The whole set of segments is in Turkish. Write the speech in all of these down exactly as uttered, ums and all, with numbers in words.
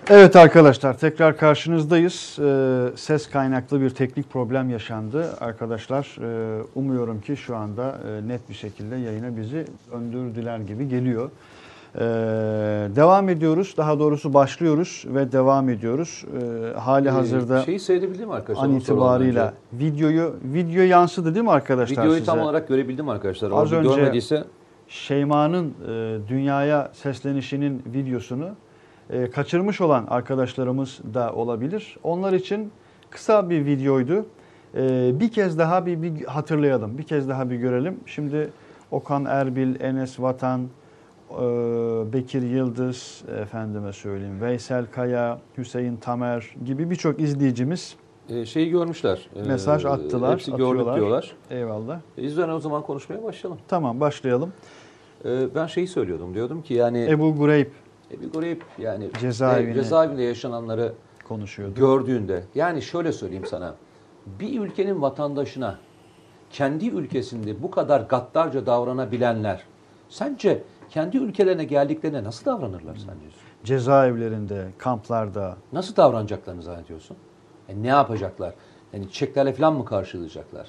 Evet arkadaşlar, tekrar karşınızdayız. Ee, ses kaynaklı bir teknik problem yaşandı. Arkadaşlar e, umuyorum ki şu anda e, net bir şekilde yayına bizi döndürdüler gibi geliyor. Ee, devam ediyoruz, daha doğrusu başlıyoruz ve devam ediyoruz. Ee, hali hazırda Şeyi seyredebildim arkadaşlar. an itibarıyla videoyu video yansıdı değil mi arkadaşlar? Videoyu size? tam olarak görebildim arkadaşlar. Az Orada önce görmediyse Şeyma'nın e, dünyaya seslenişinin videosunu e, kaçırmış olan arkadaşlarımız da olabilir. Onlar için kısa bir videoydu. E, bir kez daha bir, bir hatırlayalım, bir kez daha bir görelim. Şimdi Okan Erbil, Enes Vatan, e, Bekir Yıldız, efendime söyleyeyim, Veysel Kaya, Hüseyin Tamer gibi birçok izleyicimiz e, şeyi görmüşler. mesaj attılar, Hepsi gördük atıyorlar. diyorlar. Eyvallah. E, üzerine o zaman konuşmaya başlayalım. Tamam, başlayalım. E, ben şeyi söylüyordum. Diyordum ki yani Ebu Gureyb Ebu Gureyb yani cezaevine cezaevinde yaşananları konuşuyordu. gördüğünde, yani şöyle söyleyeyim sana, bir ülkenin vatandaşına kendi ülkesinde bu kadar gaddarca davranabilenler sence kendi ülkelerine geldiklerine nasıl davranırlar sence? Cezaevlerinde, kamplarda. Nasıl davranacaklarını zannediyorsun? Yani ne yapacaklar? Yani çiçeklerle falan mı karşılayacaklar?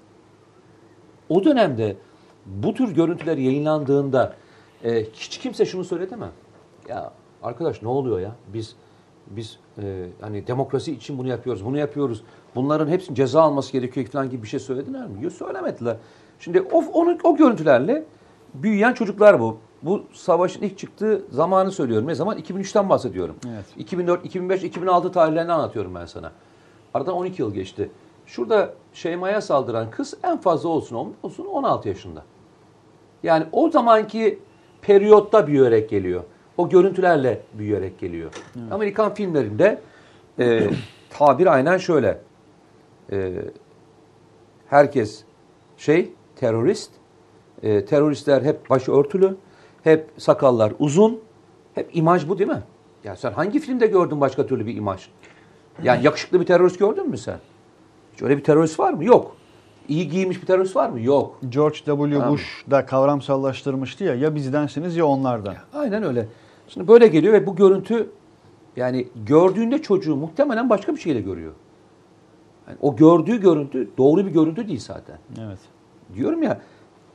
O dönemde bu tür görüntüler yayınlandığında e, hiç kimse şunu söyledi mi? Ya arkadaş ne oluyor ya? Biz biz e, hani demokrasi için bunu yapıyoruz, bunu yapıyoruz. Bunların hepsinin ceza alması gerekiyor falan gibi bir şey söylediler mi? Yok, söylemediler. Şimdi o, onu, o görüntülerle büyüyen çocuklar bu. Bu savaşın ilk çıktığı zamanı söylüyorum. Ne zaman? iki bin üçten bahsediyorum. Evet. iki bin dört, iki bin beş, iki bin altı tarihlerini anlatıyorum ben sana. Aradan on iki yıl geçti. Şurada Şeyma'ya saldıran kız en fazla olsun olsun on altı yaşında. Yani o zamanki periyotta büyüyerek geliyor. O görüntülerle büyüyerek geliyor. Evet. Amerikan filmlerinde e, tabir aynen şöyle. E, herkes şey terörist. E, teröristler hep başı örtülü. Hep sakallar uzun. Hep imaj bu değil mi? Ya sen hangi filmde gördün başka türlü bir imaj? Yani yakışıklı bir terörist gördün mü sen? Hiç öyle bir terörist var mı? Yok. İyi giymiş bir terörist var mı? Yok. George W. Bush da kavramsallaştırmıştı ya, ya bizdensiniz ya onlardan. Aynen öyle. Şimdi böyle geliyor ve bu görüntü, yani gördüğünde çocuğu muhtemelen başka bir şeyle görüyor. Yani o gördüğü görüntü doğru bir görüntü değil zaten. Evet. Diyorum ya,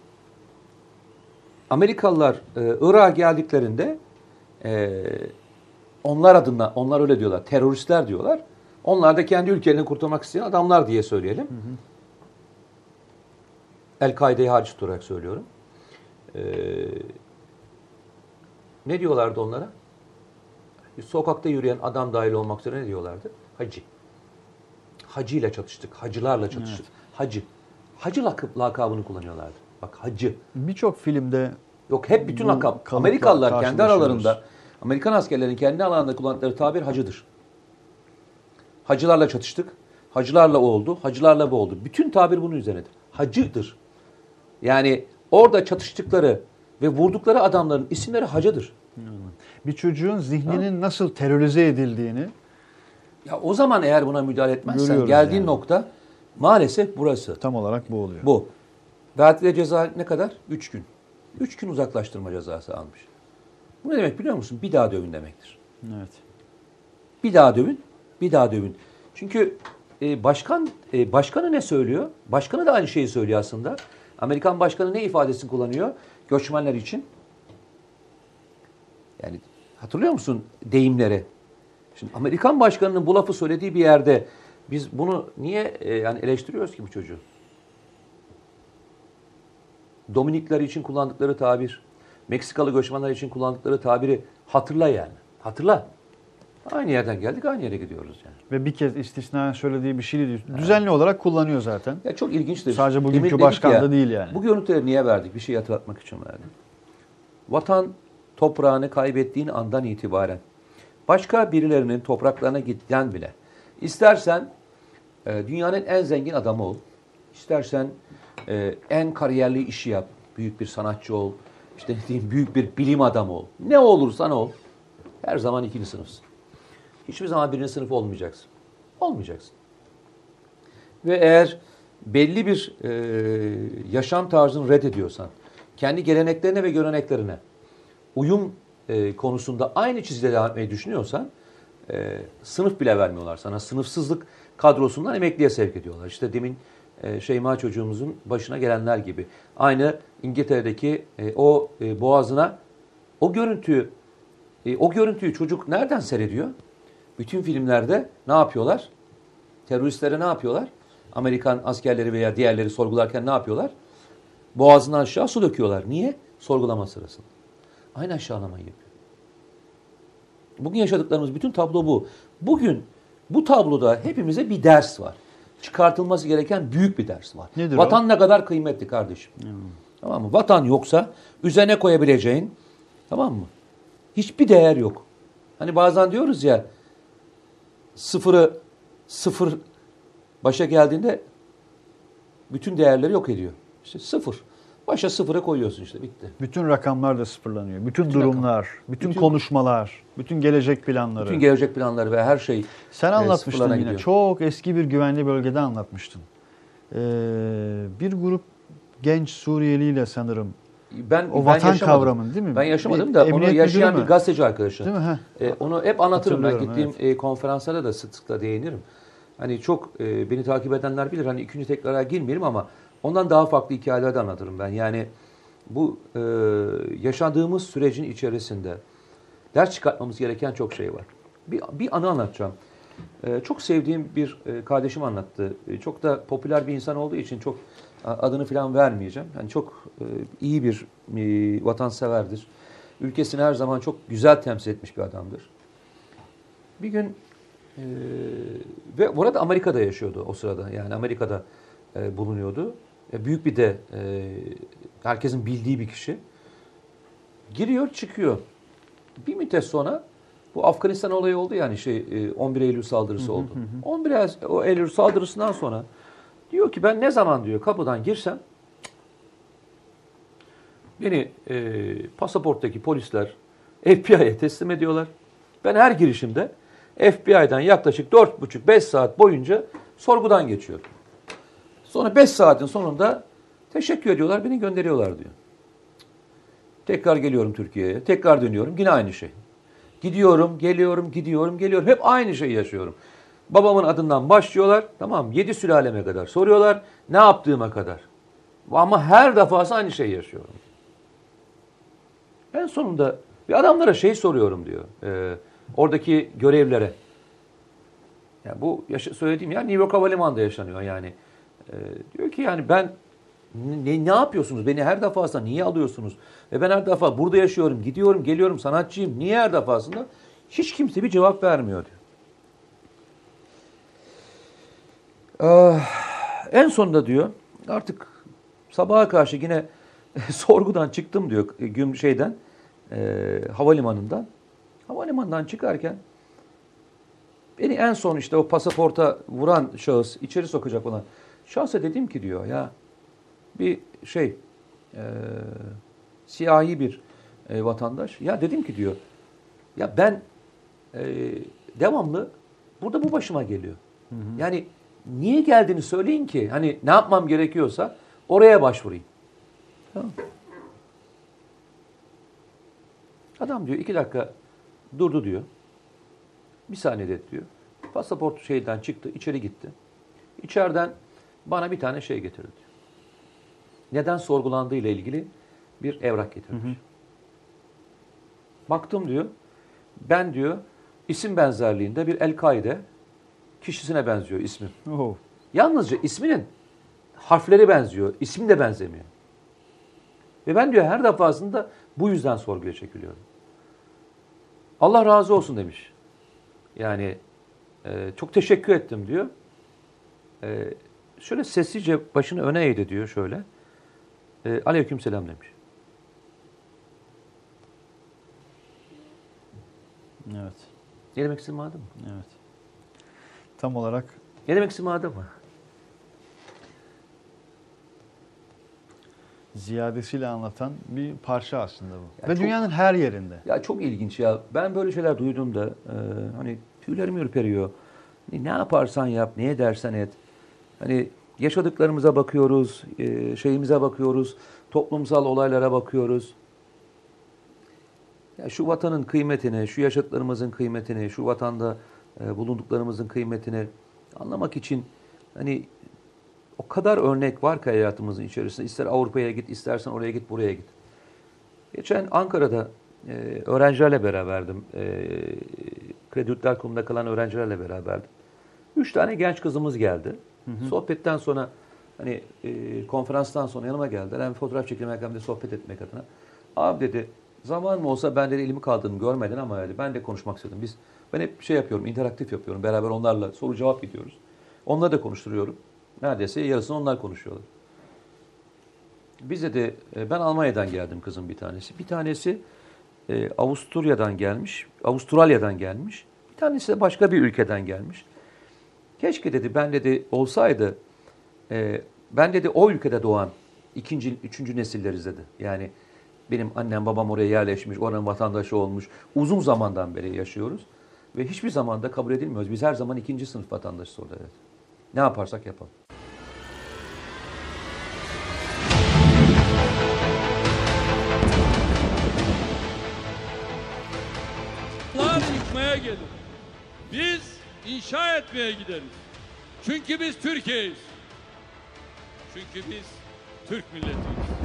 Amerikalılar e, Irak'a geldiklerinde e, onlar adına, onlar öyle diyorlar, teröristler diyorlar. Onlar da kendi ülkelerini kurtarmak isteyen adamlar diye söyleyelim. Hı hı. El-Kaide'yi hariç tutarak söylüyorum. Ee, ne diyorlardı onlara? Sokakta yürüyen adam dahil olmak üzere ne diyorlardı? Hacı. Hacı ile çatıştık. Hacılarla çatıştık. Evet. Hacı. Hacı lakab, lakabını kullanıyorlardı. Bak hacı. Birçok filmde yok hep bütün lakap. Amerikalılar kendi aralarında, Amerikan askerlerinin kendi alanında kullandıkları tabir hacıdır. Hacılarla çatıştık. Hacılarla o oldu. Hacılarla bu oldu. Bütün tabir bunun üzerinedir. Hacıdır. Yani orada çatıştıkları ve vurdukları adamların isimleri hacıdır. Bir çocuğun zihninin ha? nasıl terörize edildiğini, ya o zaman eğer buna müdahale etmezsen geldiğin yani. nokta maalesef burası. Tam olarak bu oluyor. Bu. Verdiği ceza ne kadar? Üç gün. Üç gün uzaklaştırma cezası almış. Bu ne demek biliyor musun? Bir daha dövün demektir. Evet. Bir daha dövün, bir daha dövün. Çünkü e, başkan e, başkanı ne söylüyor? Başkanı da aynı şeyi söylüyor aslında. Amerikan başkanı ne ifadesini kullanıyor göçmenler için? Yani hatırlıyor musun deyimleri? Şimdi Amerikan başkanının bu lafı söylediği bir yerde biz bunu niye e, yani eleştiriyoruz ki bu çocuğu? Dominikler için kullandıkları tabir, Meksikalı göçmenler için kullandıkları tabiri hatırla yani. Hatırla. Aynı yerden geldik, aynı yere gidiyoruz yani. Ve bir kez istisna söylediği bir şey değil. Düzenli evet. olarak kullanıyor zaten. Ya çok ilginçtir. Sadece bugünkü başkan da değil yani. Bu görüntüleri niye verdik? Bir şey hatırlatmak için verdim. Vatan toprağını kaybettiğin andan itibaren başka birilerinin topraklarına gittiğin bile istersen e, dünyanın en zengin adamı ol, istersen e, en kariyerli işi yap, büyük bir sanatçı ol, işte ne diyeyim büyük bir bilim adamı ol. Ne olursan ol. Her zaman ikinci sınıfsın. Hiçbir zaman birinci sınıf olmayacaksın. Olmayacaksın. Ve eğer belli bir e, yaşam tarzını reddediyorsan, kendi geleneklerine ve göreneklerine uyum e, konusunda aynı çizgide devam etmeyi düşünüyorsan, e, sınıf bile vermiyorlar sana. Sınıfsızlık kadrosundan emekliye sevk ediyorlar. İşte demin e, Şeyma çocuğumuzun başına gelenler gibi. Aynı İngiltere'deki e, o e, boğazına o görüntüyü e, o görüntüyü çocuk nereden seyrediyor? Bütün filmlerde ne yapıyorlar? Teröristlere ne yapıyorlar? Amerikan askerleri veya diğerleri sorgularken ne yapıyorlar? Boğazından aşağı su döküyorlar. Niye? Sorgulama sırasında. Aynı aşağılamayı yapıyor. Bugün yaşadıklarımız bütün tablo bu. Bugün bu tabloda hepimize bir ders var. Çıkartılması gereken büyük bir ders var. Nedir Vatan o? ne kadar kıymetli kardeşim. Hmm. Tamam mı? Vatan yoksa üzerine koyabileceğin, tamam mı? Hiçbir değer yok. Hani bazen diyoruz ya, sıfırı sıfır başa geldiğinde bütün değerleri yok ediyor. İşte sıfır. Başa sıfıra koyuyorsun, işte bitti. Bütün rakamlar da sıfırlanıyor. Bütün, Bütün durumlar, rakam. bütün, bütün konuşmalar, bütün gelecek planları. Bütün gelecek planları ve her şey Sen anlatmıştın yine. gidiyor. Çok eski bir güvenli bölgede anlatmıştın. Ee, bir grup genç Suriyeliyle sanırım. Ben, O ben vatan yaşamadım. kavramın değil mi? Ben yaşamadım Bir da emniyet onu yaşayan müdürü bir mü? gazeteci arkadaşım. Değil mi? Ee, onu hep anlatırım. Ben Hatırlıyorum, gittiğim e, konferanslara da sık sık da değinirim. Hani çok e, beni takip edenler bilir. Hani ikinci tekrara girmeyelim ama ondan daha farklı hikayeler de anlatırım ben. Yani bu e, yaşadığımız sürecin içerisinde ders çıkartmamız gereken çok şey var. Bir, bir anı anlatacağım. E, çok sevdiğim bir e, kardeşim anlattı. E, çok da popüler bir insan olduğu için çok adını falan vermeyeceğim. Yani çok e, iyi bir e, vatanseverdir. Ülkesini her zaman çok güzel temsil etmiş bir adamdır. Bir gün e, ve burada Amerika'da yaşıyordu o sırada. Yani Amerika'da e, bulunuyordu. E, büyük bir de e, herkesin bildiği bir kişi. Giriyor, çıkıyor. Bir müddet sonra bu Afganistan olayı oldu, yani şey e, on bir Eylül saldırısı oldu. on bir Eylül saldırısından sonra diyor ki ben ne zaman diyor kapıdan girsem beni e, pasaporttaki polisler F B I'ye teslim ediyorlar. Ben her girişimde F B I'den yaklaşık dört buçuk beş saat boyunca sorgudan geçiyorum. Sonra beş saatin sonunda teşekkür ediyorlar, beni gönderiyorlar diyor. Tekrar geliyorum Türkiye'ye, tekrar dönüyorum, yine aynı şey. Gidiyorum, geliyorum, gidiyorum, geliyorum. Hep aynı şeyi yaşıyorum. Babamın adından başlıyorlar, tamam, yedi sülaleme kadar soruyorlar, ne yaptığıma kadar. Ama her defası aynı şeyi yaşıyorum. En sonunda bir adamlara şey soruyorum diyor, e, oradaki görevlilere. Yani bu yaşa, söylediğim yer New York Havalimanı'nda yaşanıyor yani. E, diyor ki yani ben ne, ne yapıyorsunuz? Beni her defasında niye alıyorsunuz? Ve ben her defa burada yaşıyorum, gidiyorum, geliyorum, sanatçıyım. Niye her defasında? Hiç kimse bir cevap vermiyor diyor. Ee, en sonunda diyor artık sabaha karşı yine sorgudan çıktım diyor, gün şeyden e, havalimanından. Havalimanından çıkarken beni en son işte o pasaporta vuran şahıs, içeri sokacak olan şahsa dedim ki diyor ya bir şey e, siyahi bir e, vatandaş. Ya dedim ki diyor ya ben e, devamlı burada bu başıma geliyor. Hı hı. Yani niye geldiğini söyleyin ki hani ne yapmam gerekiyorsa oraya başvurayım. Tamam. Adam diyor iki dakika durdu diyor. Bir saniye diyor. Pasaport şeyden çıktı, içeri gitti. İçeriden bana bir tane şey getirdi diyor. Neden sorgulandığı ile ilgili bir evrak getirmiş. Hı hı. Baktım diyor. Ben diyor isim benzerliğinde bir El-Kaide kişisine benziyor ismim. Oh. Yalnızca isminin harfleri benziyor. İsmi de benzemiyor. Ve ben diyor her defasında bu yüzden sorguya çekiliyorum. Allah razı olsun demiş. Yani e, çok teşekkür ettim diyor. E, şöyle sessizce başını öne eğdi diyor şöyle. E, Aleykümselam demiş. Evet. Ne demek istediğimi anladın mı? Evet. Tam olarak. Ne demek istediğimi anladın mı? Ziyadesiyle anlatan bir parça aslında bu. Ya Ve çok, dünyanın her yerinde. Ya çok ilginç ya. Ben böyle şeyler duyduğumda e, hani tüylerim ürperiyor. Hani ne yaparsan yap, ne edersen et. Hani yaşadıklarımıza bakıyoruz, e, şeyimize bakıyoruz, toplumsal olaylara bakıyoruz. Ya şu vatanın kıymetini, şu yaşadıklarımızın kıymetini, şu vatanda e, bulunduklarımızın kıymetini anlamak için hani o kadar örnek var ki hayatımızın içerisinde. İster Avrupa'ya git, istersen oraya git, buraya git. Geçen Ankara'da e, öğrencilerle beraberdim. E, Kredi Yurtlar Kurumu'nda kalan öğrencilerle beraberdim. Üç tane genç kızımız geldi. Hı hı. Sohbetten sonra hani e, konferanstan sonra yanıma geldiler. Hem fotoğraf çekilmek hem de sohbet etmek adına. Abi dedi, zaman mı olsa ben de elimi kaldığını görmedin ama dedi, ben de konuşmak istedim. Biz, ben hep şey yapıyorum, interaktif yapıyorum. Beraber onlarla soru cevap gidiyoruz. Onları da konuşturuyorum. Neredeyse yarısını onlar konuşuyorlar. Biz dedi, ben Almanya'dan geldim kızım bir tanesi. Bir tanesi e, Avusturya'dan gelmiş, Avustralya'dan gelmiş. Bir tanesi de başka bir ülkeden gelmiş. Keşke dedi, ben dedi olsaydı, e, ben dedi o ülkede doğan ikinci, üçüncü nesilleriz dedi. Yani benim annem babam oraya yerleşmiş, oranın vatandaşı olmuş. Uzun zamandan beri yaşıyoruz. Ve hiçbir zamanda kabul edilmiyoruz. Biz her zaman ikinci sınıf vatandaşız orada. Evet. Ne yaparsak yapalım. Onlar yıkmaya gelir. Biz inşa etmeye gideriz. Çünkü biz Türkiye'yiz. Çünkü biz Türk milletiyiz.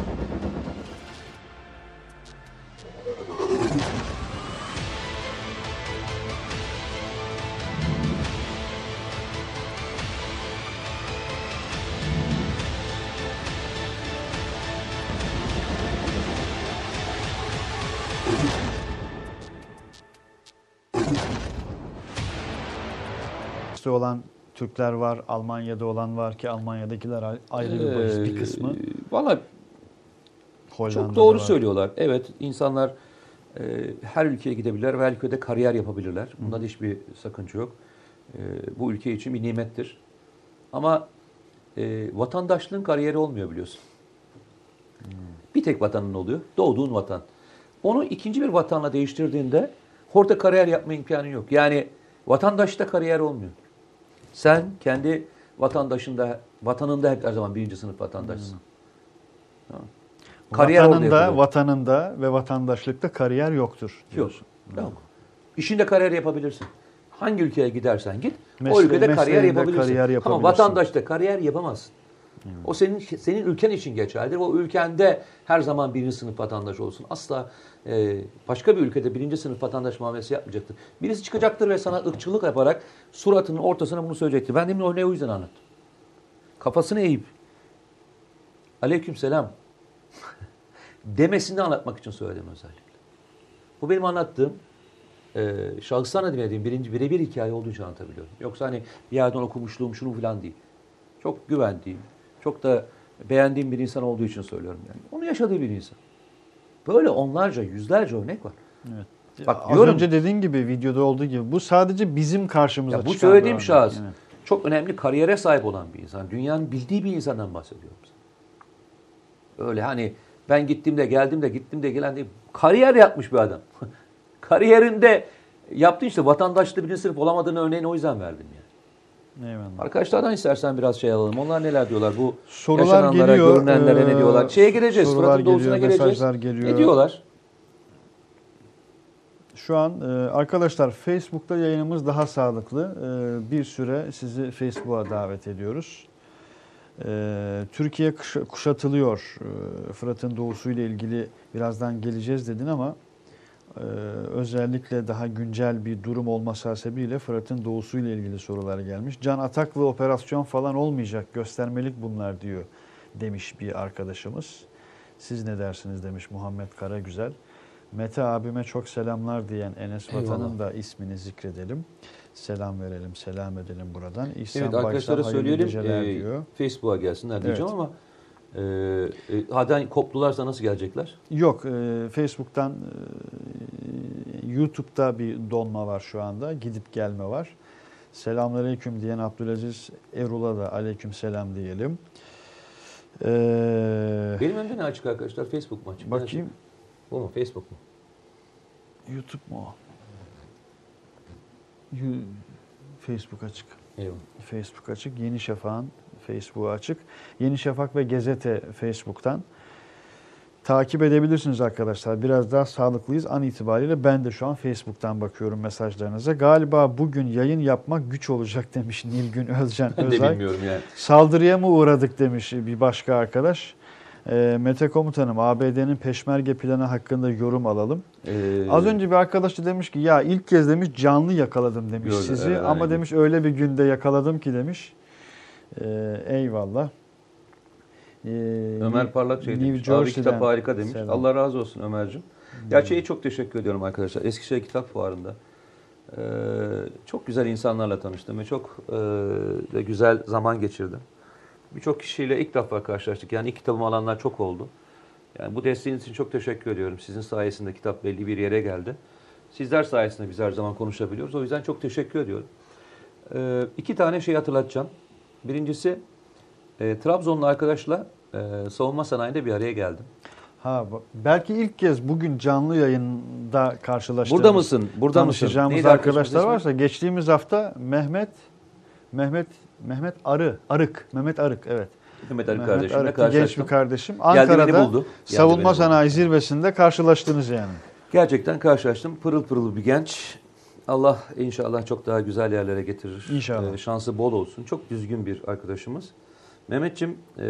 olan Türkler var, Almanya'da olan var ki Almanya'dakiler ayrı bir bahis, bir kısmı. Ee, Valla Hollanda'da çok doğru var. söylüyorlar. Evet, insanlar e, her ülkeye gidebilirler ve her ülkede kariyer yapabilirler. Bunda da hiçbir sakınca yok. E, bu ülke için bir nimettir. Ama e, vatandaşlığın kariyeri olmuyor biliyorsun. Hmm. Bir tek vatanın oluyor. Doğduğun vatan. Onu ikinci bir vatanla değiştirdiğinde orada kariyer yapma imkanı yok. Yani vatandaşta kariyer olmuyor. Sen kendi vatandaşında, vatanında hep her zaman birinci sınıf vatandaşsın. Hmm. Tamam. Kariyer vatanında, vatanında ve vatandaşlıkta kariyer yoktur diyorsun. Yok. Yok. İşinde kariyer yapabilirsin. Hangi ülkeye gidersen git, Mesle, o ülkede kariyer yapabilirsin. kariyer yapabilirsin. Ama vatandaşta kariyer yapamazsın. Hmm. O senin senin ülken için geçerlidir. O ülkende her zaman birinci sınıf vatandaş olsun. Asla e, başka bir ülkede birinci sınıf vatandaş muamelesi yapmayacaktır. Birisi çıkacaktır ve sana ırkçılık yaparak suratının ortasına bunu söyleyecektir. Ben demin örneği o yüzden anlattım. Kafasını eğip aleykümselam demesini anlatmak için söyledim özellikle. Bu benim anlattığım e, şahıslarla dinlediğim birinci birebir hikaye olduğu için anlatabiliyorum. Yoksa hani bir yerden okumuşluğum şunu falan değil. Çok güvendiğim, çok da beğendiğim bir insan olduğu için söylüyorum yani. Onu yaşadığı bir insan. Böyle onlarca, yüzlerce örnek var. Evet. Bak, Az diyorum, önce dediğin gibi, videoda olduğu gibi bu sadece bizim karşımıza çıkan. Bu söylediğim şahıs evet. çok önemli kariyere sahip olan bir insan. Dünyanın bildiği bir insandan bahsediyorum. Öyle hani ben gittim de geldim de gittim de gelen değil. Kariyer yapmış bir adam. Kariyerinde yaptığın işte vatandaşlığı birinci sınıf olamadığını örneğini o yüzden verdim yani. Eyvallah. Arkadaşlardan istersen biraz şey alalım. Onlar neler diyorlar? Bu sorular yaşananlara, geliyor, görünenlere ee, ne diyorlar? Şeye gireceğiz. Fırat'ın doğusuna gireceğiz. Geliyor. Ne diyorlar? Şu an e, arkadaşlar Facebook'ta yayınımız daha sağlıklı. E, bir süre sizi Facebook'a davet ediyoruz. E, Türkiye kuşatılıyor. E, Fırat'ın doğusuyla ilgili birazdan geleceğiz dedin ama e, özellikle daha güncel bir durum olması hasebiyle Fırat'ın doğusuyla ilgili sorular gelmiş. Can atak ve operasyon falan olmayacak, göstermelik bunlar diyor demiş bir arkadaşımız. Siz ne dersiniz demiş Muhammed Karagüzel. Mete abime çok selamlar diyen Enes Vatan'ın da ismini zikredelim. Selam verelim, selam edelim buradan. İhsan evet, arkadaşlara söyleyelim. E, diyor. Facebook'a gelsinler diyeceğim evet. ama e, e, hadi koptularsa nasıl gelecekler? Yok, e, Facebook'tan e, YouTube'da bir donma var şu anda. Gidip gelme var. Selamünaleyküm diyen Abdülaziz Erul'a da aleyküm selam diyelim. Ee, Benim önümde ne açık arkadaşlar? Facebook mu açık? Bakayım. Bu mu? Facebook mu? YouTube mu o? Facebook açık. Eyvallah. Facebook açık. Yeni Şafak'ın Facebook'u açık. Yeni Şafak ve Gazete Facebook'tan. takip edebilirsiniz arkadaşlar. Biraz daha sağlıklıyız an itibariyle. Ben de şu an Facebook'tan bakıyorum mesajlarınıza. Galiba bugün yayın yapmak güç olacak demiş Nilgün Özcan Ben de Özay. bilmiyorum yani. Saldırıya mı uğradık demiş bir başka arkadaş. E, Mete Komutanım, A B D'nin peşmerge planı hakkında yorum alalım. Ee, Az önce bir arkadaş da demiş ki ya ilk kez demiş canlı yakaladım demiş Gördüm, sizi. evet, Ama aynen. demiş öyle bir günde yakaladım ki demiş. E, eyvallah. E, Ömer Parlak şey New demiş. Ağrı Jersey'den kitap harika demiş. selam. Allah razı olsun Ömer'cim. Gerçeği çok teşekkür ediyorum arkadaşlar. Eskişehir Kitap Fuarı'nda ee, çok güzel insanlarla tanıştım ve çok e, de güzel zaman geçirdim. Birçok kişiyle ilk defa karşılaştık. Yani ilk kitabımı alanlar çok oldu. Yani bu desteğiniz için çok teşekkür ediyorum. Sizin sayesinde kitap belli bir yere geldi. Sizler sayesinde biz her zaman konuşabiliyoruz. O yüzden çok teşekkür ediyorum. Ee, iki tane şey hatırlatacağım. Birincisi e, Trabzonlu arkadaşla e, savunma sanayinde bir araya geldim. Ha, belki ilk kez bugün canlı yayında karşılaştığımız, Burada mısın? Burada mısın? tanışacağımız Neydi arkadaşlar arkadaşımızın varsa geçtiğimiz hafta Mehmet Mehmet Mehmet Arı Arık Mehmet Arık evet. Mehmet Ali Mehmet kardeşimle Arık, genç karşılaştım. bir kardeşim. Geldi beni Ankara'da buldu. Geldi beni savunma buldu. sanayi zirvesinde karşılaştınız yani. Gerçekten karşılaştım. Pırıl pırıl bir genç. Allah inşallah çok daha güzel yerlere getirir. İnşallah. Ee, şansı bol olsun. Çok düzgün bir arkadaşımız. Mehmetciğim, e,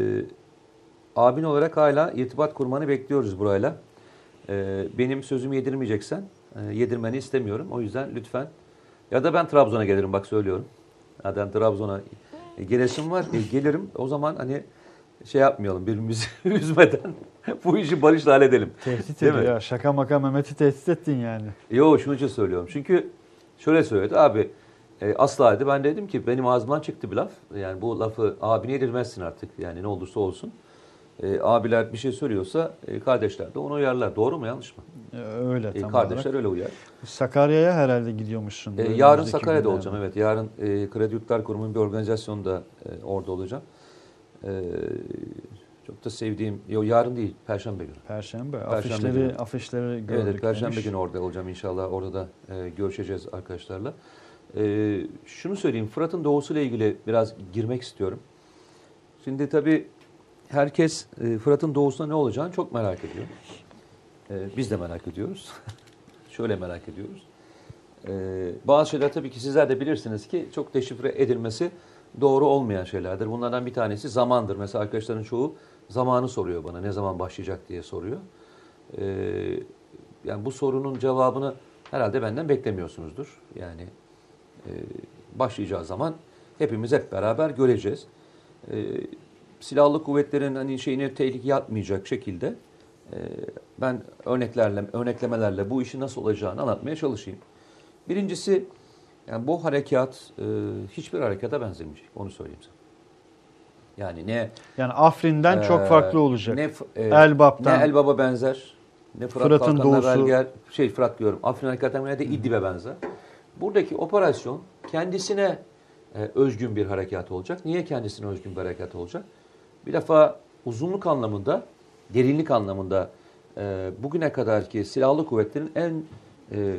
abin olarak hala irtibat kurmanı bekliyoruz burayla. E, benim sözümü yedirmeyeceksen e, yedirmeni istemiyorum. O yüzden lütfen. Ya da ben Trabzon'a gelirim bak söylüyorum. Ya ben Trabzon'a e, gelesim var. E, gelirim. O zaman hani şey yapmayalım birbirimizi üzmeden bu işi barışla halledelim. Tehdit Değil ediyor mi? ya. Şaka maka Mehmet'i tehdit ettin yani. Yo şunu için söylüyorum. Çünkü şöyle söyledi abi e, asla dedi. Ben dedim ki benim ağzımdan çıktı bir laf. Yani bu lafı abine yedirmezsin artık. Yani ne olursa olsun. E, abiler bir şey söylüyorsa e, kardeşler de onu uyarlar. Doğru mu yanlış mı? Ee, Öyle E, tam kardeşler olarak. öyle uyar. Sakarya'ya herhalde gidiyormuşsun. E, yarın Sakarya'da olacağım. Evet yarın e, Kredi Yurtlar Kurumu'nun bir organizasyonunda e, orada olacağım. E, çok da sevdiğim, yo yarın değil Perşembe günü. Perşembe. Perşembe Afişleri, günü. afişleri gördük. Evet, Perşembe demiş. günü orada olacağım inşallah. Orada da e, görüşeceğiz arkadaşlarla. E, şunu söyleyeyim, Fırat'ın doğusuyla ilgili biraz girmek istiyorum. Şimdi tabii herkes e, Fırat'ın doğusunda ne olacağını çok merak ediyor. E, biz de merak ediyoruz. Şöyle merak ediyoruz. E, bazı şeyler tabii ki sizler de bilirsiniz ki çok deşifre edilmesi doğru olmayan şeylerdir. Bunlardan bir tanesi zamandır. Mesela arkadaşların çoğu zamanı soruyor bana. Ne zaman başlayacak diye soruyor. Ee, yani bu sorunun cevabını herhalde benden beklemiyorsunuzdur. Yani e, başlayacağı zaman hepimiz hep beraber göreceğiz. Ee, silahlı kuvvetlerin hani şeyini tehlikeye atmayacak şekilde e, ben örneklerle, örneklemelerle bu işin nasıl olacağını anlatmaya çalışayım. Birincisi yani bu harekat e, hiçbir harekata benzemeyecek. Onu söyleyeyim sana. Yani ne Yani Afrin'den e, çok farklı olacak. Ne e, Elbap'tan. ne Elbap'a benzer. Ne Fırat Fırat'ın Kalkan'la doğusu. belger, şey Fırat diyorum. Afrin harekatına ne de İdlib'e benzer. Buradaki operasyon kendisine e, özgün bir harekat olacak. Niye kendisine özgün bir harekat olacak? Bir defa uzunluk anlamında, derinlik anlamında e, bugüne kadarki silahlı kuvvetlerin en e,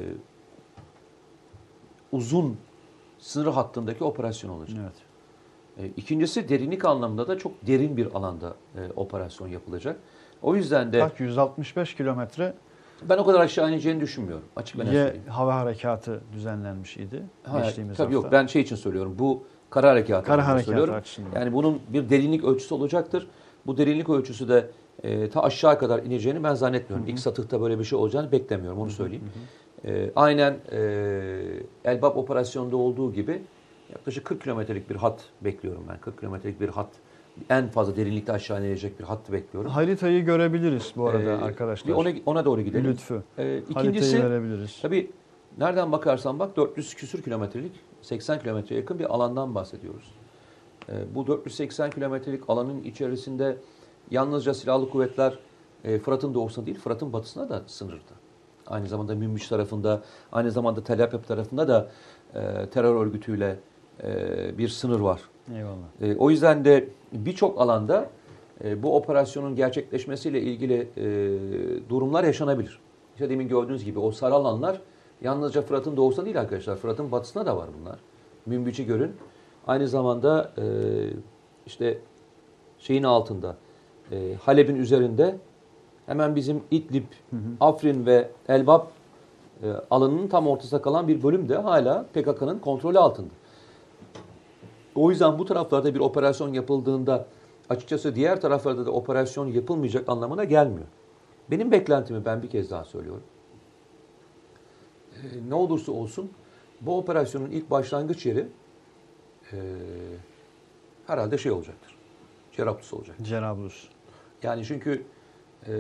uzun sınır hattındaki operasyon olacak. Evet. E, İkincisi derinlik anlamında da çok derin bir alanda e, operasyon yapılacak. O yüzden de Kaç? yüz altmış beş kilometre ben o kadar aşağı ineceğini düşünmüyorum. Açık ve net ye söyleyeyim. hava harekatı düzenlenmiş idi Ha, geçtiğimiz tabii hafta. yok ben şey için söylüyorum. Bu kara harekatı Kara anlamında harekatı söylüyorum. açısından. Yani bunun bir derinlik ölçüsü olacaktır. Bu derinlik ölçüsü de e, ta aşağı kadar ineceğini ben zannetmiyorum. İlk satıhta böyle bir şey olacağını beklemiyorum onu söyleyeyim. E, aynen e, Elbap operasyonunda olduğu gibi yaklaşık kırk kilometrelik bir hat bekliyorum ben. kırk kilometrelik bir hat. En fazla derinlikte aşağı inecek bir hattı bekliyorum. Haritayı görebiliriz bu arada Ee, arkadaşlar. Bir ona, ona doğru gidelim. Lütfü. Ee, Haritayı ikincisi verebiliriz. tabii nereden bakarsan bak dört yüz küsür kilometrelik seksen kilometreye yakın bir alandan bahsediyoruz. Ee, bu dört yüz seksen kilometrelik alanın içerisinde yalnızca silahlı kuvvetler e, Fırat'ın doğusuna değil Fırat'ın batısına da sınırda. Aynı zamanda Münbiç tarafında, aynı zamanda Tel Aviv tarafında da e, terör örgütüyle e, bir sınır var. Eyvallah. E, o yüzden de birçok alanda e, bu operasyonun gerçekleşmesiyle ilgili e, durumlar yaşanabilir. İşte demin gördüğünüz gibi o sarı alanlar yalnızca Fırat'ın doğusunda değil arkadaşlar. Fırat'ın batısında da var bunlar. Münbiç'i görün. Aynı zamanda e, işte şeyin altında, e, Halep'in üzerinde hemen bizim İdlib, hı hı. Afrin ve Elbap e, alanının tam ortasında kalan bir bölüm de hala P K K'nın kontrolü altında. O yüzden bu taraflarda bir operasyon yapıldığında açıkçası diğer taraflarda da operasyon yapılmayacak anlamına gelmiyor. Benim beklentimi ben bir kez daha söylüyorum. Ee, ne olursa olsun bu operasyonun ilk başlangıç yeri e, herhalde şey olacaktır. Cerablus olacaktır. Cerablus. Yani çünkü e,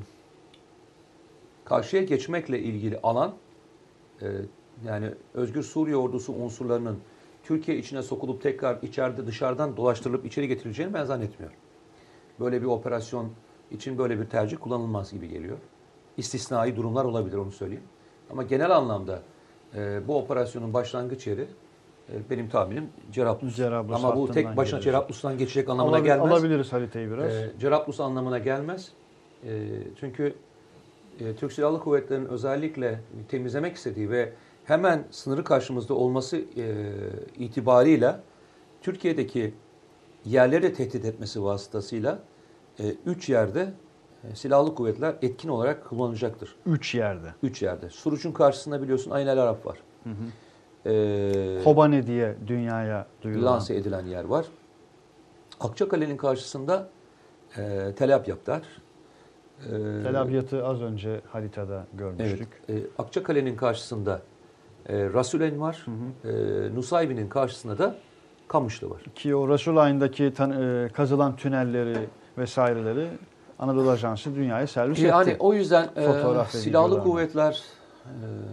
karşıya geçmekle ilgili alan e, yani Özgür Suriye Ordusu unsurlarının Türkiye içine sokulup tekrar içeride dışarıdan dolaştırılıp içeri getirileceğini ben zannetmiyorum. Böyle bir operasyon için böyle bir tercih kullanılmaz gibi geliyor. İstisnai durumlar olabilir, onu söyleyeyim. Ama genel anlamda e, bu operasyonun başlangıç yeri e, benim tahminim Cerablus. Cerablus Ama bu tek başına Cerablus'tan geçecek anlamına Alabil, gelmez. Alabiliriz haritayı biraz. E, Cerablus anlamına gelmez. E, çünkü e, Türk Silahlı Kuvvetleri'nin özellikle temizlemek istediği ve hemen sınırı karşımızda olması e, itibarıyla Türkiye'deki yerleri tehdit etmesi vasıtasıyla e, üç yerde e, silahlı kuvvetler etkin olarak kullanacaktır. Üç yerde. Üç yerde. Suruç'un karşısında biliyorsun Ayn el Arab var. Hı hı. Ee, Kobane diye dünyaya duyurulan. Lanse edilen yer var. Akçakale'nin karşısında e, Tel Abyad'lar. E, Tel Abyad'ı az önce haritada görmüştük. Evet. E, Akçakale'nin karşısında e, Rasulen var. Hı hı. E, Nusaybin'in karşısında da Kamışlı var. Ki o Rasulayn'daki tan- e, kazılan tünelleri vesaireleri Anadolu Ajansı dünyaya servis etti. Yani o yüzden Fotoğraf e, silahlı kuvvetler e,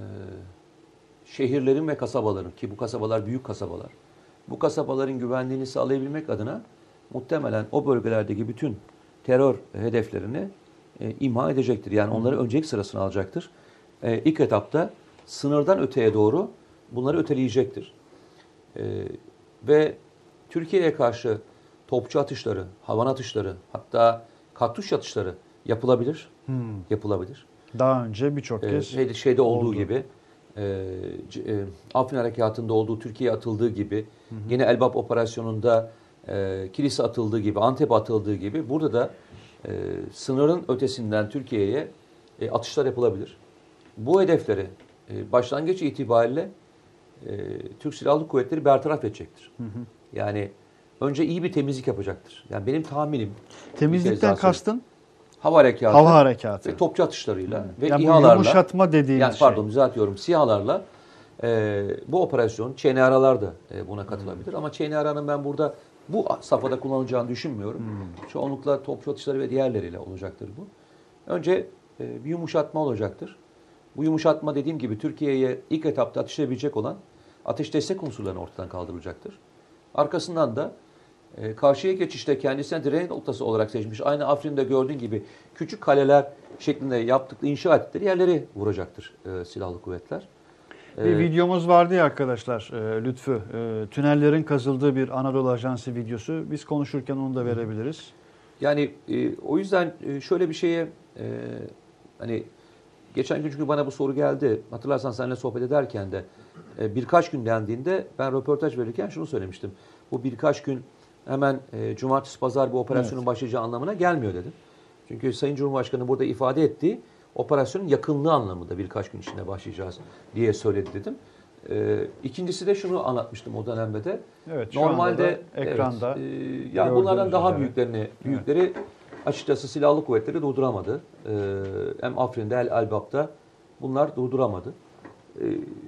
şehirlerin ve kasabaların, ki bu kasabalar büyük kasabalar, bu kasabaların güvenliğini sağlayabilmek adına muhtemelen o bölgelerdeki bütün terör hedeflerini e, imha edecektir. Yani onları öncelik sırasına alacaktır. E, ilk etapta sınırdan öteye doğru bunları öteleyecektir. E, ve Türkiye'ye karşı topçu atışları, havan atışları, hatta kartuş atışları yapılabilir. Hmm. Yapılabilir. Daha önce birçok Ee, kez şeyde, şeyde olduğu oldu. gibi, e, e, Afrin Harekatı'nda olduğu, Türkiye'ye atıldığı gibi, hı hı. yine Elbap operasyonunda e, kilise atıldığı gibi, Antep atıldığı gibi, burada da e, sınırın ötesinden Türkiye'ye e, atışlar yapılabilir. Bu hedefleri e, başlangıç itibariyle e, Türk Silahlı Kuvvetleri bertaraf edecektir. Hı hı. Yani önce iyi bir temizlik yapacaktır. Yani benim tahminim... Temizlikten kastın? Hava harekatı, hava harekatı ve topçu atışlarıyla hmm. ve yani İHA'larla, yumuşatma dediğiniz yani pardon şey. düzeltiyorum, SİHA'larla e, bu operasyon, Ç N R'lar da e, buna katılabilir. Hmm. Ama Ç N R'nın ben burada bu safhada kullanılacağını düşünmüyorum. Hmm. Çoğunlukla topçu atışları ve diğerleriyle olacaktır bu. Önce e, bir yumuşatma olacaktır. Bu yumuşatma dediğim gibi Türkiye'ye ilk etapta ateşleyebilecek olan ateş destek unsurlarını ortadan kaldırılacaktır. Arkasından da E, karşıya geçişte kendisine direnç noktası olarak seçmiş. Aynı Afrin'de gördüğün gibi küçük kaleler şeklinde yaptıkları, inşa ettikleri yerleri vuracaktır e, silahlı kuvvetler. Bir ee, videomuz vardı ya arkadaşlar, e, Lütfü. E, tünellerin kazıldığı bir Anadolu Ajansı videosu. Biz konuşurken onu da verebiliriz. Yani e, o yüzden e, şöyle bir şeye e, hani geçen gün çünkü bana bu soru geldi. Hatırlarsan seninle sohbet ederken de e, birkaç gün dendiğinde ben röportaj verirken şunu söylemiştim. Bu birkaç gün hemen e, cumartesi pazar bu operasyonun evet. başlayacağı anlamına gelmiyor dedim. Çünkü Sayın Cumhurbaşkanı burada ifade ettiği operasyonun yakınlığı anlamında birkaç gün içinde başlayacağız diye söyledi dedim. E, ikincisi de şunu anlatmıştım o dönemde de. Evet, normalde ekranda evet, e, yani bunlardan daha üzere. büyüklerini büyükleri evet. açıkçası silahlı kuvvetleri durduramadı. E, hem Afrin'de hem Elbap'ta bunlar durduramadı. E,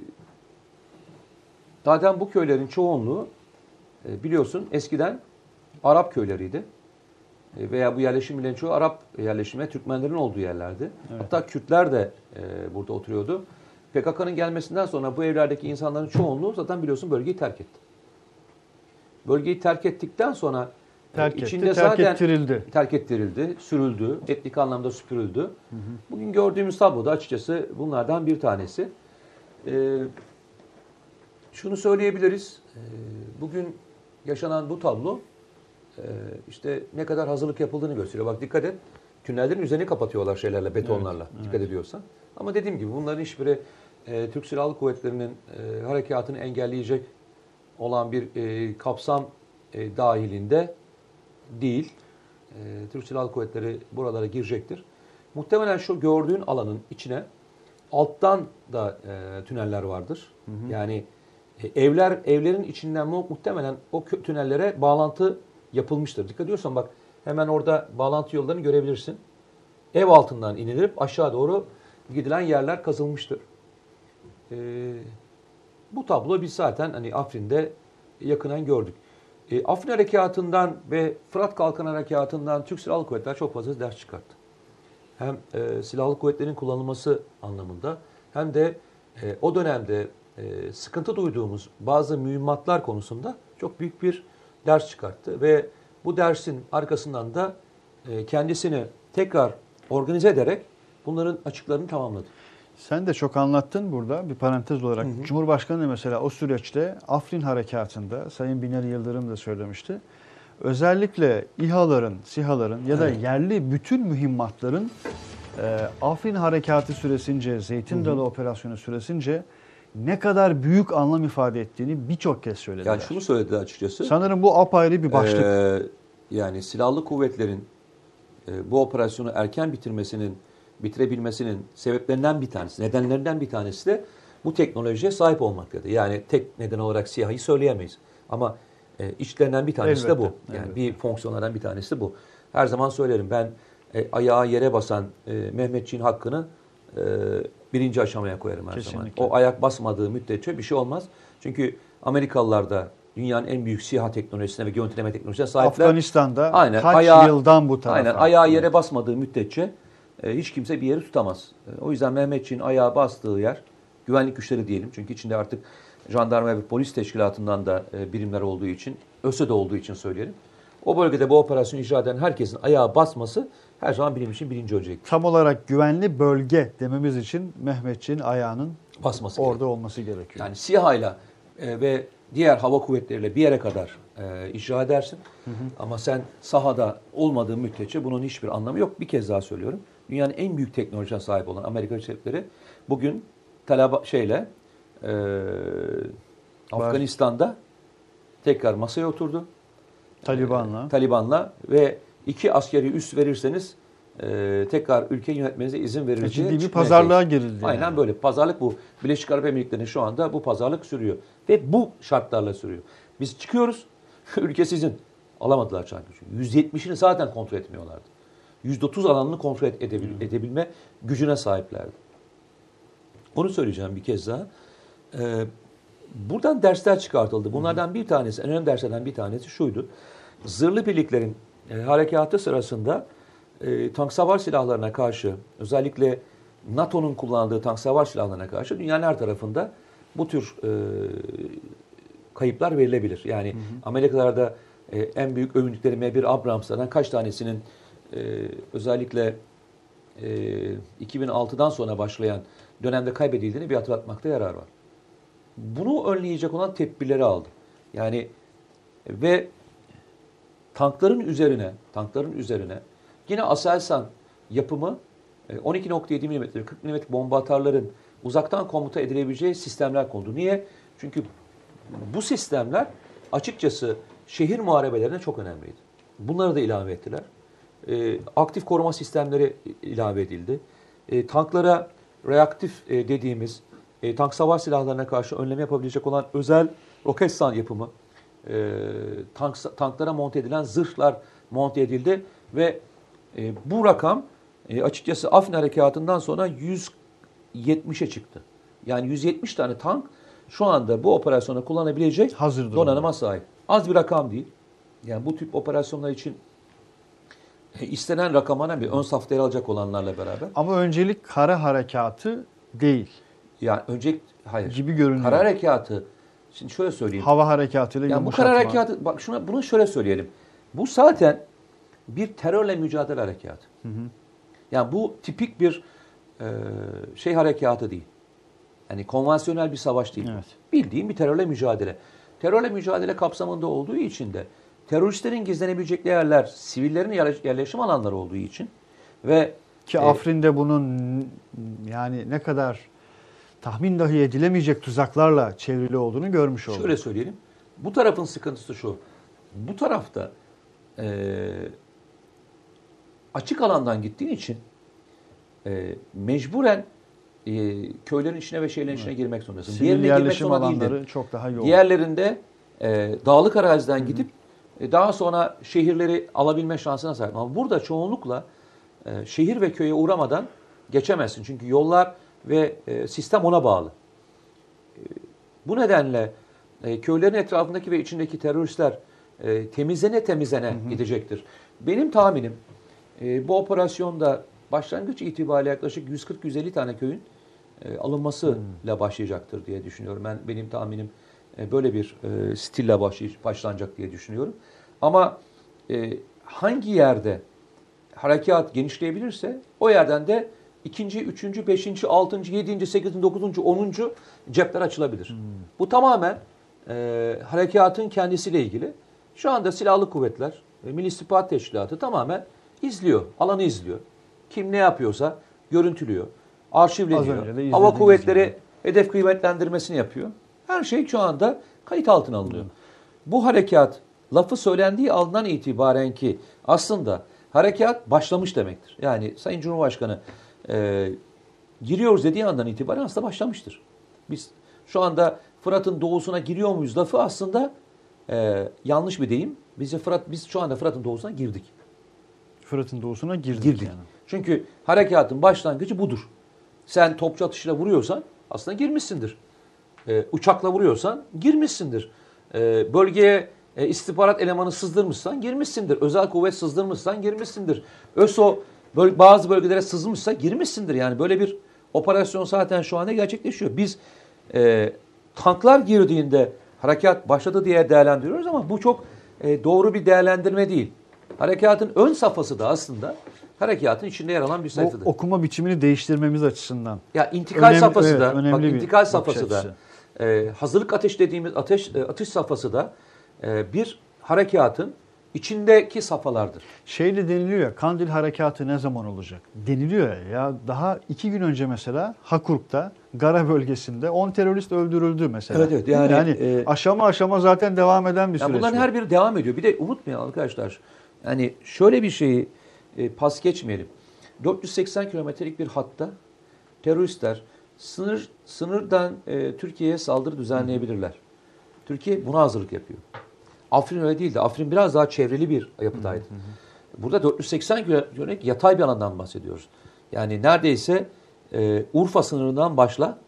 zaten bu köylerin çoğunluğu biliyorsun eskiden Arap köyleriydi. Veya bu yerleşimlerin çoğu Arap yerleşimi, Türkmenlerin olduğu yerlerdi. Evet. Hatta Kürtler de e, burada oturuyordu. P K K'nın gelmesinden sonra bu evlerdeki insanların çoğunluğu zaten biliyorsun bölgeyi terk etti. Bölgeyi terk ettikten sonra terk içinde etti, terk zaten ettirildi. terk ettirildi, sürüldü, etnik anlamda süpürüldü. Hı hı. Bugün gördüğümüz tabloda açıkçası bunlardan bir tanesi. Ee, şunu söyleyebiliriz. Ee, bugün yaşanan bu tablo işte ne kadar hazırlık yapıldığını gösteriyor. Bak dikkat et. Tünellerin üzerini kapatıyorlar şeylerle, betonlarla. Evet, dikkat evet. ediyorsan. Ama dediğim gibi bunların hiçbiri e, Türk Silahlı Kuvvetleri'nin e, harekatını engelleyecek olan bir e, kapsam e, dahilinde değil. E, Türk Silahlı Kuvvetleri buralara girecektir. muhtemelen şu gördüğün alanın içine alttan da e, tüneller vardır. Hı hı. Yani e, evler evlerin içinden mu, muhtemelen o kö- tünellere bağlantı yapılmıştır. Dikkat ediyorsan bak hemen orada bağlantı yollarını görebilirsin. Ev altından inilip aşağı doğru gidilen yerler kazılmıştır. E, bu tablo biz zaten hani Afrin'de yakından gördük. E, Afrin Harekatı'ndan ve Fırat Kalkan Harekatı'ndan Türk Silahlı Kuvvetleri çok fazla ders çıkarttı. Hem e, silahlı kuvvetlerin kullanılması anlamında hem de e, o dönemde e, sıkıntı duyduğumuz bazı mühimmatlar konusunda çok büyük bir ders çıkarttı. Ve bu dersin arkasından da e, kendisini tekrar organize ederek bunların açıklarını tamamladı. Sen de çok anlattın burada bir parantez olarak. Hı hı. Cumhurbaşkanı mesela o süreçte Afrin Harekatı'nda Sayın Binali Yıldırım da söylemişti. Özellikle İHA'ların, SİHA'ların ya da evet. yerli bütün mühimmatların e, Afrin Harekatı süresince, Zeytin Dalı Operasyonu süresince ne kadar büyük anlam ifade ettiğini birçok kez söylediler. Yani şunu söyledi açıkçası. Sanırım bu apayrı bir başlık. Ee, yani silahlı kuvvetlerin e, bu operasyonu erken bitirmesinin, bitirebilmesinin sebeplerinden bir tanesi, nedenlerinden bir tanesi de bu teknolojiye sahip olmaktadır. Yani tek neden olarak SİHA'yı söyleyemeyiz. Ama e, içlerinden bir tanesi elbette, de bu. Yani elbette. bir fonksiyonlardan bir tanesi de bu. Her zaman söylerim ben e, ayağı yere basan e, Mehmetçiğin hakkını e, birinci aşamaya koyarım her Kesinlikle. zaman. O ayak basmadığı müddetçe bir şey olmaz. Çünkü Amerikalılar da dünyanın en büyük SİHA teknolojisine ve görüntüleme teknolojisine sahipler. Afganistan'da aynen, kaç ayağı, yıldan bu tarafa. Aynen ayağı yere basmadığı müddetçe e, hiç kimse bir yeri tutamaz. E, o yüzden Mehmetçiğin ayağı bastığı yer güvenlik güçleri diyelim. Çünkü içinde artık jandarma ve polis teşkilatından da e, birimler olduğu için, ÖSE'de olduğu için söyleyelim. O bölgede bu operasyonu icra eden herkesin ayağı basması her zaman benim için birinci önceliktir. Tam olarak güvenli bölge dememiz için Mehmetçiğin ayağının basması orada gerekiyor. olması gerekiyor. Yani SİHA'yla e, ve diğer hava kuvvetleriyle bir yere kadar e, icra edersin. Hı hı. Ama sen sahada olmadığı müddetçe bunun hiçbir anlamı yok. Bir kez daha söylüyorum. Dünyanın en büyük teknolojiye sahip olan Amerika Birleşik Devletleri bugün Talaba şeyle e, Afganistan'da tekrar masaya oturdu. Taliban'la. E, Taliban'la ve iki askeri üs verirseniz e, tekrar ülkeyi yönetmenize izin verileceği. Ciddi bir pazarlığa girildi. Aynen yani. Böyle. Pazarlık bu. Birleşik Arap Emirlikleri'nde şu anda bu pazarlık sürüyor. Ve bu şartlarla sürüyor. Biz çıkıyoruz. Ülke sizin. Alamadılar çünkü. yüz yetmişini zaten kontrol etmiyorlardı. yüzde otuz alanını kontrol edebil, edebilme gücüne sahiplerdi. Onu söyleyeceğim bir kez daha. Ee, buradan dersler çıkartıldı. Bunlardan bir tanesi, en önemli derslerden bir tanesi şuydu. Zırhlı birliklerin e, harekatı sırasında e, tank savar silahlarına karşı, özellikle NATO'nun kullandığı tank savar silahlarına karşı dünyanın her tarafında bu tür e, kayıplar verilebilir. Yani hı hı. Amerikalarda e, en büyük övündükleri M bir Abrams'lardan kaç tanesinin e, özellikle e, iki bin altıdan sonra başlayan dönemde kaybedildiğini bir hatırlatmakta yarar var. Bunu önleyecek olan tedbirleri aldı. Yani ve tankların üzerine, tankların üzerine yine Aselsan yapımı on iki nokta yedi milimetre, kırk milimetre bomba atarların uzaktan komuta edilebileceği sistemler kondu. Niye? Çünkü bu sistemler açıkçası şehir muharebelerine çok önemliydi. Bunları da ilave ettiler. E, aktif koruma sistemleri ilave edildi. E, tanklara reaktif e, dediğimiz e, tank savar silahlarına karşı önleme yapabilecek olan özel Roketsan yapımı e, tank, tanklara monte edilen zırhlar monte edildi ve e, bu rakam e, açıkçası Afrin Harekatı'ndan sonra yüz yetmişe çıktı. Yani yüz yetmiş tane tank şu anda bu operasyona kullanabilecek hazır donanıma sahip. Az bir rakam değil. Yani bu tip operasyonlar için e, istenen rakama bir ön safta yer alacak olanlarla beraber. Ama öncelik kara harekatı değil. Yani öncelik hayır. Gibi görünüyor. Kara harekatı. Şimdi şöyle söyleyeyim. Hava harekatıyla yani bu kara harekatı bak şuna bunu şöyle söyleyelim. Bu zaten bir terörle mücadele harekatı. Hı hı. Yani bu tipik bir e, şey harekatı değil. Yani konvansiyonel bir savaş değil. Evet. Bildiğin bir terörle mücadele. Terörle mücadele kapsamında olduğu için de teröristlerin gizlenebilecekleri yerler, sivillerin yerleşim alanları olduğu için ve ki Afrin'de e, bunun yani ne kadar tahmin dahi edilemeyecek tuzaklarla çevrili olduğunu görmüş olduk. Şöyle söyleyelim. Bu tarafın sıkıntısı şu. Bu tarafta e, açık alandan gittiğin için e, mecburen e, köylerin içine ve şehirlerin içine girmek zorundasın. Sivil Diğerine girmek yerleşim zorunda alanları değildin. çok daha yoğun. Diğerlerinde e, dağlık araziden Hı-hı. gidip e, daha sonra şehirleri alabilme şansına sahip. Ama burada çoğunlukla e, şehir ve köye uğramadan geçemezsin. Çünkü yollar ve e, sistem ona bağlı. E, bu nedenle e, köylerin etrafındaki ve içindeki teröristler e, temizlene temizlene Hı-hı. gidecektir. Benim tahminim e, bu operasyonda başlangıç itibariyle yaklaşık yüz kırk yüz elli tane köyün e, alınmasıyla hmm. başlayacaktır diye düşünüyorum. Ben benim tahminim e, böyle bir e, stille başlay- başlanacak diye düşünüyorum. Ama e, hangi yerde harekat genişleyebilirse o yerden de ikinci, üçüncü, beşinci, altıncı, yedinci, sekizinci, dokuzuncu, onuncu cepler açılabilir. Hmm. Bu tamamen e, harekatın kendisiyle ilgili. Şu anda silahlı kuvvetler ve Milli İstihbarat Teşkilatı tamamen izliyor, alanı izliyor. Kim ne yapıyorsa görüntülüyor, arşivleniyor. Hava kuvvetleri gibi. Hedef kıymetlendirmesini yapıyor. Her şey şu anda kayıt altına alınıyor. Hmm. Bu harekat lafı söylendiği andan itibaren ki aslında harekat başlamış demektir. Yani Sayın Cumhurbaşkanı e, giriyoruz dediği andan itibaren aslında başlamıştır. Biz şu anda Fırat'ın doğusuna giriyor muyuz lafı aslında e, yanlış bir deyim. Biz, Fırat, biz şu anda Fırat'ın doğusuna girdik. Fırat'ın doğusuna girdik, girdik. yani. Çünkü harekatın başlangıcı budur. Sen topçu atışıyla vuruyorsan aslında girmişsindir. Ee, uçakla vuruyorsan girmişsindir. Ee, bölgeye e, istihbarat elemanı sızdırmışsan girmişsindir. Özel kuvvet sızdırmışsan girmişsindir. ÖSO böl- bazı bölgelere sızmışsa girmişsindir. Yani böyle bir operasyon zaten şu anda gerçekleşiyor. Biz e, tanklar girdiğinde harekat başladı diye değerlendiriyoruz ama bu çok e, doğru bir değerlendirme değil. Harekatın ön safhası da aslında harekatın içinde yer alan bir sayfadır. O okuma biçimini değiştirmemiz açısından. Ya intikal önemli, safhası evet, da, bak intikal safhası da, e, hazırlık ateş dediğimiz ateş e, atış safhası da e, bir harekatın içindeki safhalardır. Şeyle deniliyor ya, Kandil harekatı ne zaman olacak? Deniliyor ya, ya daha iki gün önce mesela Hakurk'ta, Gara bölgesinde on terörist öldürüldü mesela. Evet, evet. Yani, yani e, aşama aşama zaten devam eden bir süreç. Bunların bu. her biri devam ediyor. Bir de unutmayalım arkadaşlar. Yani şöyle bir şeyi e, pas geçmeyelim. dört yüz seksen kilometrelik bir hatta teröristler sınır sınırdan e, Türkiye'ye saldırı düzenleyebilirler. Türkiye buna hazırlık yapıyor. Afrin öyle değildi. Afrin biraz daha çevreli bir yapıdaydı. Hı hı. Burada dört yüz seksen kilometrelik yatay bir alandan bahsediyoruz. Yani neredeyse e, Urfa sınırından başla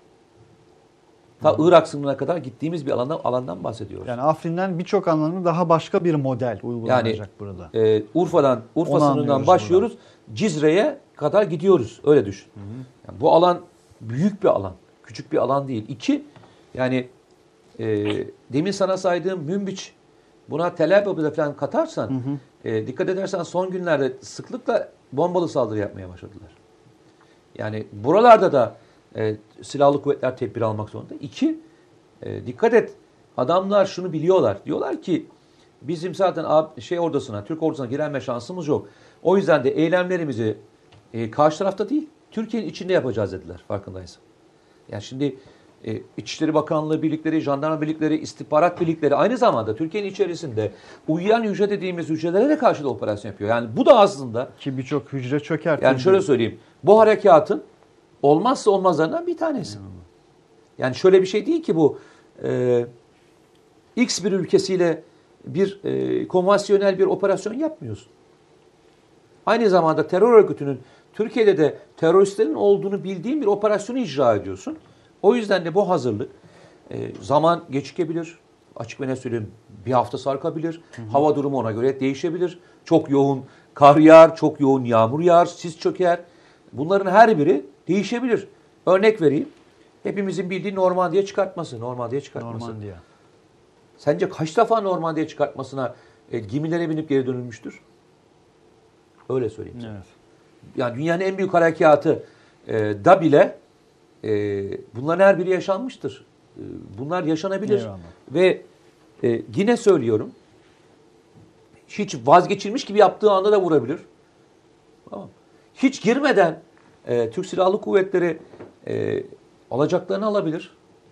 ta Irak sınırına kadar gittiğimiz bir alandan alandan bahsediyoruz. Yani Afrin'den birçok anlamda daha başka bir model uygulanacak yani, burada. E, Urfa'dan Urfa Onu sınırından başlıyoruz. Buradan. Cizre'ye kadar gidiyoruz. Öyle düşün. Hı hı. Yani bu alan büyük bir alan. Küçük bir alan değil. İki, yani e, demin sana saydığım Münbiç, buna Tel Aviv'de falan katarsan, hı hı. E, dikkat edersen son günlerde sıklıkla bombalı saldırı yapmaya başladılar. Yani buralarda da e, silahlı kuvvetler tedbir almak zorunda. İki, e, dikkat et, adamlar şunu biliyorlar. Diyorlar ki bizim zaten şey ordusuna, Türk ordusuna girenme şansımız yok. O yüzden de eylemlerimizi e, karşı tarafta değil, Türkiye'nin içinde yapacağız dediler, farkındaysan. Yani şimdi e, İçişleri Bakanlığı birlikleri, jandarma birlikleri, istihbarat birlikleri aynı zamanda Türkiye'nin içerisinde uyuyan hücre dediğimiz hücrelere de karşı da operasyon yapıyor. Yani bu da aslında... Ki birçok hücre çökertildi. Yani şöyle söyleyeyim, bu harekatın olmazsa olmazlarından bir tanesi. Hmm. Yani şöyle bir şey değil ki bu e, X bir ülkesiyle bir e, konvansiyonel bir operasyon yapmıyorsun. Aynı zamanda terör örgütünün Türkiye'de de teröristlerin olduğunu bildiğin bir operasyonu icra ediyorsun. O yüzden de bu hazırlık e, zaman geçikebilir. Açık ve net söyleyeyim, bir hafta sarkabilir. Hı hı. Hava durumu ona göre değişebilir. Çok yoğun kar yağar, çok yoğun yağmur yağar, sis çöker. Bunların her biri değişebilir. Örnek vereyim. Hepimizin bildiği Normandiya çıkartması. Normandiya çıkartması. Normandiya. Sence kaç defa Normandiya çıkartmasına e, gemilere binip geri dönülmüştür? Öyle söyleyeyim sana. Evet. Yani dünyanın en büyük harekatı e, da bile e, bunların her biri yaşanmıştır. E, bunlar yaşanabilir. Eyvallah. Ve e, yine söylüyorum, hiç vazgeçilmiş gibi yaptığı anda da vurabilir. Tamam. Hiç girmeden e, Türk Silahlı Kuvvetleri e, alacaklarını alabilir.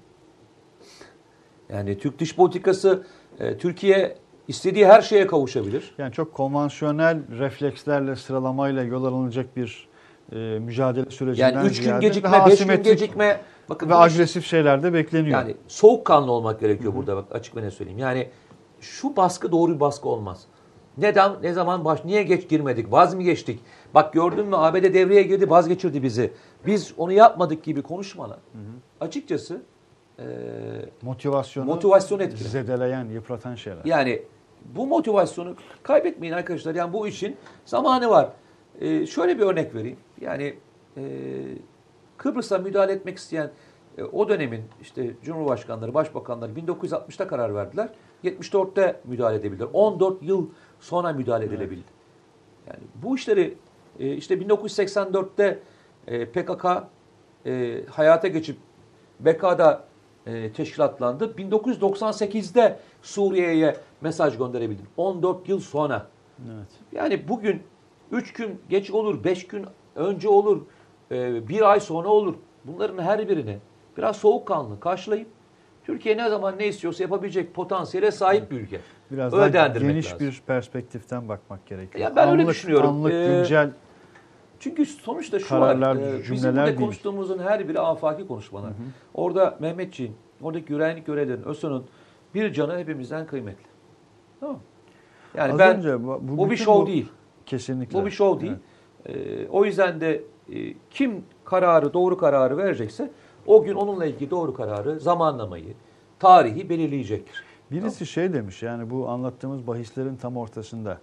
Yani Türk dış politikası, e, Türkiye istediği her şeye kavuşabilir. Yani çok konvansiyonel reflekslerle, sıralamayla yol alınacak bir e, mücadele sürecinden Yani üç gün ziyade gecikme, daha beş gün asimetrik gecikme. Bakın ve bu iş- agresif şeyler de bekleniyor. Yani soğukkanlı olmak gerekiyor burada, bak açık ve ne söyleyeyim. Yani şu baskı doğru bir baskı olmaz. Neden, ne zaman baş, niye geç girmedik, vaz mı geçtik? Bak gördün mü, A B D devreye girdi, vazgeçirdi bizi. Biz onu yapmadık gibi konuşmalar. Hı hı. Açıkçası e, motivasyonu motivasyon etkili. zedeleyen, yıpratan şeyler. Yani bu motivasyonu kaybetmeyin arkadaşlar. Yani bu işin zamanı var. E, şöyle bir örnek vereyim. Yani e, Kıbrıs'a müdahale etmek isteyen e, o dönemin işte Cumhurbaşkanları, Başbakanları bin dokuz yüz altmışta karar verdiler. yetmiş dörtte müdahale edebildiler. on dört yıl sonra müdahale edilebildi. Yani bu işleri e, işte bin dokuz yüz seksen dörtte e, P K K e, hayata geçip B K'da e, teşkilatlandı. bin dokuz yüz doksan sekizde Suriye'ye mesaj gönderebildi. on dört yıl sonra. Evet. Yani bugün üç gün geç olur, beş gün önce olur, e, bir ay sonra olur. Bunların her birini biraz soğukkanlı karşılayıp Türkiye ne zaman ne istiyorsa yapabilecek potansiyele sahip bir ülke. Biraz Öyle daha değerlendirmek geniş lazım. bir perspektiften bakmak gerekiyor. Ya ben öyle Anlık- düşünüyorum. Anlık, Ee, güncel Çünkü sonuçta şu kararlar, var, e, bizim cümleler burada değil. konuştuğumuzun her biri afaki konuşmalar. Hı hı. Orada Mehmetçiğin, oradaki güvenlik görevlilerinin, ÖSO'nun bir canı hepimizden kıymetli. Tamam mı? Yani az ben, önce bu, bu bir bütün şov bu- değil. Kesinlikle. Bu bir şov değil. Ee, o yüzden de e, kim kararı, doğru kararı verecekse o gün onunla ilgili doğru kararı, zamanlamayı, tarihi belirleyecektir. Birisi şey demiş, yani bu anlattığımız bahislerin tam ortasında.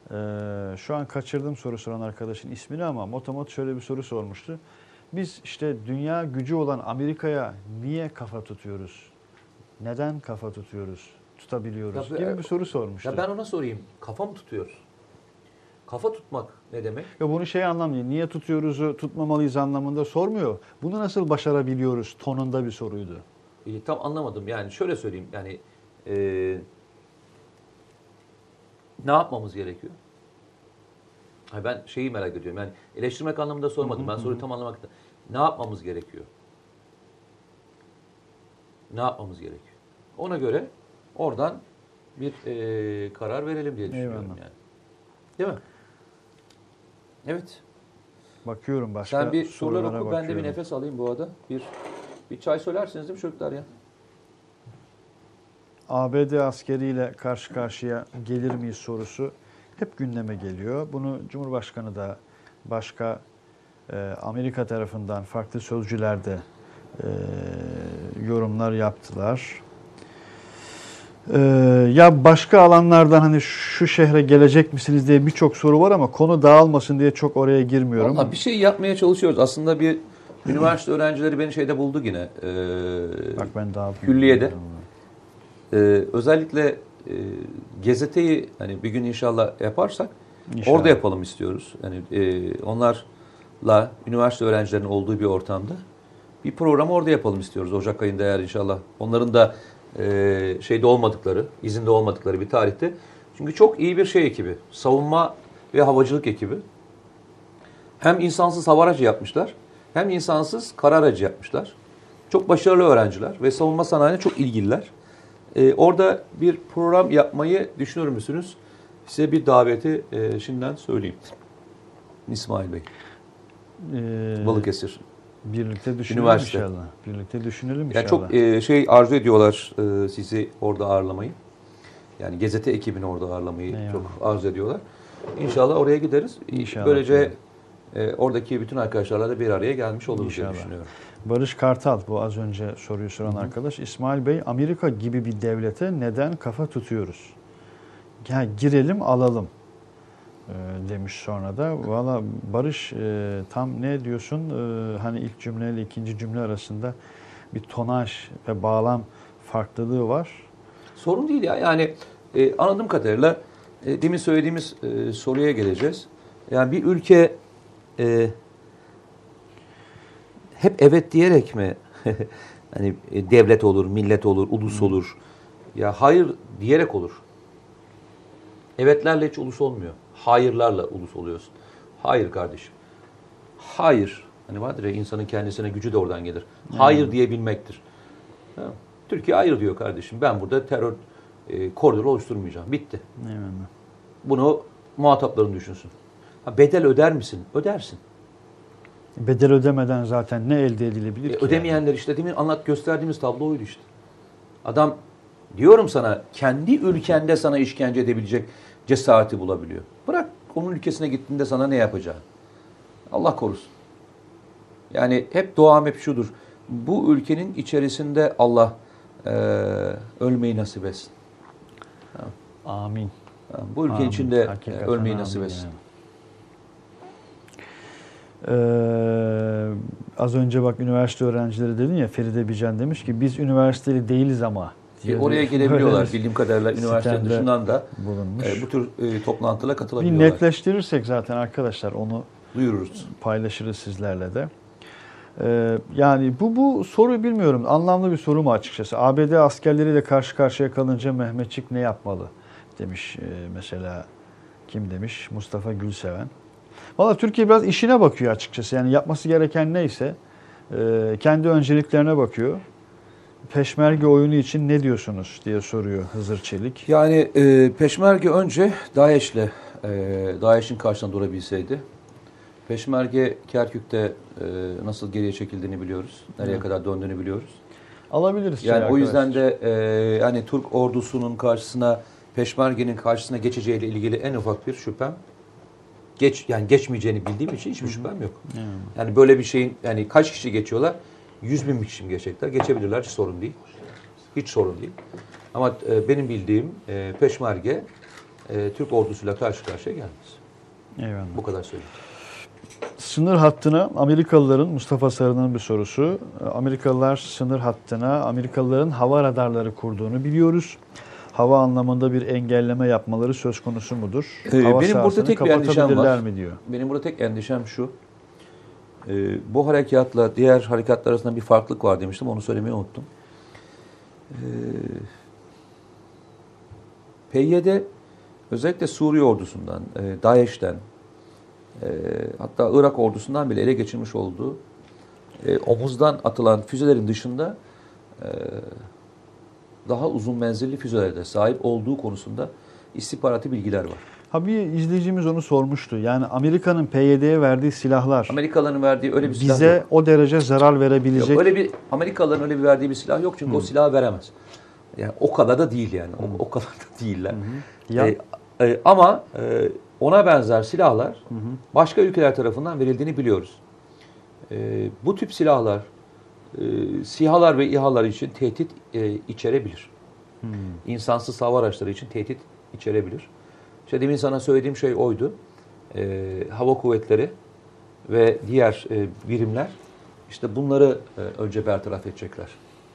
Ee, şu an kaçırdım soru soran arkadaşın ismini ama motomot şöyle bir soru sormuştu. Biz işte dünya gücü olan Amerika'ya niye kafa tutuyoruz? Neden kafa tutuyoruz? Tutabiliyoruz Ya, gibi bir soru sormuştu. Ya ben ona sorayım. Kafa mı tutuyoruz? Kafa tutmak ne demek? Ya bunu şey anlamıyor. Niye tutuyoruzu tutmamalıyız anlamında sormuyor. Bunu nasıl başarabiliyoruz tonunda bir soruydu. E, tam anlamadım. Yani şöyle söyleyeyim. Yani e, ne yapmamız gerekiyor? Ha, ben şeyi merak ediyorum. Yani eleştirmek anlamında sormadım. Ben soruyu tam anlamak istedim. Ne yapmamız gerekiyor? Ne yapmamız gerekiyor? Ona göre oradan bir e, karar verelim diye düşünüyorum. Eyvallah. Yani. Değil mi? Evet. Bakıyorum başka Sen bir sorular sorulara oku. Ben de bir bakıyorum. nefes alayım bu arada. Bir bir çay söylersiniz değil mi çocuklar ya? A B D askeriyle karşı karşıya gelir miyiz sorusu hep gündeme geliyor. Bunu Cumhurbaşkanı da başka e, Amerika tarafından farklı sözcüler de e, yorumlar yaptılar. E, ya başka alanlardan hani şu şehre gelecek misiniz diye birçok soru var ama konu dağılmasın diye çok oraya girmiyorum. Vallahi bir şey yapmaya çalışıyoruz. Aslında bir üniversite öğrencileri beni şeyde buldu yine. Ee, Bak ben daha Külliye'de. Ee, özellikle e, gazeteyi hani bir gün inşallah yaparsak İnşallah. orada yapalım istiyoruz. Yani e, onlarla üniversite öğrencilerinin olduğu bir ortamda bir programı orada yapalım istiyoruz. Ocak ayında eğer inşallah onların da e, şeyde olmadıkları, izinde olmadıkları bir tarihte. Çünkü çok iyi bir şey ekibi. Savunma ve havacılık ekibi. Hem insansız hava aracı yapmışlar, hem insansız kara aracı yapmışlar. Çok başarılı öğrenciler ve savunma sanayine çok ilgililer. Ee, orada bir program yapmayı düşünür müsünüz? Size bir daveti e, şimdiden söyleyeyim. İsmail Bey, Ee, Balıkesir. Birlikte düşünelim Üniversite. inşallah. Birlikte düşünelim inşallah. Yani çok e, şey arzu ediyorlar e, sizi orada ağırlamayı. Yani gazete ekibini orada ağırlamayı Eyvallah. çok arzu ediyorlar. İnşallah oraya gideriz. İnşallah. Böylece e, oradaki bütün arkadaşlarla da bir araya gelmiş oluruz diye İnşallah. düşünüyorum. Barış Kartal, bu az önce soruyu soran Hı-hı. arkadaş. İsmail Bey, Amerika gibi bir devlete neden kafa tutuyoruz? Ya girelim alalım e, demiş sonra da. Valla Barış e, tam ne diyorsun? E, hani ilk cümleyle ikinci cümle arasında bir tonaj ve bağlam farklılığı var. Sorun değil ya. Yani e, anladığım kadarıyla e, demin söylediğimiz e, soruya geleceğiz. Yani bir ülke e, hep evet diyerek mi hani e, devlet olur, millet olur, ulus olur. Ya hayır diyerek olur. Evetlerle hiç ulus olmuyor. Hayırlarla ulus oluyorsun. Hayır kardeşim. Hayır. Hani vardır ya, insanın kendisine gücü de oradan gelir. Hayır hmm. diyebilmektir. Ha. Türkiye hayır diyor kardeşim. Ben burada terör e, koridoru oluşturmayacağım. Bitti. Eyvallah. Bunu muhatapların düşünsün. Ha, bedel öder misin? Ödersin. Bedel ödemeden zaten ne elde edilebilir E, ki? ödemeyenler işte demin anlat gösterdiğimiz tablo oydu işte. Adam diyorum sana kendi ülkende sana işkence edebilecek cesareti bulabiliyor. Bırak onun ülkesine gittiğinde sana ne yapacağı. Allah korusun. Yani hep duam hep şudur. Bu ülkenin içerisinde Allah e, ölmeyi nasip etsin. Tamam. Amin. Tamam. Bu ülkenin Amin. içinde Hakikaten ölmeyi amin nasip etsin. yani. Ee, az önce bak üniversite öğrencileri dedin ya, Feride Bican demiş ki biz üniversiteli değiliz ama. E, oraya gelebiliyorlar Böyle bildiğim kadarıyla üniversitenin sistemde dışından da bulunmuş. e, bu tür e, toplantılara Bir katılabiliyorlar. netleştirirsek zaten arkadaşlar onu Duyururuz. paylaşırız sizlerle de. Ee, yani bu bu soruyu bilmiyorum. Anlamlı bir soru mu açıkçası? A B D askerleriyle karşı karşıya kalınca Mehmetçik ne yapmalı demiş. Ee, mesela kim demiş? Mustafa Gülseven. Valla Türkiye biraz işine bakıyor açıkçası. Yani yapması gereken neyse e, kendi önceliklerine bakıyor. Peşmerge oyunu için ne diyorsunuz diye soruyor Hızır Çelik. Yani e, Peşmerge önce DAEŞ'le e, DAEŞ'in karşısında durabilseydi. Peşmerge Kerkük'te e, nasıl geriye çekildiğini biliyoruz. Nereye Evet. kadar döndüğünü biliyoruz. Alabiliriz. Yani şey o yüzden arkadaşlar. de e, yani Türk ordusunun karşısına Peşmerge'nin karşısına geçeceğiyle ilgili en ufak bir şüphem geç yani geçmeyeceğini bildiğim için hiçbir şüphem yok. Yani. Yani böyle bir şeyin yani kaç kişi geçiyorlar? yüz bin kişi mi geçecekler? Geçebilirler, hiç sorun değil. Hiç sorun değil. Ama e, benim bildiğim e, Peşmerge e, Türk ordusuyla karşı karşıya gelmez. Eyvallah. Bu kadar söyleyeyim. Sınır hattına Amerikalıların, Mustafa Sarı'nın bir sorusu. Amerikalılar sınır hattına Amerikalıların hava radarları kurduğunu biliyoruz. Hava anlamında bir engelleme yapmaları söz konusu mudur? Ee, hava benim burada sahasını tek bir endişem kapatabilirler var. mi diyor. Benim burada tek endişem şu. Ee, bu harekatla diğer harekatlar arasında bir farklılık var demiştim. Onu söylemeyi unuttum. Ee, P Y D özellikle Suriye ordusundan, e, DAEŞ'ten, e, hatta Irak ordusundan bile ele geçirmiş olduğu e, omuzdan atılan füzelerin dışında e, daha uzun menzilli füzelere de sahip olduğu konusunda istihbaratı bilgiler var. Ha bir izleyicimiz onu sormuştu. Yani Amerika'nın P Y D'ye verdiği silahlar Amerikalıların verdiği öyle bir silah bize yok. o derece zarar verebilecek. Yok, öyle bir Amerikalıların öyle bir verdiği bir silah yok çünkü Hı. o silahı veremez. Yani o kadar da değil yani. O, o kadar da değiller. Ya- E, e, ama e, ona benzer silahlar Hı hı. başka ülkeler tarafından verildiğini biliyoruz. E, bu tip silahlar e, SİHA'lar ve İHA'lar için tehdit e, içerebilir. Hmm. İnsansız hava araçları için tehdit içerebilir. İşte demin sana söylediğim şey oydu. E, hava kuvvetleri ve diğer e, birimler işte bunları e, önce bertaraf edecekler.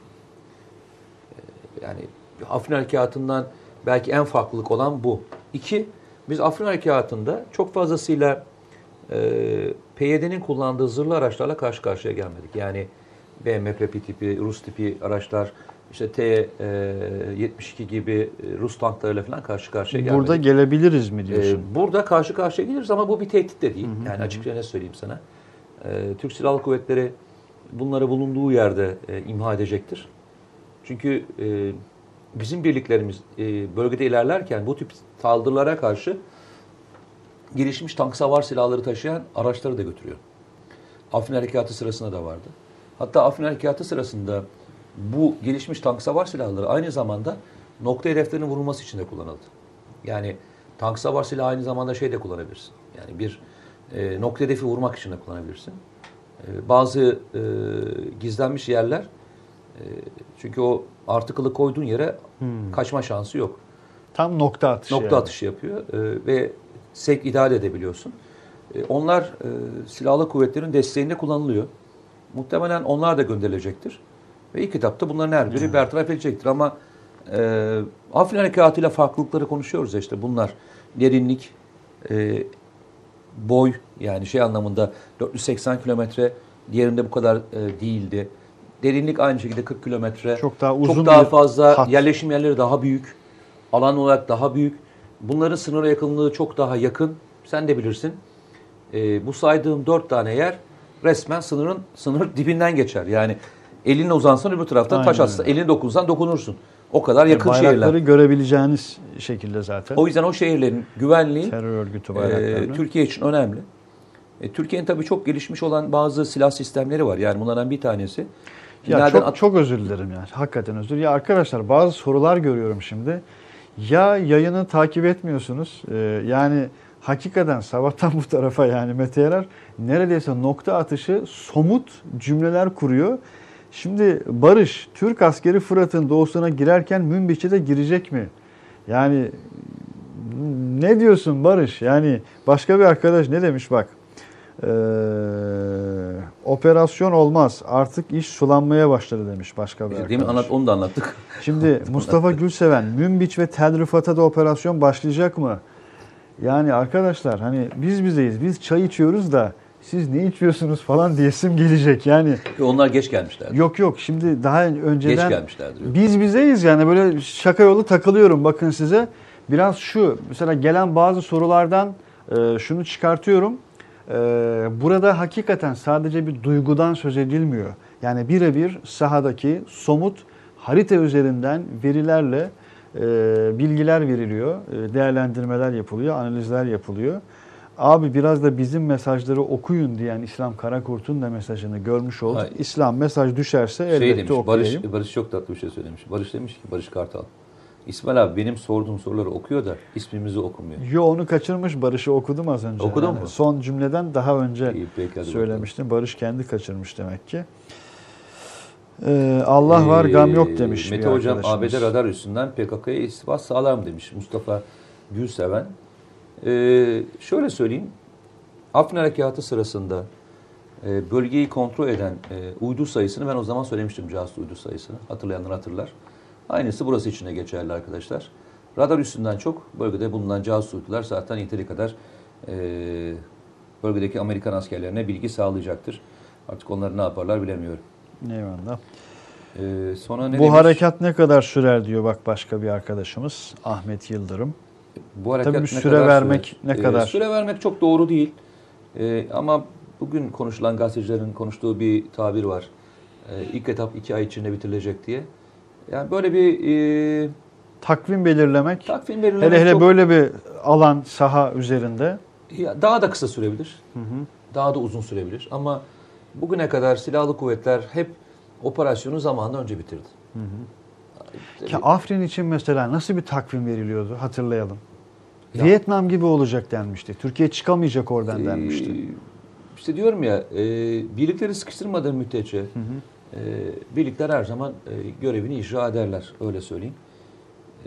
E, yani Afrin Harekatı'ndan belki en farklılık olan bu. İki, biz Afrin Harekatı'nda çok fazlasıyla e, P Y D'nin kullandığı zırhlı araçlarla karşı karşıya gelmedik. Yani B M P tipi, Rus tipi araçlar, işte T yetmiş iki gibi Rus tanklarıyla falan karşı karşıya gelmedik. Burada gelebiliriz mi diyorsun? Ee, burada karşı karşıya geliriz ama bu bir tehdit de değil. Hı hı, yani hı. açıkça ne söyleyeyim sana. Ee, Türk Silahlı Kuvvetleri bunları bulunduğu yerde e, imha edecektir. Çünkü e, bizim birliklerimiz e, bölgede ilerlerken bu tip saldırılara karşı gelişmiş tank savar silahları taşıyan araçları da götürüyor. Afrin Harekatı sırasında da vardı. Hatta Afrin Harekatı sırasında bu gelişmiş tank savar silahları aynı zamanda nokta hedeflerinin vurulması için de kullanıldı. Yani tank savar silahı aynı zamanda şey de kullanabilirsin. Yani bir e, nokta hedefi vurmak için de kullanabilirsin. E, bazı e, gizlenmiş yerler e, çünkü o artıkılı koyduğun yere Hmm. kaçma şansı yok. Tam nokta atışı. Nokta yani. atışı yapıyor e, ve sevk idare edebiliyorsun. E, onlar e, silahlı kuvvetlerin desteğinde kullanılıyor. Muhtemelen onlar da gönderilecektir. Ve ilk etapta bunların her biri bertaraf edilecektir. Ama e, Afrin Harekatı'yla farklılıkları konuşuyoruz ya işte bunlar. Derinlik, e, boy yani şey anlamında dört yüz seksen kilometre, diğerinde bu kadar e, değildi. Derinlik aynı şekilde kırk kilometre. Çok daha uzun Çok daha bir fazla, hat. yerleşim yerleri daha büyük. Alan olarak daha büyük. Bunların sınıra yakınlığı çok daha yakın. Sen de bilirsin. E, bu saydığım dört tane yer resmen sınırın sınır dibinden geçer. Yani elinle uzansan öbür taraftan Aynen taş atsan, öyle. elini dokunsan dokunursun. O kadar yakın Bayrakları şehirler. görebileceğiniz şekilde zaten. O yüzden o şehirlerin güvenliği Terör örgütü e, bayraklarını. Türkiye için önemli. E, Türkiye'nin tabii çok gelişmiş olan bazı silah sistemleri var. Yani bunlardan bir tanesi. Ya Nereden çok at- çok özür dilerim yani. Hakikaten özür. Ya arkadaşlar bazı sorular görüyorum şimdi. Ya yayını takip etmiyorsunuz. Ee, yani hakikaten sabahtan bu tarafa yani Mete Yarar neredeyse nokta atışı somut cümleler kuruyor. Şimdi Barış, Türk askeri Fırat'ın doğusuna girerken Münbiç'e de girecek mi? Yani ne diyorsun Barış? Yani başka bir arkadaş ne demiş bak. Ee, operasyon olmaz. Artık iş sulanmaya başladı demiş başka bir Değil mi? arkadaş. Anlat, onu da anlattık. Şimdi Mustafa Gülseven, Münbiç ve Tel Rıfat'a da operasyon başlayacak mı? Yani arkadaşlar hani biz bizeyiz. Biz çay içiyoruz da siz ne içiyorsunuz falan diyesim gelecek. Yani Onlar geç gelmişlerdi. yok yok şimdi daha önceden Geç gelmişlerdir. Yok. biz bizeyiz yani böyle şaka yolu takılıyorum bakın size. Biraz şu mesela gelen bazı sorulardan e, şunu çıkartıyorum. E, burada hakikaten sadece bir duygudan söz edilmiyor. Yani birebir sahadaki somut harita üzerinden verilerle e, bilgiler veriliyor, e, değerlendirmeler yapılıyor, analizler yapılıyor. Abi biraz da bizim mesajları okuyun diyen İslam Karakurt'un da mesajını görmüş olduk. Hayır. İslam mesaj düşerse elbette Şey demiş, okuyayım. Barış, Barış çok tatlı bir şey söylemiş. Barış demiş ki, Barış Kartal, İsmail abi benim sorduğum soruları okuyor da ismimizi okumuyor. Yo onu kaçırmış. Barış'ı okudum az önce. Okudun Yani mu? son cümleden daha önce İyi, peki, hadi söylemiştim. Barış kendi kaçırmış demek ki. Ee, Allah var gam yok demiş Mete bir Hocam arkadaşımız. A B D radar üstünden P K K'ya istifat sağlar mı demiş Mustafa Gülseven. Ee, şöyle söyleyeyim. Afrin Harekatı sırasında e, bölgeyi kontrol eden e, uydu sayısını ben o zaman söylemiştim, casus uydu sayısını. Hatırlayanlar hatırlar. Aynısı burası için de geçerli arkadaşlar. Radar üstünden çok bölgede bulunan casus uydular zaten yeteri kadar e, bölgedeki Amerikan askerlerine bilgi sağlayacaktır. Artık onları ne yaparlar bilemiyorum. Eyvallah. Ee, sonra ne Bu demiş? harekat ne kadar sürer diyor bak başka bir arkadaşımız. Ahmet Yıldırım. Bu harekat Tabii ne süre kadar vermek sürer? ne Ee, kadar? süre vermek çok doğru değil. Ee, ama bugün konuşulan gazetecilerin konuştuğu bir tabir var. Ee, ilk etap iki ay içinde bitirilecek diye. Yani böyle bir e, Takvim belirlemek. takvim belirlemek Hele hele çok, böyle bir alan, saha üzerinde. ya daha da kısa sürebilir. Hı hı. Daha da uzun sürebilir. Ama bugüne kadar silahlı kuvvetler hep operasyonu zamanında önce bitirdi. Hı hı. Ki Afrin için mesela nasıl bir takvim veriliyordu hatırlayalım. Ya, Vietnam gibi olacak denmişti. Türkiye çıkamayacak oradan denmişti. Ee, işte diyorum ya, e, birlikleri sıkıştırmadığı müddetçe Hı hı. e, birlikler her zaman e, görevini icra ederler. Öyle söyleyeyim. E,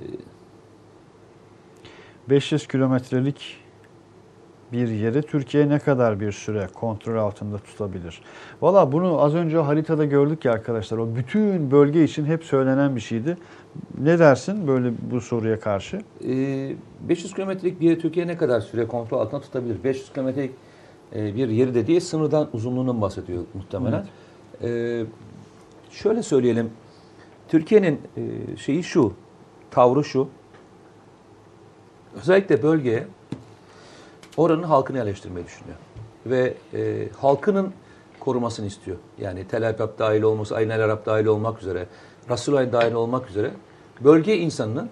beş yüz kilometrelik bir yeri Türkiye ne kadar bir süre kontrol altında tutabilir? Valla bunu az önce o haritada gördük ya arkadaşlar. O bütün bölge için hep söylenen bir şeydi. Ne dersin böyle bu soruya karşı? e, beş yüz kilometrelik bir yeri Türkiye ne kadar süre kontrol altında tutabilir? beş yüz kilometrelik e, bir yeri dediği sınırdan uzunluğundan bahsediyor muhtemelen. E, şöyle söyleyelim. Türkiye'nin e, şeyi şu, tavrı şu. Özellikle bölgeye oranın halkını yerleştirmeyi düşünüyor. Ve e, halkının korumasını istiyor. Yani Tel Aviv dahil olması, Ayn el Arab dahil olmak üzere, Rasulayn dahil olmak üzere bölge insanının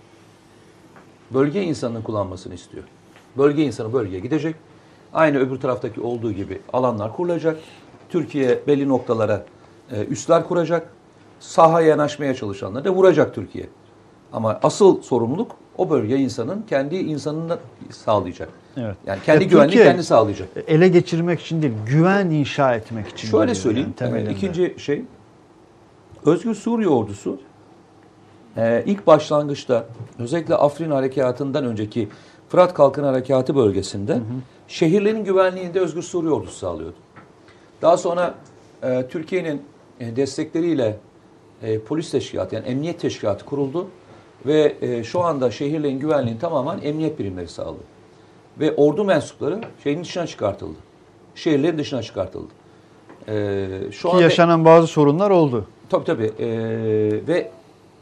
bölge insanının kullanmasını istiyor. Bölge insanı bölgeye gidecek. Aynı öbür taraftaki olduğu gibi alanlar kurulacak. Türkiye belli noktalara e, üsler kuracak. Sahaya yanaşmaya çalışanları da vuracak Türkiye. Ama asıl sorumluluk o bölge insanın kendi insanını sağlayacak. Evet. Yani kendi Ya güvenliği Türkiye kendi sağlayacak. ele geçirmek için değil, güven inşa etmek için. Şöyle geliyor söyleyeyim. yani temelinde. e, ikinci şey, Özgür Suriye Ordusu e, ilk başlangıçta özellikle Afrin Harekatı'ndan önceki Fırat Kalkın Harekatı bölgesinde hı hı. şehirlerin güvenliğini de Özgür Suriye Ordusu sağlıyordu. Daha sonra e, Türkiye'nin e, destekleriyle e, polis teşkilatı yani emniyet teşkilatı kuruldu ve e, şu anda şehirlerin güvenliğini tamamen emniyet birimleri sağlıyor. Ve ordu mensupları şehrin dışına çıkartıldı. Şehirlerin dışına çıkartıldı. E, şu Ki anda yaşanan bazı sorunlar oldu. Tabii tabii. E, ve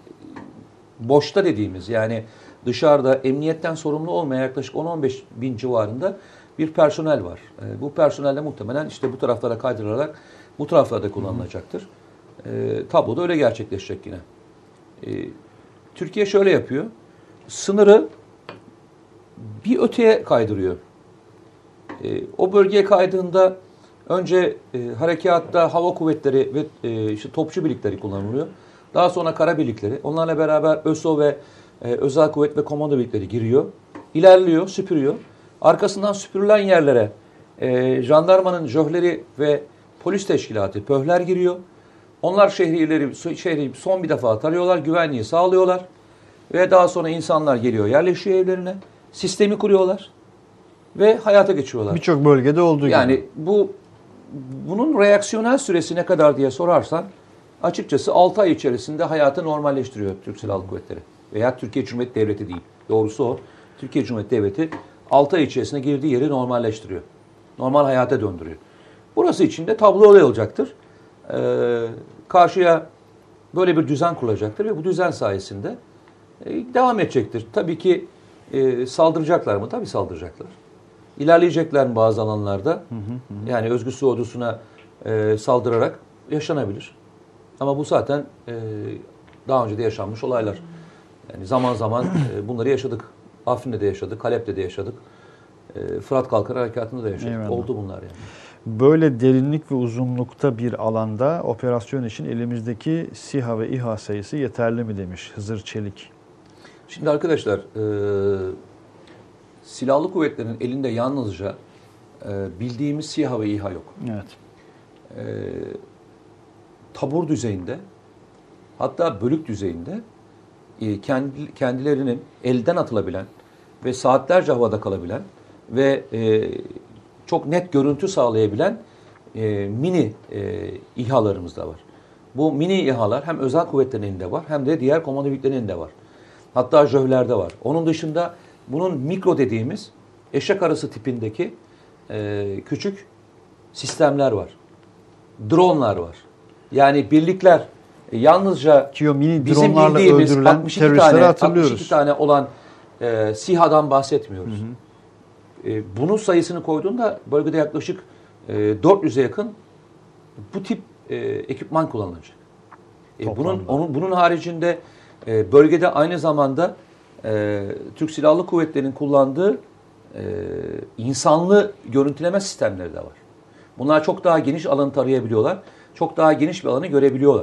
boşta dediğimiz yani dışarıda emniyetten sorumlu olmayan yaklaşık on on beş bin civarında bir personel var. E, bu personel de muhtemelen işte bu taraflara kaydırılarak bu taraflarda kullanılacaktır. E, tablo da öyle gerçekleşecek yine. E, Türkiye şöyle yapıyor. Sınırı bir öteye kaydırıyor. E, o bölgeye kaydığında önce e, harekatta hava kuvvetleri ve e, işte topçu birlikleri kullanılıyor. Daha sonra kara birlikleri. Onlarla beraber ÖSO ve e, özel kuvvet ve komando birlikleri giriyor. İlerliyor, süpürüyor. Arkasından süpürülen yerlere e, jandarmanın jöhleri ve polis teşkilatı, pöhler giriyor. Onlar şehrileri, şehri son bir defa tarıyorlar, güvenliği sağlıyorlar. Ve daha sonra insanlar geliyor, yerleşiyor evlerine. Sistemi kuruyorlar ve hayata geçiriyorlar. Birçok bölgede olduğu gibi. Yani bu bunun reaksiyonel süresi ne kadar diye sorarsan açıkçası altı ay içerisinde hayatı normalleştiriyor Türk Silahlı Kuvvetleri. Veya Türkiye Cumhuriyeti Devleti değil. Doğrusu o. Türkiye Cumhuriyeti Devleti altı ay içerisinde girdiği yeri normalleştiriyor. Normal hayata döndürüyor. Burası için de tablo olay olacaktır. Ee, karşıya böyle bir düzen kurulacaktır ve bu düzen sayesinde e, devam edecektir. Tabii ki e, saldıracaklar mı? Tabii saldıracaklar. İlerleyecekler mi bazı alanlarda? Hı hı hı. Yani Özgür Su Ordusu'na e, saldırarak yaşanabilir. Ama bu zaten e, daha önce de yaşanmış olaylar. Yani zaman zaman e, bunları yaşadık. Afrin'de de yaşadık, Halep'te de yaşadık. E, Fırat Kalkanı Harekatı'nda da yaşadık. Eyvallah. Oldu bunlar yani. Böyle derinlik ve uzunlukta bir alanda operasyon için elimizdeki SİHA ve İHA sayısı yeterli mi demiş Hızır Çelik. Şimdi arkadaşlar e, silahlı kuvvetlerin elinde yalnızca e, bildiğimiz SİHA ve İHA yok. Evet. E, tabur düzeyinde hatta bölük düzeyinde e, kendi, kendilerinin elden atılabilen ve saatlerce havada kalabilen ve e, çok net görüntü sağlayabilen e, mini e, İHA'larımız da var. Bu mini İHA'lar hem özel kuvvetlerin elinde var hem de diğer komando birliklerinin elinde var. Hatta jöhlerde var. Onun dışında bunun mikro dediğimiz eşek arısı tipindeki e, küçük sistemler var. Dronlar var. Yani birlikler e, yalnızca Ki o mini bizim dronlarla bildiğimiz öldürülen altmış iki teröristleri tane, hatırlıyoruz. altmış iki tane olan e, SİHA'dan bahsetmiyoruz. Hı hı. E, bunun sayısını koyduğunda bölgede yaklaşık e, dört yüze yakın bu tip e, ekipman kullanılacak. E, bunun onun bunun haricinde e, bölgede aynı zamanda e, Türk Silahlı Kuvvetleri'nin kullandığı e, insanlı görüntüleme sistemleri de var. Bunlar çok daha geniş alanı tarayabiliyorlar. Çok daha geniş bir alanı görebiliyorlar.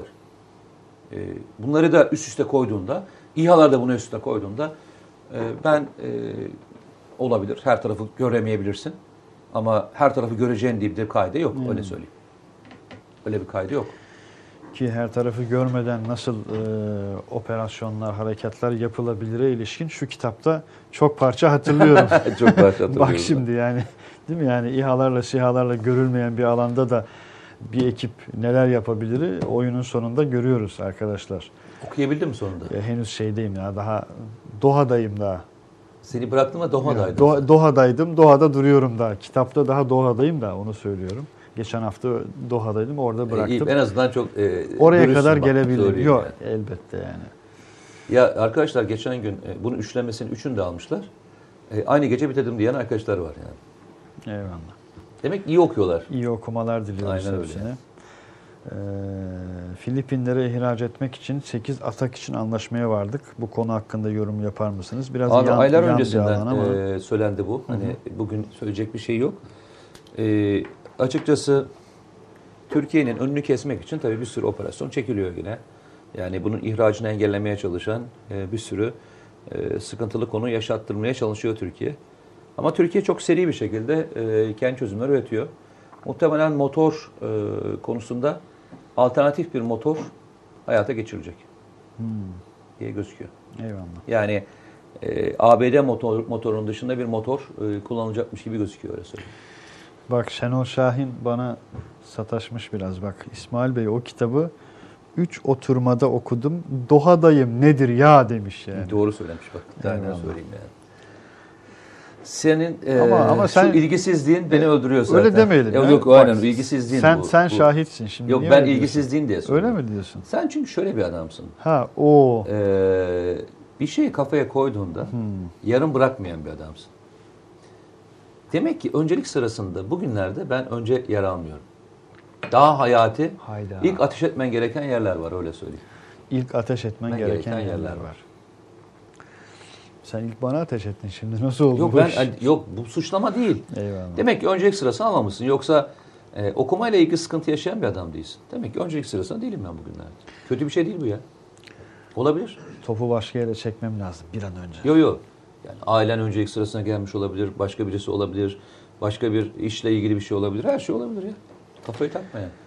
E, bunları da üst üste koyduğunda, İHA'lar da bunu üst üste koyduğunda e, ben e, olabilir. Her tarafı göremeyebilirsin. Ama her tarafı göreceğin diye bir kaide yok. Hmm. Öyle söyleyeyim. Öyle bir kaide yok. Ki her tarafı görmeden nasıl e, operasyonlar, harekatlar yapılabilire ilişkin şu kitapta çok parça hatırlıyorum. Çok parça hatırlıyorum. Bak şimdi yani değil mi? Yani İHA'larla, SİHA'larla görülmeyen bir alanda da bir ekip neler yapabilir oyunun sonunda görüyoruz arkadaşlar. Okuyabildin mi sonunda? Ya henüz şeydeyim ya daha Doha'dayım daha. Seni bıraktım da Doha'daydım. Do- Doha'daydım, Doha'da duruyorum daha. Kitapta daha Doha'dayım da onu söylüyorum. Geçen hafta Doha'daydım, orada bıraktım. E, en azından çok e, oraya kadar gelebilirim. Yok yani. Elbette yani. Ya arkadaşlar geçen gün e, bunun üçlemesini üçünü de almışlar. E, aynı gece bitirdim diyen arkadaşlar var yani. Eyvallah. Demek iyi okuyorlar. İyi okumalar diliyoruz Aynen hepsine. öyle. Ee, Filipinlere ihraç etmek için sekiz atak için anlaşmaya vardık. Bu konu hakkında yorum yapar mısınız? Biraz Abi yan, aylar yan öncesinden ama. e, söylendi bu. Hani Hı-hı. bugün söyleyecek bir şey yok. E, açıkçası Türkiye'nin önünü kesmek için tabii bir sürü operasyon çekiliyor yine. Yani bunun ihracını engellemeye çalışan e, bir sürü e, sıkıntılı konu yaşattırmaya çalışıyor Türkiye. Ama Türkiye çok seri bir şekilde e, kendi çözümler üretiyor. Muhtemelen motor e, konusunda alternatif bir motor hayata geçirilecek hmm. diye gözüküyor. Eyvallah. Yani e, A B D motor, motorun dışında bir motor e, kullanılacakmış gibi gözüküyor öyle söyleyeyim. Bak Şenol Şahin bana sataşmış biraz. Bak İsmail Bey o kitabı üç oturmada okudum. Doha'dayım nedir ya demiş yani. Doğru söylemiş bak. Bir tane söyleyeyim yani. Senin e, ama, ama sen, şu ilgisizliğin beni öldürüyor zaten. Öyle demeyelim. Yok ya. yok Bak, aynen ilgisizliğin sen, bu. Sen bu. şahitsin şimdi. Yok niye ben ilgisizliğin diye söylüyorum. Öyle mi diyorsun? Sen çünkü şöyle bir adamsın. Ha o. Ee, bir şeyi kafaya koyduğunda hmm. yarım bırakmayan bir adamsın. Demek ki öncelik sırasında bugünlerde ben önce yer almıyorum. Daha hayati, Hayda. ilk ateş etmen gereken yerler var öyle söyleyeyim. İlk ateş etmen gereken, gereken yerler, yerler var. Sen ilk bana ateş ettin şimdi. Nasıl oldu Yok bu ben iş? yok bu suçlama değil. Eyvallah. Demek ki öncelik sırasını almamışsın. Yoksa e, okumayla ilgili sıkıntı yaşayan bir adam değilsin. Demek ki öncelik sırasında değilim ben bugünlerde. Kötü bir şey değil bu ya. Olabilir. Topu başka yere çekmem lazım bir an önce. Yok yok. Yani ailen öncelik sırasına gelmiş olabilir. Başka birisi olabilir. Başka bir işle ilgili bir şey olabilir. Her şey olabilir ya. Kafayı takma yani.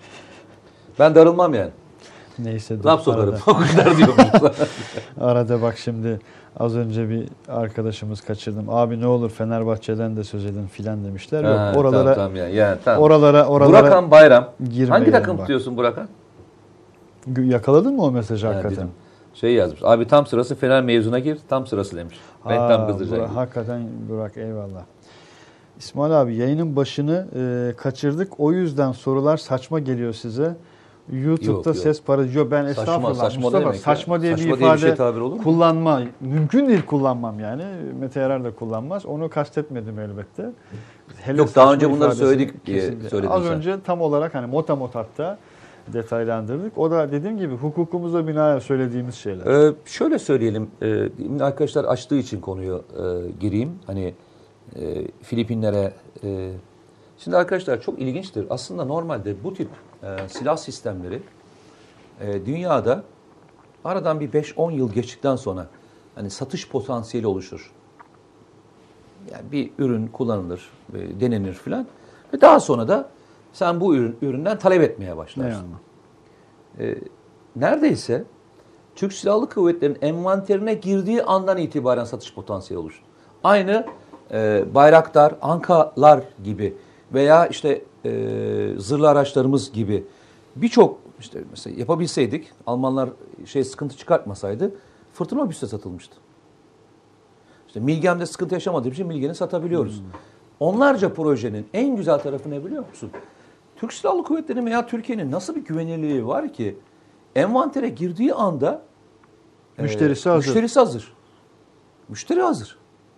Ben darılmam yani. Neyse. dur, Laf sokarım. arada- O kadar diyorum. Arada bak şimdi az önce bir arkadaşımız kaçırdım. Abi ne olur Fenerbahçe'den de söz edin filan demişler. Yok Ha, oralara tamam, tamam yani. Yani, tamam. oralara oralara Burakan Bayram. girmeyelim Hangi takım bak. tutuyorsun Burakan? Gü- Yakaladın mı o mesajı Ha, hakikaten? bizim şey yazmış. Abi tam sırası Fener mevzuna gir. Tam sırası demiş. Ben Ha, tam kızdıracağım. Burak, hakikaten Burak eyvallah. İsmail abi yayının başını e, kaçırdık. O yüzden sorular saçma geliyor size. YouTube'da Yok, yok. ses para diyor. Ben Saçma, estağfurullah saçma Mustafa demek ya. saçma diye Saçma bir diye bir ifade şey tabir olur mu? kullanma. Mümkün değil kullanmam yani. Mete Yarar da kullanmaz. Onu kastetmedim elbette. Hele Yok, daha saçma önce bunları ifadesini söyledik diye kesinlikle. söyledin Az sen. önce tam olarak hani motamot hatta detaylandırdık. O da dediğim gibi hukukumuza binaen söylediğimiz şeyler. Ee, şöyle söyleyelim. Ee, arkadaşlar açtığı için konuyu e, gireyim. Hani e, Filipinlere e, şimdi arkadaşlar çok ilginçtir. Aslında normalde bu tip e, silah sistemleri e, dünyada aradan bir beş on yıl geçtikten sonra hani satış potansiyeli oluşur. Yani bir ürün kullanılır, e, denenir filan ve daha sonra da sen bu ürün, üründen talep etmeye başlarsın. Ne yani? E, neredeyse Türk Silahlı Kuvvetleri'nin envanterine girdiği andan itibaren satış potansiyeli oluşur. Aynı e, Bayraktar, Ankalar gibi veya işte e, zırhlı araçlarımız gibi birçok işte mesela yapabilseydik, Almanlar şey sıkıntı çıkartmasaydı Fırtına Büste satılmıştı. İşte Milgem'de sıkıntı yaşamadığı için Milgem'i satabiliyoruz. Hmm. Onlarca projenin en güzel tarafı ne biliyor musun? Türk Silahlı Kuvvetleri'nin veya Türkiye'nin nasıl bir güvenilirliği var ki envantere girdiği anda Müşterisi e, hazır. Müşterisi hazır. Müşteri hazır.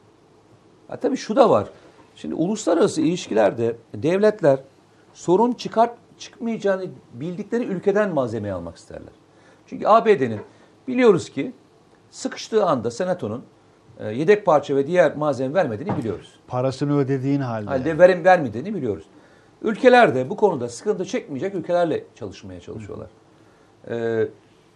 Ha, tabii şu da var. Şimdi uluslararası ilişkilerde devletler sorun çıkart çıkmayacağını bildikleri ülkeden malzemeyi almak isterler. Çünkü A B D'nin biliyoruz ki sıkıştığı anda Senato'nun e, yedek parça ve diğer malzeme vermediğini biliyoruz. Parasını ödediğin halde. Halde verim vermediğini biliyoruz. Ülkeler de bu konuda sıkıntı çekmeyecek ülkelerle çalışmaya çalışıyorlar. Ee,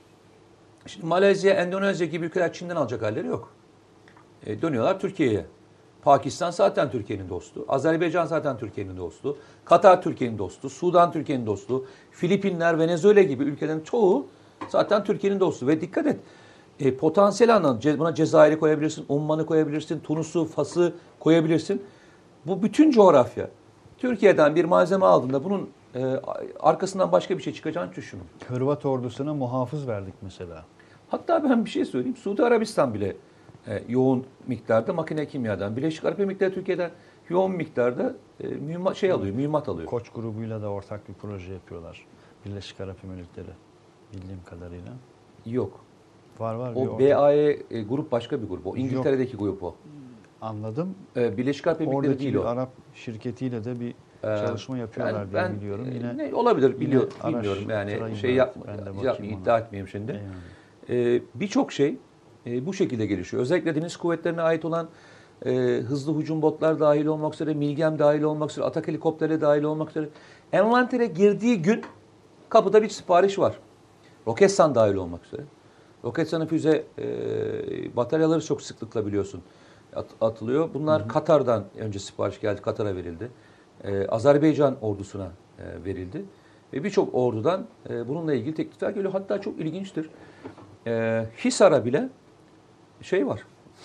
şimdi Malezya, Endonezya gibi ülkeler Çin'den alacak halleri yok. Ee, dönüyorlar Türkiye'ye. Pakistan zaten Türkiye'nin dostu. Azerbaycan zaten Türkiye'nin dostu. Katar Türkiye'nin dostu. Sudan Türkiye'nin dostu. Filipinler, Venezuela gibi ülkelerin çoğu zaten Türkiye'nin dostu. Ve dikkat et, e, potansiyel anlamda buna Cezayir'i koyabilirsin, Umman'ı koyabilirsin, Tunus'u, Fas'ı koyabilirsin. Bu bütün coğrafya. Türkiye'den bir malzeme aldığında bunun e, arkasından başka bir şey çıkacağını düşünün. Hırvat ordusuna muhafız verdik mesela. Hatta ben bir şey söyleyeyim. Suudi Arabistan bile e, yoğun miktarda makine kimyadan, Birleşik Arap Emirlikleri Türkiye'den yoğun miktarda e, mühimmat şey alıyor, mühimmat alıyor. Koç grubuyla da ortak bir proje yapıyorlar. Birleşik Arap Emirlikleri bildiğim kadarıyla. Yok. Var var. bir O ortak- B A E e, grup başka bir grup. O İngiltere'deki grup o. Anladım. E, Birleşik Arap Emirlikleri Oradaki değil bir o. Arap şirketiyle de bir Ee, çalışma yapıyorlar ben, diye ben, biliyorum. e, Yine ne olabilir biliyor, yine bilmiyorum yani araştırayım şey ben. yapma, Ben de bakayım yapmayayım, ona. iddia etmeyeyim şimdi. Ee, Birçok şey e, bu şekilde gelişiyor. Özellikle deniz kuvvetlerine ait olan e, hızlı hücum botlar dahil olmak üzere, Milgem dahil olmak üzere, atak helikopterleri dahil olmak üzere envantere girdiği gün kapıda bir sipariş var. Roketsan dahil olmak üzere. Roketsan'ın füze e, bataryaları çok sıklıkla biliyorsun at, atılıyor. Bunlar hı hı. Katar'dan önce sipariş geldi, Katar'a verildi. Ee, Azerbaycan ordusuna e, verildi. Ve birçok ordudan e, bununla ilgili teklifler geliyor. Hatta çok ilginçtir. E, Hisar'a bile şey var.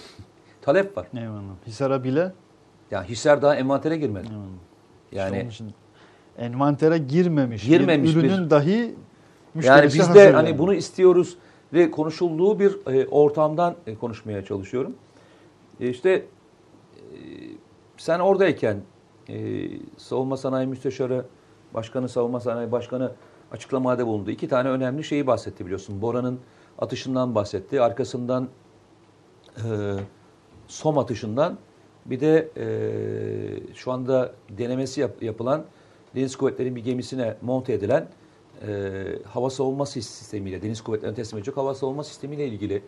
Talep var. Eyvallah. Hisar'a bile Yani Hisar daha envantere girmedi. Eyvallah. Yani İşte onun için envantere girmemiş, Girmemiş bir ürünün bir- dahi yani müşterisi biz hazır de yani. hani bunu istiyoruz ve konuşulduğu bir e, ortamdan e, konuşmaya çalışıyorum. E, işte e, sen oradayken e, Savunma Sanayi Müsteşarı Başkanı, Savunma Sanayi Başkanı açıklamada bulundu. İki tane önemli şeyi bahsetti biliyorsun. Bora'nın atışından bahsetti. Arkasından e, SOM atışından bir de e, şu anda denemesi yap, yapılan Deniz Kuvvetleri'nin bir gemisine monte edilen e, hava savunma sistemiyle, Deniz Kuvvetleri'ne teslim edecek hava savunma sistemiyle ilgili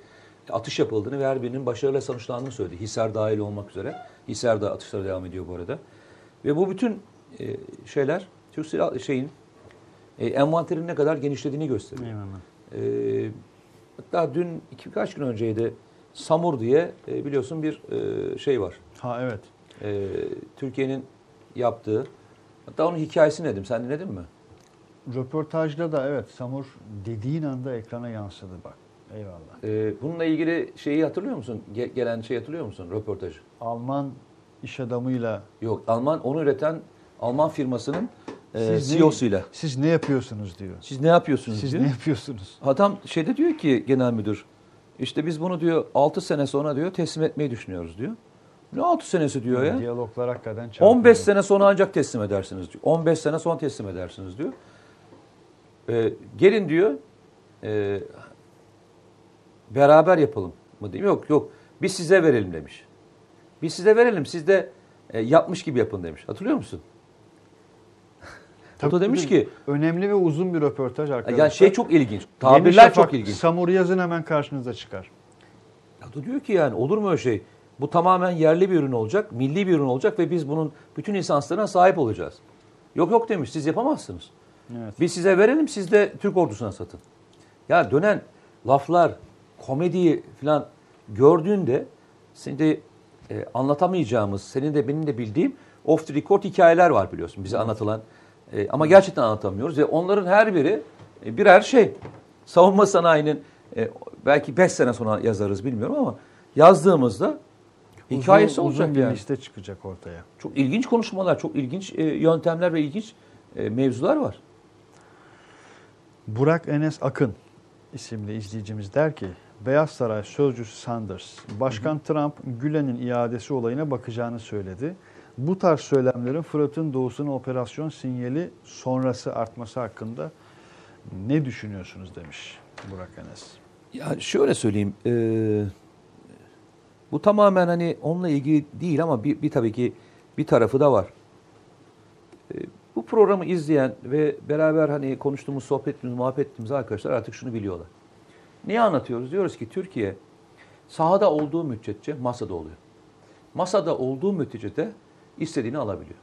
atış yapıldığını ve her birinin başarıyla sonuçlandığını söyledi. Hisar dahil olmak üzere. Hisar da atışlara devam ediyor bu arada. Ve bu bütün e, şeyler Türk Silahlı şeyin e, envanterin ne kadar genişlediğini gösteriyor. Eyvallah. E, hatta dün iki birkaç gün önceydi Samur diye e, biliyorsun bir e, şey var. Ha evet. E, Türkiye'nin yaptığı. Hatta onun hikayesini dedim. Sen dinledin mi? Röportajda da evet Samur dediğin anda ekrana yansıdı bak. Eyvallah. E, bununla ilgili şeyi hatırlıyor musun? Ge- gelen şeyi hatırlıyor musun? Röportajı. Alman iş adamıyla Yok. Alman onu üreten Alman firmasının e, siz C E O'suyla. Ne, siz ne yapıyorsunuz diyor. Siz ne yapıyorsunuz Siz diyor. ne yapıyorsunuz? Adam şeyde diyor ki genel müdür. İşte biz bunu diyor altı sene sonra diyor teslim etmeyi düşünüyoruz diyor. Ne altı senesi diyor ya? Diyaloglar hakikaten çarpıcı. on beş sene sonra ancak teslim edersiniz diyor. on beş sene sonra teslim edersiniz diyor. Ee, gelin diyor. E, beraber yapalım mı diyeyim? Yok yok. Biz size verelim demiş. Biz size verelim. Siz de e, yapmış gibi yapın demiş. Hatırlıyor musun? O da demiş ki önemli ve uzun bir röportaj arkadaşlar. yani şey çok ilginç. Tabirler çok ilginç. Samur yazın hemen karşınıza çıkar. Ya da diyor ki yani olur mu öyle şey? Bu tamamen yerli bir ürün olacak, milli bir ürün olacak ve biz bunun bütün lisanslarına sahip olacağız. Yok yok demiş, siz yapamazsınız. Evet. Biz size verelim, siz de Türk ordusuna satın. Ya dönen laflar, komediyi falan gördüğünde şimdi e, anlatamayacağımız, senin de benim de bildiğim off the record hikayeler var biliyorsun bize anlatılan. E, ama gerçekten anlatamıyoruz ve onların her biri e, birer şey. Savunma sanayinin e, belki beş sene sonra yazarız bilmiyorum ama yazdığımızda hikayesi uzun, olacak uzun bir yani. liste çıkacak ortaya. Çok ilginç konuşmalar, çok ilginç e, yöntemler ve ilginç e, mevzular var. Burak Enes Akın isimli izleyicimiz der ki Beyaz Saray sözcüsü Sanders, Başkan hı hı. Trump Gülen'in iadesi olayına bakacağını söyledi. Bu tarz söylemlerin Fırat'ın doğusuna operasyon sinyali sonrası artması hakkında ne düşünüyorsunuz demiş Burak Enes. Ya şöyle söyleyeyim, e, bu tamamen hani onunla ilgili değil ama bir, bir tabii ki bir tarafı da var. E, bu programı izleyen ve beraber hani konuştuğumuz, sohbet ettiğimiz, muhabbet ettiğimiz arkadaşlar artık şunu biliyorlar. Neyi anlatıyoruz? Diyoruz ki Türkiye sahada olduğu müddetçe masada oluyor. Masada olduğu müddetçe de istediğini alabiliyor.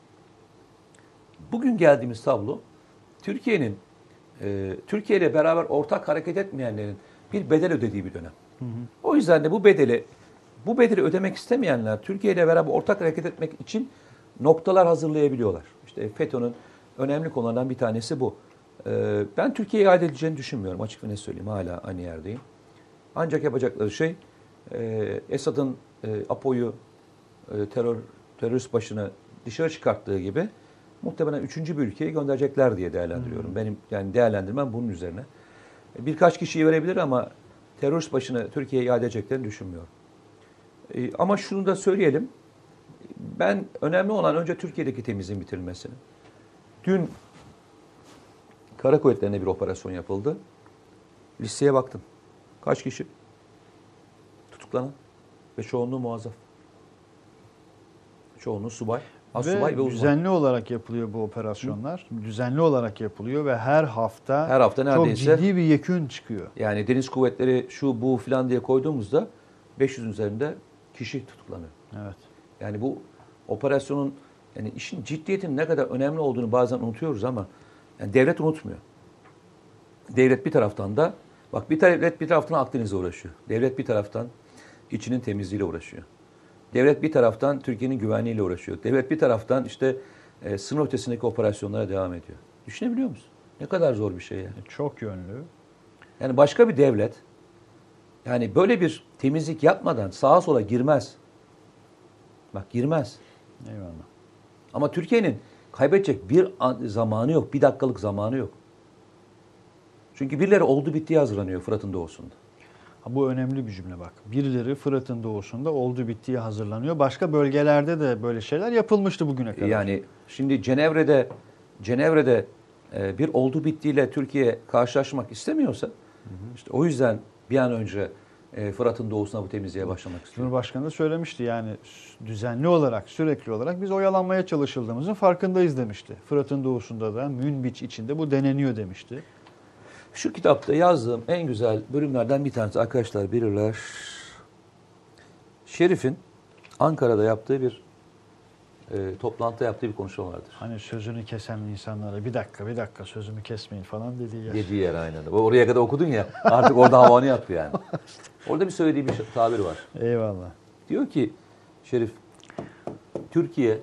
Bugün geldiğimiz tablo Türkiye'nin e, Türkiye ile beraber ortak hareket etmeyenlerin bir bedel ödediği bir dönem. Hı hı. O yüzden de bu bedeli bu bedeli ödemek istemeyenler Türkiye ile beraber ortak hareket etmek için noktalar hazırlayabiliyorlar. İşte FETÖ'nün önemli konulardan bir tanesi bu. Ee, ben Türkiye'ye iade edileceğini düşünmüyorum. Açık ve net söyleyeyim. Hala aynı yerdeyim. Ancak yapacakları şey e, Esad'ın e, APO'yu e, terör terörist başını dışarı çıkarttığı gibi muhtemelen üçüncü bir ülkeye gönderecekler diye değerlendiriyorum. Hmm. Benim yani değerlendirmem bunun üzerine. Birkaç kişiyi verebilir ama terörist başını Türkiye'ye iade edeceklerini düşünmüyorum. E, ama şunu da söyleyelim. Ben önemli olan önce Türkiye'deki temizliğin bitirilmesi. Dün Kara Kuvvetleri'ne bir operasyon yapıldı. Listeye baktım. Kaç kişi? Tutuklanan ve çoğunluğu muazzaf. Çoğunluğu subay, asubay ve, ve uzman. Düzenli olarak yapılıyor bu operasyonlar. Hı? Düzenli olarak yapılıyor ve her hafta, her hafta neredeyse çok ciddi bir yekün çıkıyor. Yani deniz kuvvetleri şu bu filan diye koyduğumuzda beş yüzün üzerinde kişi tutuklanıyor. Evet. Yani bu operasyonun yani işin ciddiyetinin ne kadar önemli olduğunu bazen unutuyoruz ama yani devlet unutmuyor. Devlet bir taraftan da bak bir devlet bir taraftan Akdeniz'e uğraşıyor. Devlet bir taraftan içinin temizliğiyle uğraşıyor. Devlet bir taraftan Türkiye'nin güvenliğiyle uğraşıyor. Devlet bir taraftan işte e, sınır ötesindeki operasyonlara devam ediyor. Düşünebiliyor musun? Ne kadar zor bir şey yani. Çok yönlü. Yani başka bir devlet yani böyle bir temizlik yapmadan sağa sola girmez. Bak girmez. Eyvallah. Ama Türkiye'nin kaybedecek bir zamanı yok. Bir dakikalık zamanı yok. Çünkü birileri oldu bittiye hazırlanıyor Fırat'ın doğusunda. Ha, bu önemli bir cümle bak. Birileri Fırat'ın doğusunda oldu bittiye hazırlanıyor. Başka bölgelerde de böyle şeyler yapılmıştı bugüne kadar. Yani şimdi Cenevre'de Cenevre'de e, bir oldu bittiyle Türkiye karşılaşmak istemiyorsa hı hı. işte o yüzden bir an önce e, Fırat'ın doğusuna bu temizliğe başlamak istiyor. Cumhurbaşkanı da söylemişti yani düzenli olarak sürekli olarak biz oyalanmaya çalışıldığımızın farkındayız demişti. Fırat'ın doğusunda da Münbiç içinde bu deneniyor demişti. Şu kitapta yazdığım en güzel bölümlerden bir tanesi arkadaşlar bilirler. Şerif'in Ankara'da yaptığı bir e, toplantıda yaptığı bir konuşma vardır. Hani sözünü kesen insanlara bir dakika bir dakika sözümü kesmeyin falan dediği yer. Dediği yer aynen. Oraya kadar okudun ya artık orada havanı yaptı yani. Orada bir söylediği bir tabir var. Eyvallah. Diyor ki Şerif, Türkiye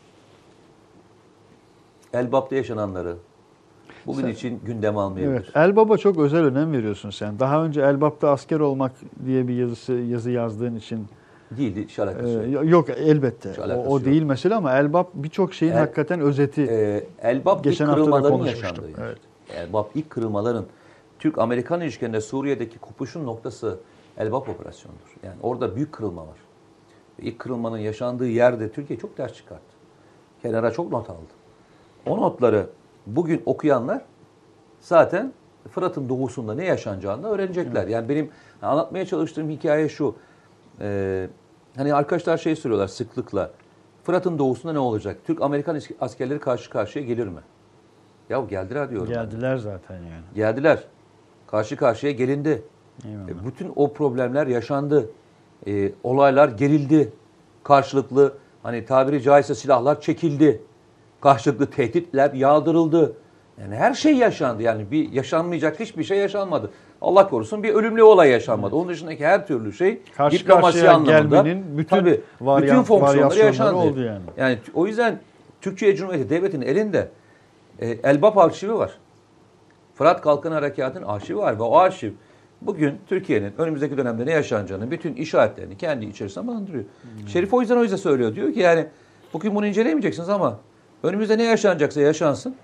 Elbap'ta yaşananları bugün Sen, için gündeme almayabilir. Evet, Elbap'a çok özel önem veriyorsun sen. Daha önce Elbap'ta asker olmak diye bir yazısı yazı yazdığın için Değildi, hiç alakası e, yok. yok elbette. Hiç O, alakası o yok. değil mesela ama Elbap birçok şeyin El- hakikaten özeti. Ee, Elbap ilk Geçen hafta da kırılmaların konuşmuştuk. yaşandığı yer. Evet. Elbap ilk kırılmaların Türk-Amerikan ilişkilerinde Suriye'deki kopuşun noktası Elbap operasyonudur. Yani orada büyük kırılma var. İlk kırılmanın yaşandığı yerde Türkiye çok ders çıkarttı. Kenara çok not aldı. O notları bugün okuyanlar zaten Fırat'ın doğusunda ne yaşanacağını öğrenecekler. Evet. Yani benim anlatmaya çalıştığım hikaye şu. Ee, hani arkadaşlar şey soruyorlar sıklıkla. Fırat'ın doğusunda ne olacak? Türk-Amerikan askerleri karşı karşıya gelir mi? Ya geldiler diyorum. Geldiler ben. zaten yani. Geldiler. Karşı karşıya gelindi. Eyvallah. Bütün o problemler yaşandı. Ee, olaylar gerildi. Karşılıklı hani tabiri caizse silahlar çekildi. Karşılıklı tehditler yağdırıldı. Yani her şey yaşandı. Yani bir yaşanmayacak hiçbir şey yaşanmadı. Allah korusun bir ölümlü olay yaşanmadı. Evet. Onun dışındaki her türlü şey karşı diplomasi anlamında gelmenin bütün, tabii, varyant, bütün fonksiyonları yaşandı. Oldu yani. Yani o yüzden Türkiye Cumhuriyeti Devleti'nin elinde e, Elbap arşivi var. Fırat Kalkın Harekatı'nın arşivi var ve o arşiv bugün Türkiye'nin önümüzdeki dönemde ne yaşanacağını bütün işaretlerini kendi içerisinde barındırıyor. Hmm. Şerif o yüzden o yüzden söylüyor. Diyor ki yani bugün bunu inceleyemeyeceksiniz ama önümüzde ne yaşanacaksa yaşansın.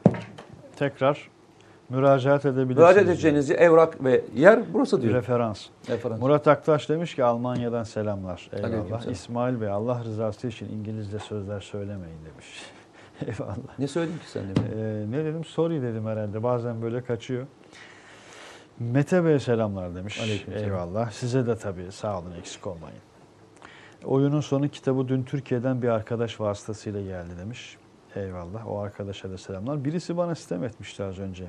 Tekrar müracaat edebilirsiniz. Müracaat edeceğiniz evrak ve yer burası diyor. Referans. Referans. Murat Aktaş demiş ki Almanya'dan selamlar. Eyvallah. Aleykümselam. İsmail Bey Allah rızası için İngilizce sözler söylemeyin demiş. Eyvallah. Ne söyledin ki sen de? Ee, ne dedim? Sorry dedim herhalde. Bazen böyle kaçıyor. Mete Bey selamlar demiş. Eyvallah. Size de tabii sağ olun eksik olmayın. Oyunun sonu kitabı dün Türkiye'den bir arkadaş vasıtasıyla geldi demiş. Eyvallah. O arkadaşa da selamlar. Birisi bana sitem etmişti az önce.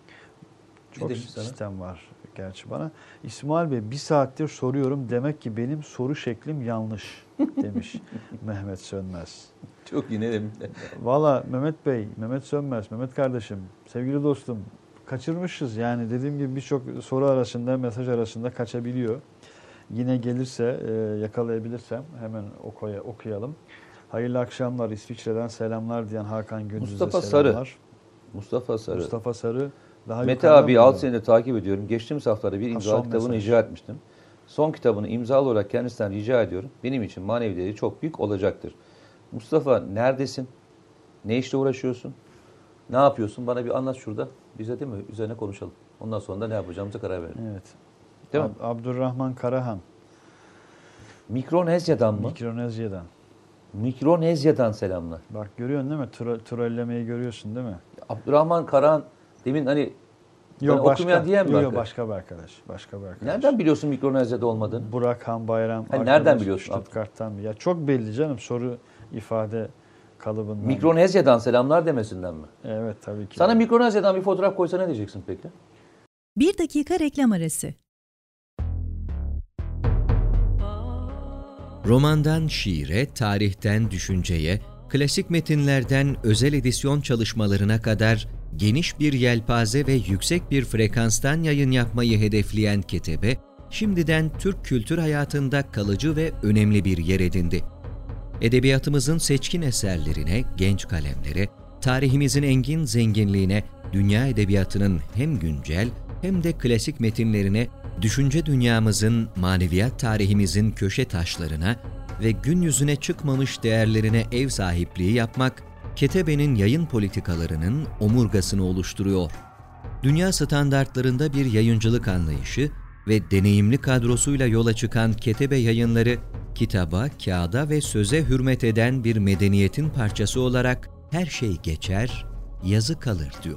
Çok sistem var gerçi bana. İsmail Bey bir saattir soruyorum. Demek ki benim soru şeklim yanlış demiş Mehmet Sönmez. Çok yine demiş. Valla Mehmet Bey, Mehmet Sönmez, Mehmet kardeşim, sevgili dostum kaçırmışız. Yani dediğim gibi birçok soru arasında, mesaj arasında kaçabiliyor. Yine gelirse, e, yakalayabilirsem hemen okuya, okuyalım. Hayırlı akşamlar. İsviçre'den selamlar diyen Hakan Gündüz'e Mustafa selamlar. Sarı. Mustafa Sarı. Mustafa Sarı. Daha Mete abi altı senedir takip ediyorum. Geçtiğimiz haftalarda bir imzalı ha, kitabını mesaj. icra etmiştim. Son kitabını imzalı olarak kendisinden rica ediyorum. Benim için manevi değeri çok büyük olacaktır. Mustafa neredesin? Ne işle uğraşıyorsun? Ne yapıyorsun? Bana bir anlat şurada. Bize değil mi? Üzerine konuşalım. Ondan sonra da ne yapacağımıza karar verelim. Evet. Değil mi? Ab- Abdurrahman Karahan. Mikronezya'dan mı? Mikronezya'dan. Mikronezya'dan selamlar. Bak görüyorsun değil mi? Tro- trollemeyi görüyorsun değil mi? Abdurrahman Karahan demin hani Yok ben başka, okumayan diyen mi? yok, arkadaş? başka bir arkadaş. Başka bir arkadaş. Nereden biliyorsun Mikronezya'da olmadığını? Burak Han Bayram. Ha, nereden biliyorsun? Stuttgart'tan. Ya çok belli canım soru ifade kalıbından. Mikronezya'dan selamlar demesinden mi? Evet tabii ki. Sana Mikronezya'dan bir fotoğraf koysa ne diyeceksin peki? Bir dakika reklam arası. Romandan şiire, tarihten düşünceye, klasik metinlerden özel edisyon çalışmalarına kadar geniş bir yelpaze ve yüksek bir frekanstan yayın yapmayı hedefleyen Ketebe, şimdiden Türk kültür hayatında kalıcı ve önemli bir yer edindi. Edebiyatımızın seçkin eserlerine, genç kalemlere, tarihimizin engin zenginliğine, dünya edebiyatının hem güncel hem de klasik metinlerine, düşünce dünyamızın, maneviyat tarihimizin köşe taşlarına ve gün yüzüne çıkmamış değerlerine ev sahipliği yapmak, Ketebe'nin yayın politikalarının omurgasını oluşturuyor. Dünya standartlarında bir yayıncılık anlayışı ve deneyimli kadrosuyla yola çıkan Ketebe Yayınları, kitaba, kağıda ve söze hürmet eden bir medeniyetin parçası olarak her şey geçer, yazı kalır diyor.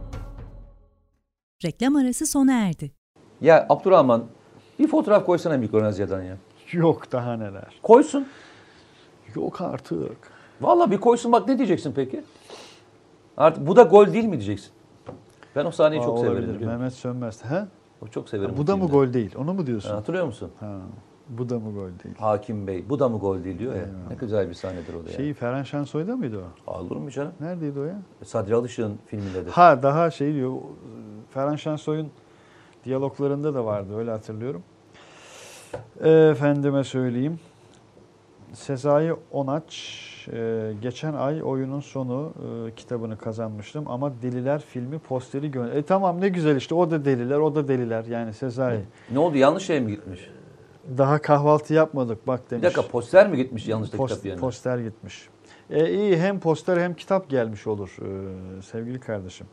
Reklam arası sona erdi. Ya Abdurrahman bir fotoğraf koysana Mikronezya'dan ya. Yok daha neler. Koysun. Yok artık. Vallahi bir koysun bak ne diyeceksin peki? Artık bu da gol değil mi diyeceksin? Ben o sahneyi Aa, çok olabilir. severim. biliyor musun? Mehmet Sönmez. He? O çok severim. Bu o da mı filmde. gol değil? Onu mu diyorsun? Ha, hatırlıyor musun? Ha. Bu da mı gol değil? Hakim Bey. Bu da mı gol değil diyor ya. Eyvallah. Ne güzel bir sahnedir o da ya. Şeyi Ferhan Şensoy'da mıydı o? Olur mu canım? Neredeydi o ya? Sadri Alışık'ın filmindedir. Ha daha şey diyor. Ferhan Şensoy'un diyaloglarında da vardı öyle hatırlıyorum. Efendime söyleyeyim. Sezai Onaç e, geçen ay Oyunun Sonu e, kitabını kazanmıştım ama Deliler filmi posteri gö- E tamam ne güzel işte o da deliler o da deliler yani Sezai. Ne oldu? Yanlış şeye mi gitmiş? Daha kahvaltı yapmadık bak demiş. Bir dakika poster mi gitmiş yanlışlıkla Post- kitap yerine? Poster gitmiş. E, iyi hem poster hem kitap gelmiş olur e, sevgili kardeşim.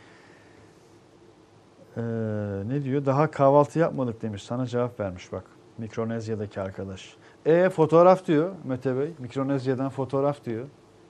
E, ne diyor? Daha kahvaltı yapmadık demiş. Sana cevap vermiş bak. Mikronezya'daki arkadaş. E fotoğraf diyor Mete Bey. Mikronezya'dan fotoğraf diyor.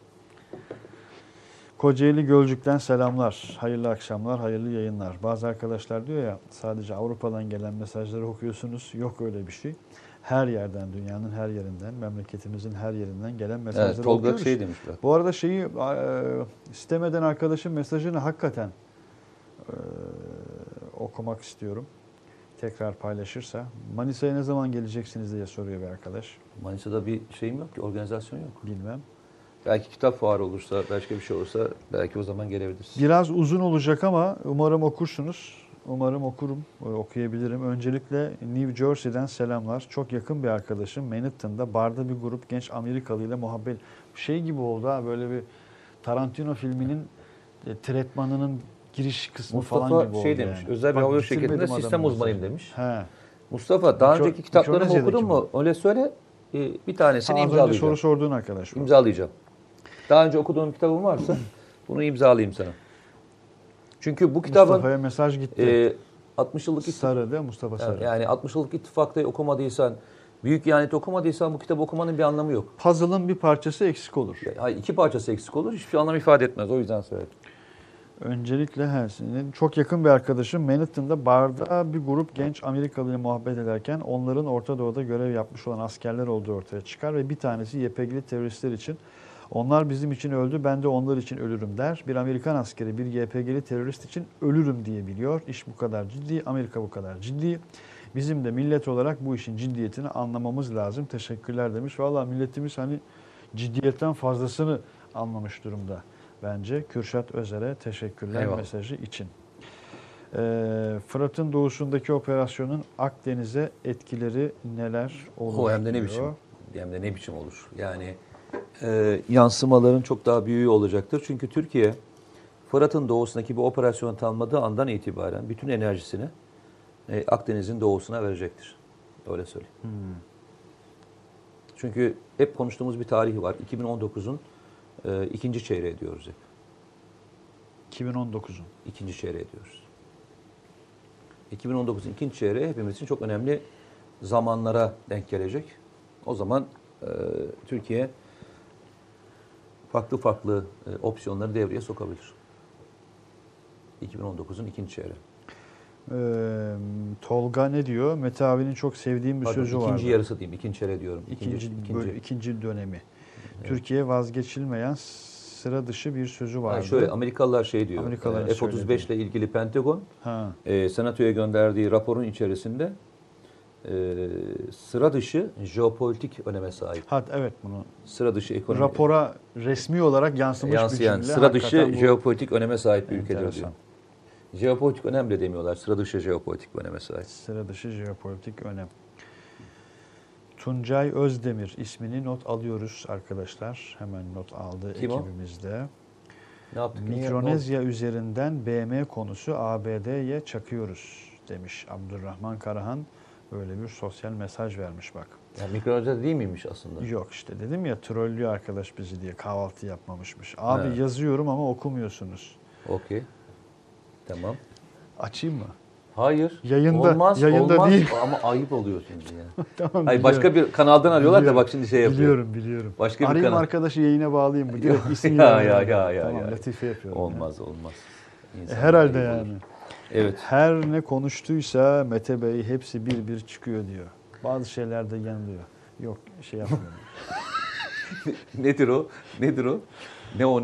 Kocaeli Gölcük'ten selamlar. Hayırlı akşamlar, hayırlı yayınlar. Bazı arkadaşlar diyor ya sadece Avrupa'dan gelen mesajları okuyorsunuz. Yok öyle bir şey. Her yerden, dünyanın her yerinden, memleketimizin her yerinden gelen mesajları Evet, Tolga okuyoruz. şey demiş bak. Bu arada şeyi e, istemeden arkadaşın mesajını hakikaten e, okumak istiyorum. Tekrar paylaşırsa. Manisa'ya ne zaman geleceksiniz diye soruyor bir arkadaş. Manisa'da bir şeyim yok ki, organizasyon yok. Bilmem. Belki kitap fuarı olursa, başka bir şey olursa belki o zaman gelebiliriz. Biraz uzun olacak ama umarım okursunuz. Umarım okurum, okuyabilirim. Öncelikle New Jersey'den selamlar. Çok yakın bir arkadaşım Manhattan'da barda bir grup genç Amerikalı ile muhabbet. Şey gibi oldu ha böyle bir Tarantino filminin e, tretmanının giriş kısmı Mustafa falan gibi oldu şey demiş, yani. özel bir Bak, hava bitirmedim şirketinde adamın sistem uzmanıyım mesajını. demiş. He. Mustafa daha Mikro- önceki kitaplarımı Mikronezya'daki okudun mu? Öyle söyle. Ee, bir tanesini Az önce imzalayacağım. soru sorduğun arkadaş bu. İmzalayacağım. Daha önce okuduğum kitabım varsa bunu imzalayayım sana. Çünkü bu kitabın Mustafa'ya mesaj gitti. e, altmış yıllık ittifak, Sarı değil mi? Mustafa Sarı. yani altmış yıllık ittifakta okumadıysan, Büyük İhanet'i okumadıysan bu kitabı okumanın bir anlamı yok. Puzzle'ın bir parçası eksik olur. Yani iki parçası eksik olur, hiçbir anlam ifade etmez. O yüzden söyledim. Öncelikle he, senin çok yakın bir arkadaşım Manhattan'da barda bir grup genç Amerikalı ile muhabbet ederken onların Orta Doğu'da görev yapmış olan askerler olduğu ortaya çıkar ve bir tanesi Y P G'li teröristler için onlar bizim için öldü ben de onlar için ölürüm der. Bir Amerikan askeri bir Y P G'li terörist için ölürüm diyebiliyor. İş bu kadar ciddi, Amerika bu kadar ciddi. Bizim de millet olarak bu işin ciddiyetini anlamamız lazım. Teşekkürler demiş. Vallahi milletimiz hani ciddiyetten fazlasını anlamış durumda. Bence Kürşat Özer'e teşekkürler Eyvallah. mesajı için. Ee, Fırat'ın doğusundaki operasyonun Akdeniz'e etkileri neler olur? O hem de ne diyor. biçim, hem de ne biçim olur. Yani e, yansımaların çok daha büyüğü olacaktır. Çünkü Türkiye Fırat'ın doğusundaki bu operasyonu tanımadığı andan itibaren bütün enerjisini e, Akdeniz'in doğusuna verecektir. Öyle söyleyeyim. Hmm. Çünkü hep konuştuğumuz bir tarihi var. iki bin on dokuzun e, ikinci çeyreği diyoruz hep. iki bin on dokuzun. İkinci çeyreği diyoruz. iki bin on dokuzun ikinci çeyreği hepimiz için çok önemli zamanlara denk gelecek. O zaman e, Türkiye farklı farklı e, opsiyonları devreye sokabilir. iki bin on dokuzun ikinci çeyreği. Ee, Tolga ne diyor? Mete abinin çok sevdiğim bir Pardon, sözü var. ikinci yarısı diyeyim, ikinci çeyreği diyorum. İkinci, İkinci, ikinci, ikinci. ikinci dönemi. Türkiye vazgeçilmeyen sıra dışı bir sözü vardı. Yani şöyle Amerikalılar şey diyor. Amerikalıların e, F otuz beş ile ilgili Pentagon Ha. e, Senato'ya gönderdiği raporun içerisinde e, sıra dışı jeopolitik öneme sahip. Ha, evet bunu Sıra dışı ekonomi. rapora resmi olarak yansımış yansıyan bir cümle. sıra dışı Hakikaten bu jeopolitik öneme sahip bir ülkedir enteresan. diyor. Jeopolitik önem bile demiyorlar. Sıra dışı jeopolitik bir öneme sahip. Sıra dışı jeopolitik önem. Tuncay Özdemir ismini not alıyoruz arkadaşlar. Hemen not aldı Kim o? ekibimizde. Ne yaptık? Niye- Mikronezya üzerinden B M konusu A B D'ye çakıyoruz demiş Abdurrahman Karahan. Böyle bir sosyal mesaj vermiş bak. Yani Mikronezya değil miymiş aslında? Yok işte dedim ya trollüyor arkadaş bizi diye kahvaltı yapmamışmış. Abi Evet. yazıyorum ama okumuyorsunuz. Okey. Tamam. Açayım mı? Hayır. Yayında- olmaz, yayında olmaz. değil. Ama ayıp oluyor şimdi ya. Tamam. Hayır, biliyorum. başka bir kanaldan arıyorlar Biliyorum. da bak şimdi şey yapıyor. Biliyorum biliyorum. Başka bir Arayayım kanal. arkadaşı yayına bağlayayım mı? Direkt isim Ya, yazıyorum. ya, ya, ya, Tamam ya. latife yapıyorum. Olmaz olmaz. ya. İnsan E, herhalde ayıp olur. yani. Evet. Her ne konuştuysa Mete Bey hepsi bir bir çıkıyor diyor. Bazı şeylerde yanılıyor. Yok şey yapmıyorum. Nedir o? Nedir o? Ne o ne o?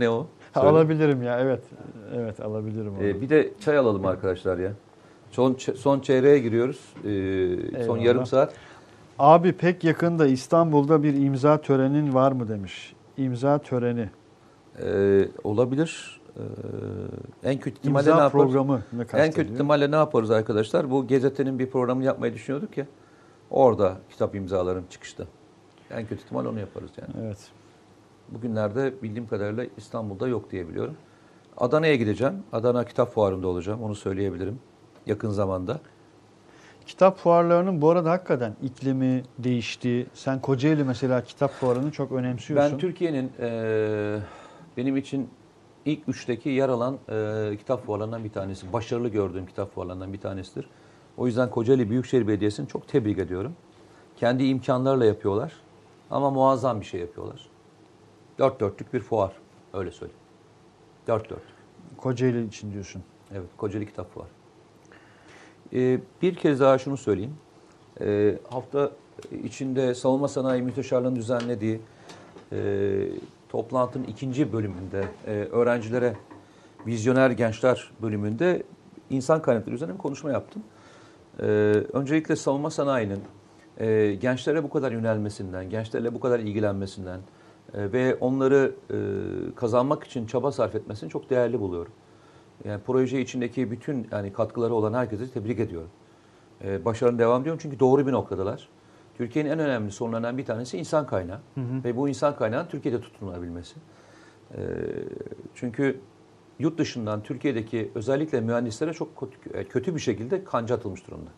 Alabilirim ya, evet. Evet, alabilirim onu. Ee, bir de çay alalım arkadaşlar ya. Son son çeyreğe giriyoruz. Ee, son yarım saat. Abi pek yakında İstanbul'da bir imza törenin var mı demiş. İmza töreni. Ee, olabilir. Ee, en kötü ihtimalle İmza ne yaparız? programı ne kastediyor? En kötü ihtimalle ne yaparız arkadaşlar? Bu gazetenin bir programını yapmayı düşünüyorduk ya. Orada kitap imzalarım çıkışta. En kötü ihtimal onu yaparız yani. Evet. Bugünlerde bildiğim kadarıyla İstanbul'da yok diye biliyorum. Adana'ya gideceğim. Adana Kitap Fuarı'nda olacağım. Onu söyleyebilirim. Yakın zamanda. Kitap fuarlarının bu arada hakikaten iklimi değişti. Sen Kocaeli mesela kitap fuarını çok önemsiyorsun. Ben Türkiye'nin e, benim için ilk üçteki yer alan e, kitap fuarlarından bir tanesi. Başarılı gördüğüm kitap fuarlarından bir tanesidir. O yüzden Kocaeli Büyükşehir Belediyesi'ni çok tebrik ediyorum. Kendi imkanlarla yapıyorlar. Ama muazzam bir şey yapıyorlar. Dört dörtlük bir fuar. Öyle söyleyeyim. Dört dörtlük. Kocaeli için diyorsun. Evet, Kocaeli Kitap Fuarı. Ee, bir kez daha şunu söyleyeyim. Ee, hafta içinde Savunma Sanayi Müsteşarlığı'nın düzenlediği e, toplantının ikinci bölümünde e, öğrencilere Vizyoner Gençler bölümünde insan kaynakları üzerine bir konuşma yaptım. Ee, öncelikle savunma sanayinin e, gençlere bu kadar yönelmesinden, gençlerle bu kadar ilgilenmesinden e, ve onları e, kazanmak için çaba sarf etmesini çok değerli buluyorum. Yani proje içindeki bütün yani katkıları olan herkese tebrik ediyorum. Ee, başarılı devam ediyorum çünkü doğru bir noktadalar. Türkiye'nin en önemli sorunlarından bir tanesi insan kaynağı. Hı hı. Ve bu insan kaynağının Türkiye'de tutunulabilmesi. Ee, çünkü yurt dışından Türkiye'deki özellikle mühendislere çok kötü, kötü bir şekilde kanca atılmış durumda.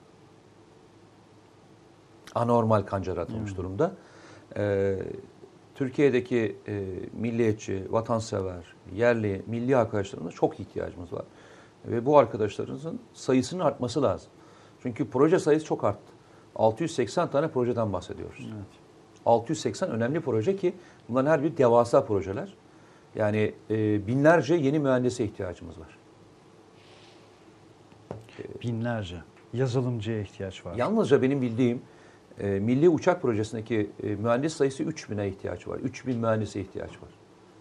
Anormal kanca atılmış hı. durumda. Ee, Türkiye'deki e, milliyetçi, vatansever, yerli, milli arkadaşlarımıza çok ihtiyacımız var. Ve bu arkadaşlarımızın sayısının artması lazım. Çünkü proje sayısı çok arttı. altı yüz seksen tane projeden bahsediyoruz. Evet. altı yüz seksen önemli proje ki bunların her biri devasa projeler. Yani e, binlerce yeni mühendise ihtiyacımız var. Binlerce. Yazılımcıya ihtiyaç var. Yalnızca benim bildiğim E, Milli Uçak Projesi'ndeki e, mühendis sayısı üç bine ihtiyaç var. üç bin mühendise ihtiyaç var.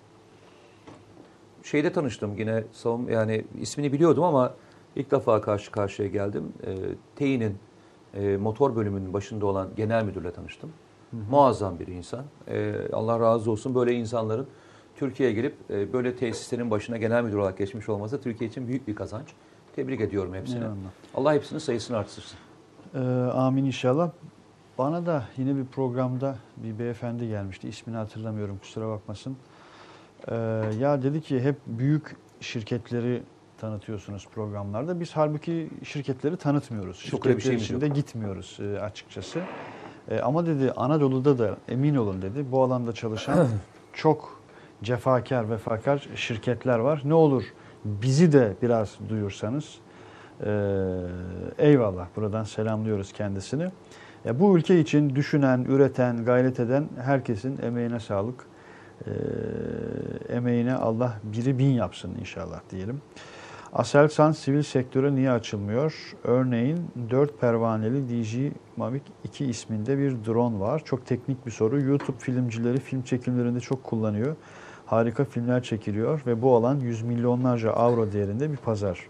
Şeyde tanıştım yine, savun, yani ismini biliyordum ama ilk defa karşı karşıya geldim. E, T İ N'in e, motor bölümünün başında olan genel müdürle tanıştım. Hı hı. Muazzam bir insan. E, Allah razı olsun, böyle insanların Türkiye'ye gelip e, böyle tesislerin başına genel müdür olarak geçmiş olması Türkiye için büyük bir kazanç. Tebrik ediyorum hepsine. Eyvallah. Allah hepsinin sayısını artırsın. E, amin inşallah. Bana da yine bir programda bir beyefendi gelmişti. İsmini hatırlamıyorum, kusura bakmasın. Ee, ya dedi ki hep büyük şirketleri tanıtıyorsunuz programlarda. Biz halbuki şirketleri tanıtmıyoruz. Çok öyle bir Şirketler şeyimiz içinde yok. Gitmiyoruz e, açıkçası. E, ama dedi Anadolu'da da emin olun dedi. Bu alanda çalışan çok cefakar, vefakar şirketler var. Ne olur bizi de biraz duyursanız. E, eyvallah, buradan selamlıyoruz kendisini. Ya bu ülke için düşünen, üreten, gayret eden herkesin emeğine sağlık. E, emeğine Allah biri bin yapsın inşallah diyelim. Aselsan sivil sektöre niye açılmıyor? Örneğin dört pervaneli D J Mavic iki isminde bir drone var. Çok teknik bir soru. YouTube filmcileri film çekimlerinde çok kullanıyor. Harika filmler çekiliyor ve bu alan yüz milyonlarca avro değerinde bir pazar.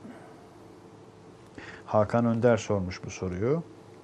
Hakan Önder sormuş bu soruyu.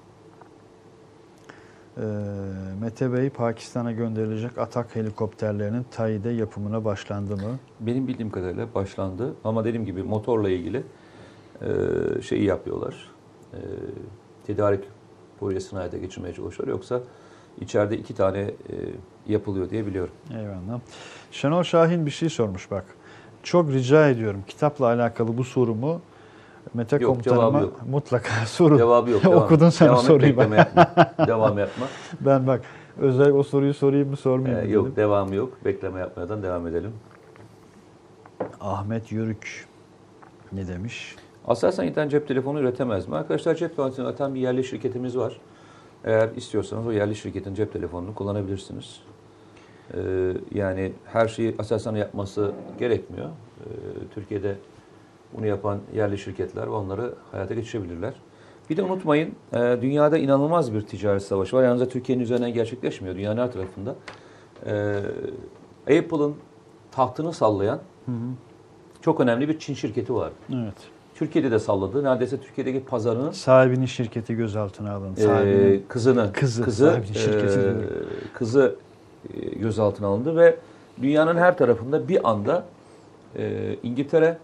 Mete Bey, Pakistan'a gönderilecek Atak helikopterlerinin Tayyip'de yapımına başlandı mı? Benim bildiğim kadarıyla başlandı ama dediğim gibi motorla ilgili e, şeyi yapıyorlar. E, tedarik projesini hayata geçirmeye çalışıyorlar. Yoksa içeride iki tane e, yapılıyor diye biliyorum. Eyvallah. Şenol Şahin bir şey sormuş bak. Çok rica ediyorum kitapla alakalı bu sorumu Mete yok, komutanıma yok. mutlaka sorun. Cevabı yok. Devam. Okudun sen devam o soruyu. Et, bekleme yapma. Devam yapma. Ben bak özel o soruyu sorayım mı sormayayım mı ee, Yok dedim. devamı yok. Bekleme yapmadan devam edelim. Ahmet Yörük ne demiş? Aselsan internet cep telefonu üretemez mi? Arkadaşlar cep telefonu üreten bir yerli şirketimiz var. Eğer istiyorsanız o yerli şirketin cep telefonunu kullanabilirsiniz. Ee, yani her şeyi Aselsan'ın yapması gerekmiyor. Ee, Türkiye'de bunu yapan yerli şirketler ve onları hayata geçirebilirler. Bir de unutmayın, e, dünyada inanılmaz bir ticaret savaşı var. Yalnızca Türkiye'nin üzerinden gerçekleşmiyor. Dünyanın her tarafında. E, Apple'ın tahtını sallayan Hı hı. çok önemli bir Çin şirketi var. Evet. Türkiye'de de salladı. Neredeyse Türkiye'deki pazarının Sahibinin şirketi gözaltına alındı. e, Sahibinin kızını, kızı, kızı, sahibinin şirketi e, diyorum. kızı e, gözaltına alındı ve dünyanın her tarafında bir anda e, İngiltere,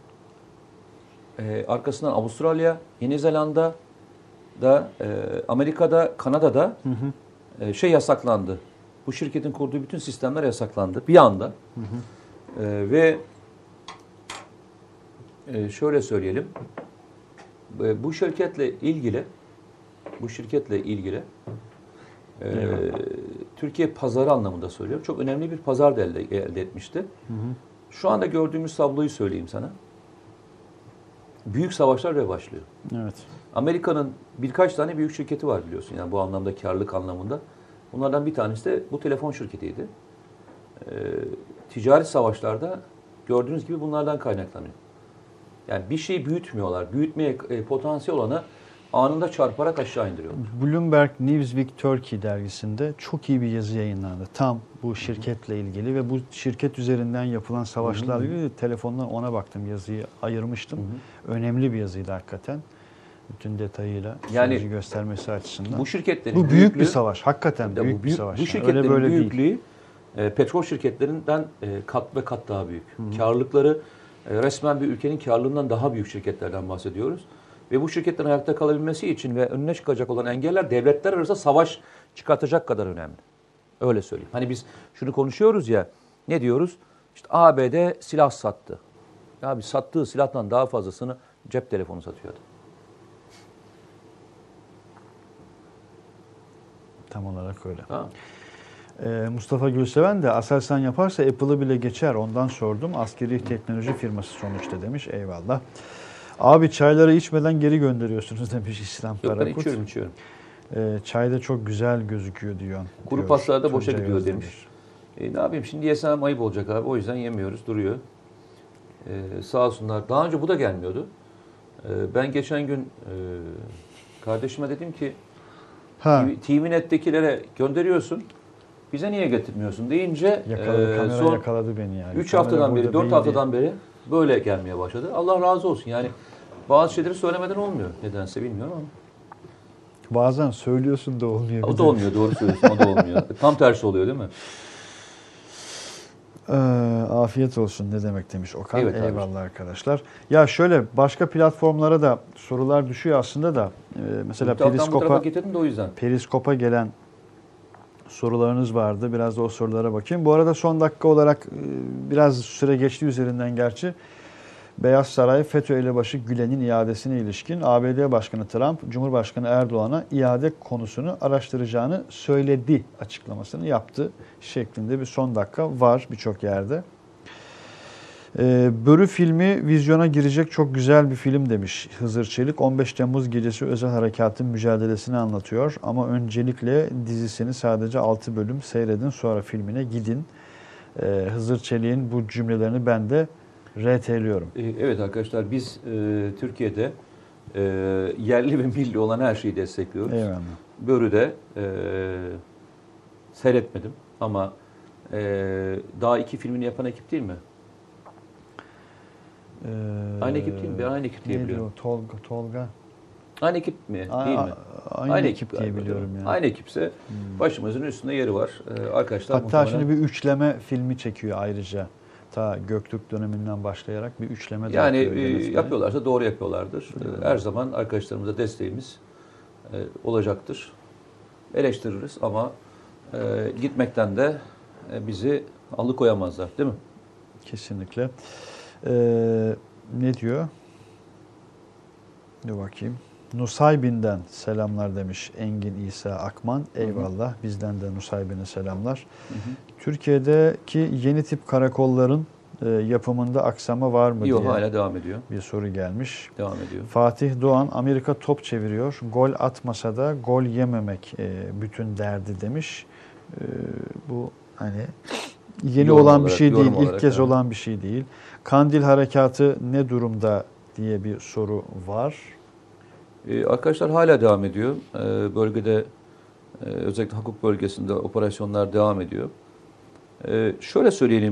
e, arkasından Avustralya, Yeni Zelanda da, e, Amerika'da, Kanada'da Hı hı. e, şey yasaklandı. Bu şirketin kurduğu bütün sistemler yasaklandı bir anda. Hı hı. E, ve e, şöyle söyleyelim. E, bu şirketle ilgili bu şirketle ilgili e, Türkiye pazarı anlamında söylüyorum. Çok önemli bir pazar da elde, elde etmişti. Hı hı. Şu anda gördüğümüz tabloyu söyleyeyim sana. Büyük savaşlar ve başlıyor. Evet. Amerika'nın birkaç tane büyük şirketi var biliyorsun. Yani bu anlamda karlılık anlamında. Bunlardan bir tanesi de bu telefon şirketiydi. Ee, ticari savaşlarda gördüğünüz gibi bunlardan kaynaklanıyor. Yani bir şeyi büyütmüyorlar. Büyütmeye e, potansiyel olanı anında çarparak aşağı indiriyorlar. Bloomberg Newsweek Turkey dergisinde çok iyi bir yazı yayınlandı. Tam bu şirketle ilgili ve bu şirket üzerinden yapılan savaşlarla ilgili telefondan ona baktım, yazıyı ayırmıştım. Hı hı. Önemli bir yazıydı hakikaten. Bütün detayıyla yani süreci göstermesi açısından. Bu şirketlerin bu büyük büyüklüğü, bir savaş. Hakikaten büyük, bu, bir savaş. Bu Yani. şirketlerin Öyle böyle büyüklüğü değil. e, petrol şirketlerinden e, kat ve kat daha büyük. Hı hı. Karlılıkları e, resmen bir ülkenin karlılığından daha büyük şirketlerden bahsediyoruz. Ve bu şirketlerin ayakta kalabilmesi için ve önüne çıkacak olan engeller devletler arasında savaş çıkartacak kadar önemli. Öyle söyleyeyim. Hani biz şunu konuşuyoruz ya, ne diyoruz? İşte A B D silah sattı. Ya bir sattığı silahtan daha fazlasını cep telefonu satıyordu. Tam olarak öyle. Ha. Ee, Mustafa Gülseven de Aselsan yaparsa Apple'ı bile geçer. Ondan sordum. Askeri teknoloji firması sonuçta demiş. Eyvallah. Abi çayları içmeden geri gönderiyorsunuz demiş İslam Yok Karakut. ben içiyorum içiyorum. Ee, çay da çok güzel gözüküyor diyor. Kuru paslar da boşa gidiyor demiş. E, ne yapayım şimdi yesem ayıp olacak abi. O yüzden yemiyoruz, duruyor. Ee, sağ olsunlar. Daha önce bu da gelmiyordu. Ee, ben geçen gün e, kardeşime dedim ki T V Net'tekilere gönderiyorsun. Bize niye getirmiyorsun deyince yakaladı, e, kamera son yakaladı beni yani. üç Kamera haftadan beri, dört değil haftadan diye. beri böyle gelmeye başladı. Allah razı olsun. Yani bazı şeyleri söylemeden olmuyor. Nedense bilmiyorum ama. Bazen söylüyorsun da olmuyor. O da olmuyor. Doğru söylüyorsun. O da olmuyor. Tam tersi oluyor değil mi? Ee, afiyet olsun ne demek demiş Okan. Evet, eyvallah abi. arkadaşlar. Ya şöyle başka platformlara da sorular düşüyor aslında da. Ee, mesela Periskop'a getirdim de o yüzden. Periskop'a gelen sorularınız vardı. Biraz da o sorulara bakayım. Bu arada son dakika olarak biraz süre geçti üzerinden gerçi. Beyaz Saray FETÖ elebaşı Gülen'in iadesine ilişkin A B D Başkanı Trump, Cumhurbaşkanı Erdoğan'a iade konusunu araştıracağını söyledi açıklamasını yaptı şeklinde bir son dakika var birçok yerde. Ee, Börü filmi vizyona girecek çok güzel bir film demiş Hızır Çelik. on beş Temmuz gecesi özel harekatın mücadelesini anlatıyor. Ama öncelikle dizisini sadece altı bölüm seyredin sonra filmine gidin. Ee, Hızır Çelik'in bu cümlelerini ben de R T'liyorum. Evet arkadaşlar biz e, Türkiye'de e, yerli ve milli olan her şeyi destekliyoruz. Eyvallah. Börü'de e, seyretmedim ama e, daha iki filmini yapan ekip değil mi? Ee, aynı ekip değil mi? Ben aynı ekip diye biliyorum. Tolga, Tolga. Aynı ekip mi? A, değil mi? Aynı, aynı ekip diye biliyorum yani. Aynı ekipse hmm. başımızın üstünde yeri var. Ee, arkadaşlar hatta muhtemelen... şimdi bir üçleme filmi çekiyor ayrıca. Ta Göktürk döneminden başlayarak bir üçleme yani yapıyor. e, yapıyorlarsa doğru yapıyorlardır. Hmm. Her zaman arkadaşlarımıza desteğimiz e, olacaktır. Eleştiririz ama e, gitmekten de e, bizi alıkoyamazlar değil mi? Kesinlikle. Ee, ne diyor? Dur bakayım. Nusaybin'den selamlar demiş Engin İsa Akman. Eyvallah. Hı hı. Bizden de Nusaybin'e selamlar. Hı hı. Türkiye'deki yeni tip karakolların e, yapımında aksama var mı Yok, diye hala devam ediyor. Bir soru gelmiş. Devam ediyor. Fatih Doğan, Amerika top çeviriyor. Gol atmasa da gol yememek e, bütün derdi demiş. E, bu hani yeni yorum olan olarak, bir şey değil, ilk kez yani. olan bir şey değil. Kandil Harekatı ne durumda diye bir soru var. Ee, arkadaşlar hala devam ediyor. Ee, bölgede e, özellikle Hakuk bölgesinde operasyonlar devam ediyor. Ee, şöyle söyleyelim,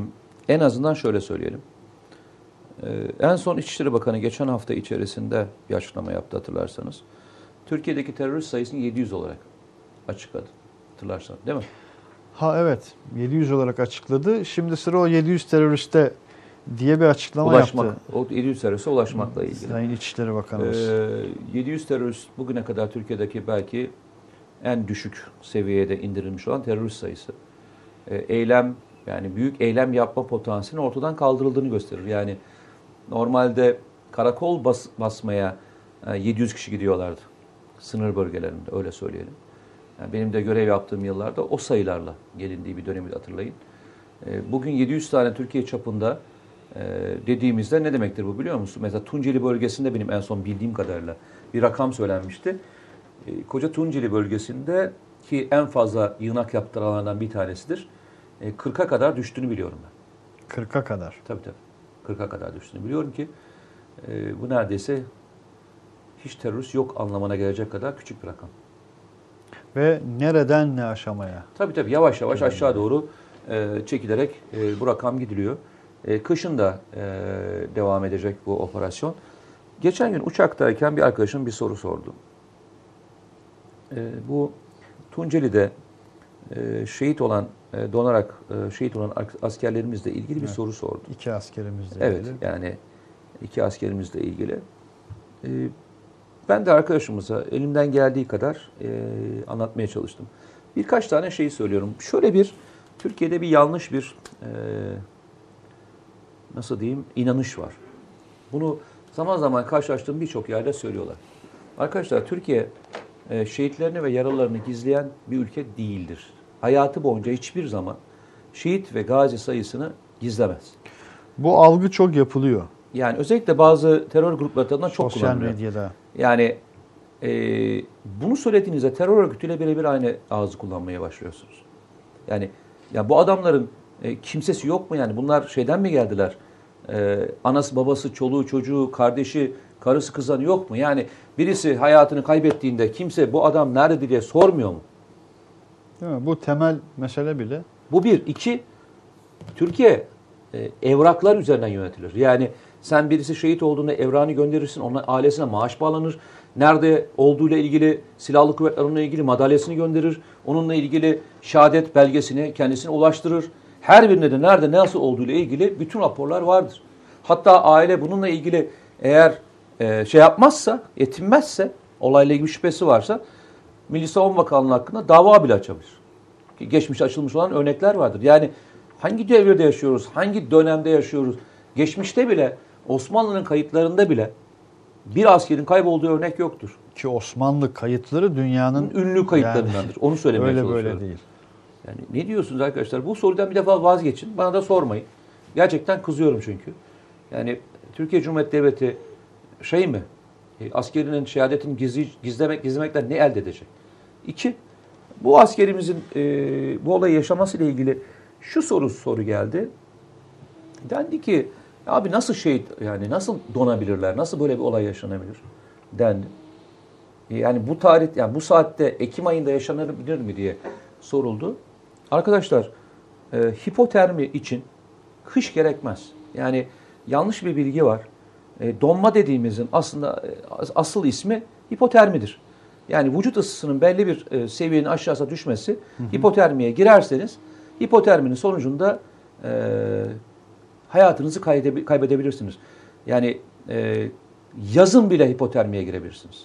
en azından şöyle söyleyelim. Ee, en son İçişleri Bakanı geçen hafta içerisinde bir açıklama yaptı hatırlarsanız. Türkiye'deki terörist sayısını yedi yüz olarak açıkladı. Hatırlarsanız değil mi? Ha evet, yedi yüz olarak açıkladı. Şimdi sıra o yedi yüz teröriste diye bir açıklama Ulaşmak, yaptı. o yedi yüz teröriste ulaşmakla ilgili. Sayın İçişleri Bakanımız. Ee, yedi yüz terörist bugüne kadar Türkiye'deki belki en düşük seviyede indirilmiş olan terörist sayısı. Ee, eylem yani büyük eylem yapma potansiyelinin ortadan kaldırıldığını gösterir. Yani normalde karakol bas, basmaya e, yedi yüz kişi gidiyorlardı. Sınır bölgelerinde öyle söyleyelim. Yani benim de görev yaptığım yıllarda o sayılarla gelindiği bir dönemi hatırlayın. E, bugün yedi yüz tane Türkiye çapında e, dediğimizde ne demektir bu biliyor musun? Mesela Tunceli bölgesinde benim en son bildiğim kadarıyla bir rakam söylenmişti. E, Koca Tunceli bölgesinde ki en fazla yığınak yaptıranlardan bir tanesidir. E, kırka kadar düştüğünü biliyorum ben. kırka kadar. Tabii tabii. kırka kadar düştüğünü biliyorum ki e, bu neredeyse hiç terörist yok anlamına gelecek kadar küçük bir rakam. Ve nereden ne aşamaya? Tabii tabii yavaş yavaş aşağı doğru e, çekilerek e, bu rakam gidiliyor. E, kışın da e, devam edecek bu operasyon. Geçen gün uçaktayken bir arkadaşım bir soru sordu. E, bu Tunceli'de e, şehit olan, e, donarak e, şehit olan askerlerimizle ilgili bir Evet. soru sordu. İki askerimizle Evet ilgili. yani iki askerimizle ilgili. E, ben de arkadaşımıza elimden geldiği kadar e, anlatmaya çalıştım. Birkaç tane şeyi söylüyorum. Şöyle bir, Türkiye'de bir yanlış bir, e, nasıl diyeyim, inanış var. Bunu zaman zaman karşılaştığım birçok yerde söylüyorlar. Arkadaşlar Türkiye e, şehitlerini ve yaralılarını gizleyen bir ülke değildir. Hayatı boyunca hiçbir zaman şehit ve gazi sayısını gizlemez. Bu algı çok yapılıyor. Yani özellikle bazı terör grupları tarafından çok Sosyal kullanılıyor. medyada. Yani e, bunu söylediğinizde terör örgütüyle birebir aynı ağzı kullanmaya başlıyorsunuz. Yani ya bu adamların e, kimsesi yok mu yani? Bunlar şeyden mi geldiler? E, anası, babası, çoluğu, çocuğu, kardeşi, karısı, kızları yok mu? Yani birisi hayatını kaybettiğinde kimse bu adam nerede diye sormuyor mu? Değil mi? Bu temel mesele bile. Bu bir. İki, Türkiye e, evraklar üzerinden yönetilir. Yani sen birisi şehit olduğunda evrağını gönderirsin, onun ailesine maaş bağlanır. Nerede olduğuyla ilgili silahlı kuvvetler onunla ilgili madalyasını gönderir. Onunla ilgili şehadet belgesini kendisine ulaştırır. Her birinde de nerede nasıl olduğuyla ilgili bütün raporlar vardır. Hatta aile bununla ilgili eğer e, şey yapmazsa, yetinmezse, olayla ilgili şüphesi varsa Milli Savunma Bakanlığı hakkında dava bile açabilir. Geçmişte açılmış olan örnekler vardır. Yani hangi devirde yaşıyoruz, hangi dönemde yaşıyoruz? Geçmişte bile, Osmanlı'nın kayıtlarında bile bir askerin kaybolduğu örnek yoktur. Ki Osmanlı kayıtları dünyanın Ünlü kayıtlarındandır. yani, Onu söylemeye öyle çalışıyorum. böyle değil. Yani ne diyorsunuz arkadaşlar? Bu sorudan bir defa vazgeçin. Bana da sormayın. Gerçekten kızıyorum çünkü. Yani Türkiye Cumhuriyeti Devleti şey mi? E, askerinin şehadetini gizli, gizlemek, gizlemekten ne elde edecek? İki, bu askerimizin e, bu olayı yaşamasıyla ilgili şu soru soru geldi. Dendi ki abi nasıl şehit yani nasıl donabilirler? Nasıl böyle bir olay yaşanabilir? Dendi. Yani bu tarih yani bu saatte Ekim ayında yaşanabilir mi diye soruldu. Arkadaşlar e, hipotermi için kış gerekmez. Yani yanlış bir bilgi var. E, donma dediğimizin aslında e, asıl ismi hipotermidir. Yani vücut ısısının belli bir e, seviyenin aşağısına düşmesi, hı hı. hipotermiye girerseniz hipoterminin sonucunda e, hayatınızı kaybe- kaybedebilirsiniz. Yani e, yazın bile hipotermiye girebilirsiniz.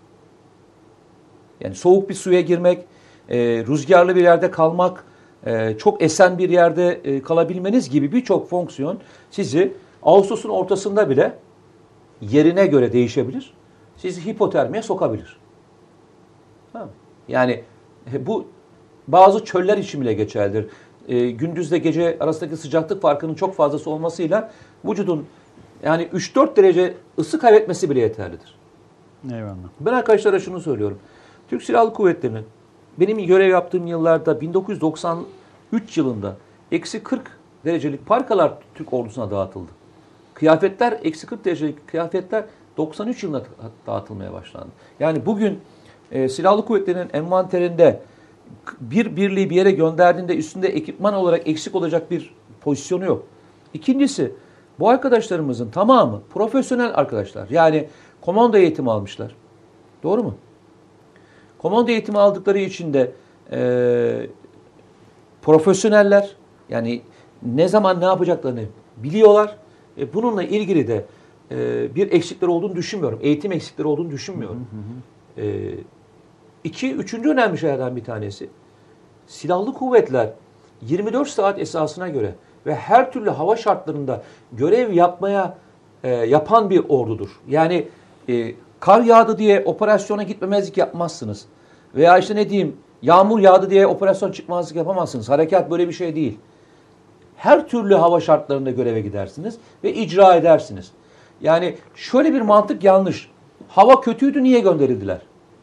Yani soğuk bir suya girmek, e, rüzgarlı bir yerde kalmak, e, çok esen bir yerde e, kalabilmeniz gibi birçok fonksiyon sizi Ağustos'un ortasında bile yerine göre değişebilir. Sizi hipotermiye sokabilir. Ha. Yani e, bu bazı çöller için bile geçerlidir. E, gündüzle gece arasındaki sıcaklık farkının çok fazlası olmasıyla vücudun yani üç dört derece ısı kaybetmesi bile yeterlidir. Eyvallah. Ben arkadaşlara şunu söylüyorum. Türk Silahlı Kuvvetleri'nin benim görev yaptığım yıllarda bin dokuz yüz doksan üç yılında eksi kırk derecelik parkalar Türk ordusuna dağıtıldı. Kıyafetler eksi kırk derecelik kıyafetler doksan üç yılında dağıtılmaya başlandı. Yani bugün e, Silahlı Kuvvetleri'nin envanterinde bir birliği bir yere gönderdiğinde üstünde ekipman olarak eksik olacak bir pozisyonu yok. İkincisi, bu arkadaşlarımızın tamamı profesyonel arkadaşlar. Yani komando eğitimi almışlar. Doğru mu? Komando eğitimi aldıkları için de e, profesyoneller. Yani ne zaman ne yapacaklarını biliyorlar. E, bununla ilgili de e, bir eksikleri olduğunu düşünmüyorum. Eğitim eksikleri olduğunu düşünmüyorum. Hı hı hı. E, iki, üçüncü önemli şeylerden bir tanesi. Silahlı kuvvetler yirmi dört saat esasına göre ve her türlü hava şartlarında görev yapmaya e, yapan bir ordudur. Yani e, kar yağdı diye operasyona gitmemezlik yapmazsınız. Veya işte ne diyeyim, yağmur yağdı diye operasyon çıkmazlık yapamazsınız. Harekat böyle bir şey değil. Her türlü hava şartlarında göreve gidersiniz ve icra edersiniz. Yani şöyle bir mantık yanlış. Hava kötüydü, niye gönderildiler?